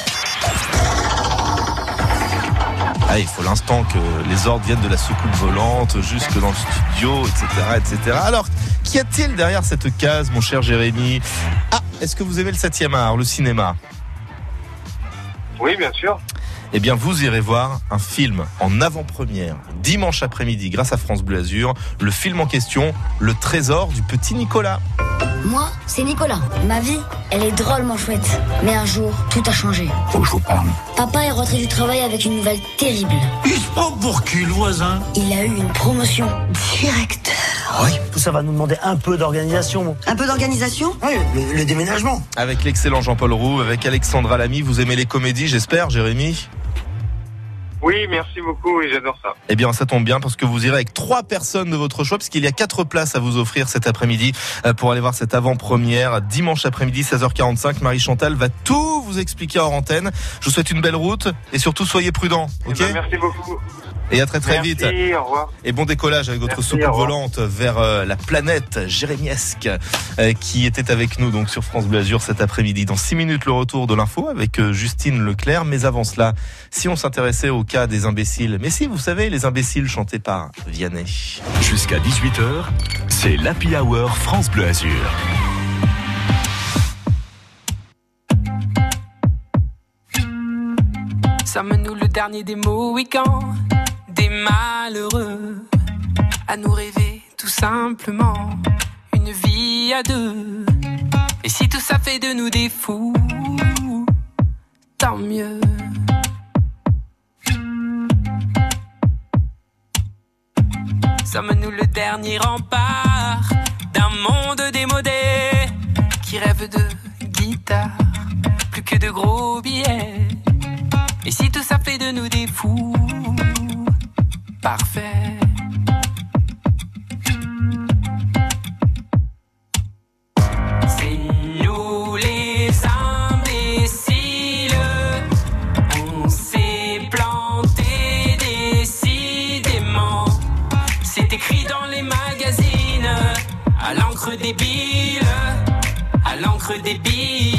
Ah, il faut l'instant que les ordres viennent de la soucoupe volante jusque dans le studio, et cetera, et cetera. Alors, qu'y a-t-il derrière cette case, mon cher Jérémy ? Ah, est-ce que vous aimez le septième art, le cinéma ? Oui, bien sûr. Eh bien, vous irez voir un film en avant-première dimanche après-midi grâce à France Bleu Azur. Le film en question, Le Trésor du petit Nicolas. Moi, c'est Nicolas. Ma vie, elle est drôlement chouette. Mais un jour, tout a changé. Faut que je vous parle. Papa est rentré du travail avec une nouvelle terrible. Il se prend pour qui, le voisin ? Il a eu une promotion. Directeur. Oui, tout ça va nous demander un peu d'organisation. Un peu d'organisation ? Oui, le, le déménagement. Avec l'excellent Jean-Paul Roux, avec Alexandra Lamy, vous aimez les comédies, j'espère, Jérémy ? Oui, merci beaucoup, oui, j'adore ça. Eh bien, ça tombe bien parce que vous irez avec trois personnes de votre choix, parce qu'il y a quatre places à vous offrir cet après-midi pour aller voir cette avant-première. Dimanche après-midi, seize heures quarante-cinq, Marie-Chantal va tout vous expliquer hors antenne. Je vous souhaite une belle route et surtout, soyez prudents, ok ? Eh ben, merci beaucoup. Et à très très Merci, vite. Au revoir. Et bon décollage avec votre Merci, soucoupe au revoir. volante vers euh, la planète jérémiesque euh, qui était avec nous donc sur France Bleu Azur cet après-midi. Dans six minutes, le retour de l'info avec euh, Justine Leclerc. Mais avant cela, si on s'intéressait au cas des imbéciles, mais si vous savez, les imbéciles chantés par Vianney. Jusqu'à dix-huit heures, c'est l'Happy Hour France Bleu Azur. Sommes-nous le dernier des Mohicans, des malheureux, à nous rêver tout simplement une vie à deux. Et si tout ça fait de nous des fous, tant mieux. Sommes-nous le dernier rempart d'un monde démodé qui rêve de guitare, plus que de gros billets. Et si tout ça fait de nous des fous, parfait. C'est nous les imbéciles, on s'est planté décidément. C'est écrit dans les magazines, à l'encre débile, à l'encre débile.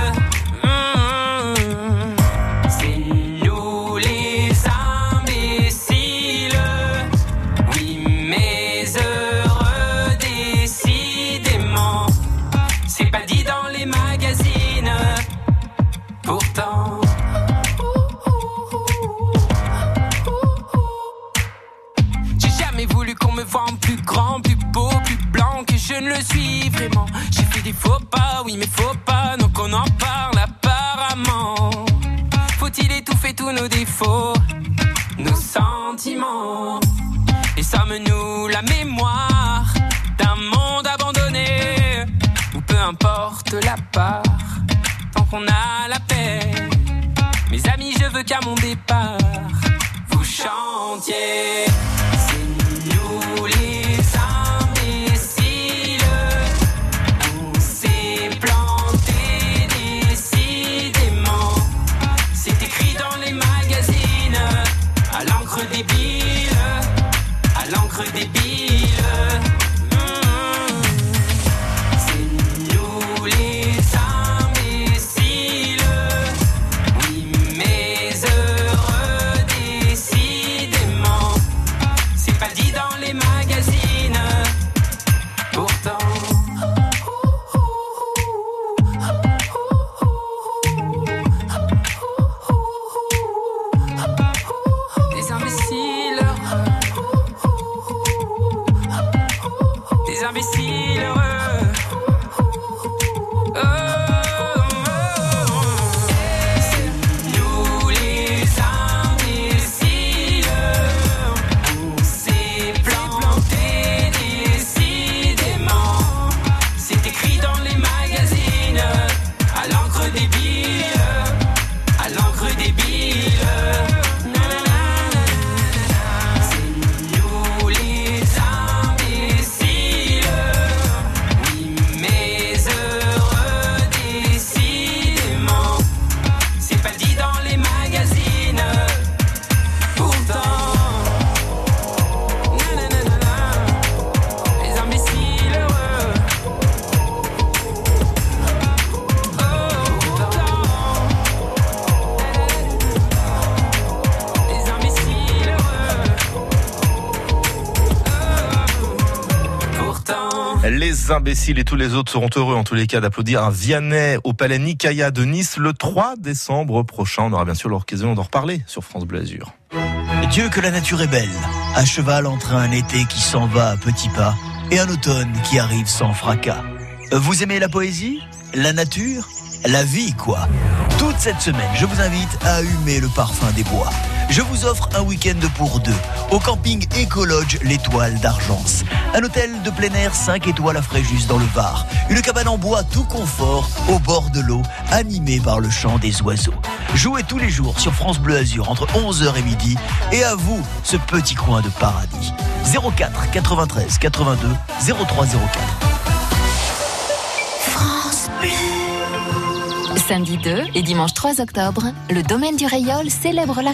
Je ne le suis vraiment. J'ai fait des faux pas, oui mais faux pas, donc on en parle apparemment. Faut-il étouffer tous nos défauts, nos sentiments? Et sommes-nous la mémoire d'un monde abandonné, ou peu importe la part, tant qu'on a la paix? Mes amis, je veux qu'à mon départ vous chantiez. C'est nous les débile, à l'encre débile. Mmh. C'est nous les imbéciles, oui mais heureux décidément. Les imbéciles et tous les autres seront heureux en tous les cas d'applaudir un Vianney au Palais Nicaïa de Nice le trois décembre prochain. On aura bien sûr l'occasion d'en reparler sur France Bleu Azur. Dieu que la nature est belle, à cheval entre un été qui s'en va à petits pas et un automne qui arrive sans fracas. Vous aimez la poésie, la nature, la vie quoi. Toute cette semaine, je vous invite à humer le parfum des bois. Je vous offre un week-end pour deux au camping Écolodge l'Étoile d'Argence. Un hôtel de plein air cinq étoiles à Fréjus dans le Var. Une cabane en bois tout confort au bord de l'eau, animée par le chant des oiseaux. Jouez tous les jours sur France Bleu Azur entre onze heures et midi. Et à vous, ce petit coin de paradis. zéro quatre quatre-vingt-treize quatre-vingt-deux zéro trois zéro quatre. France Bleu. Samedi deux et dimanche trois octobre, le domaine du Rayol célèbre la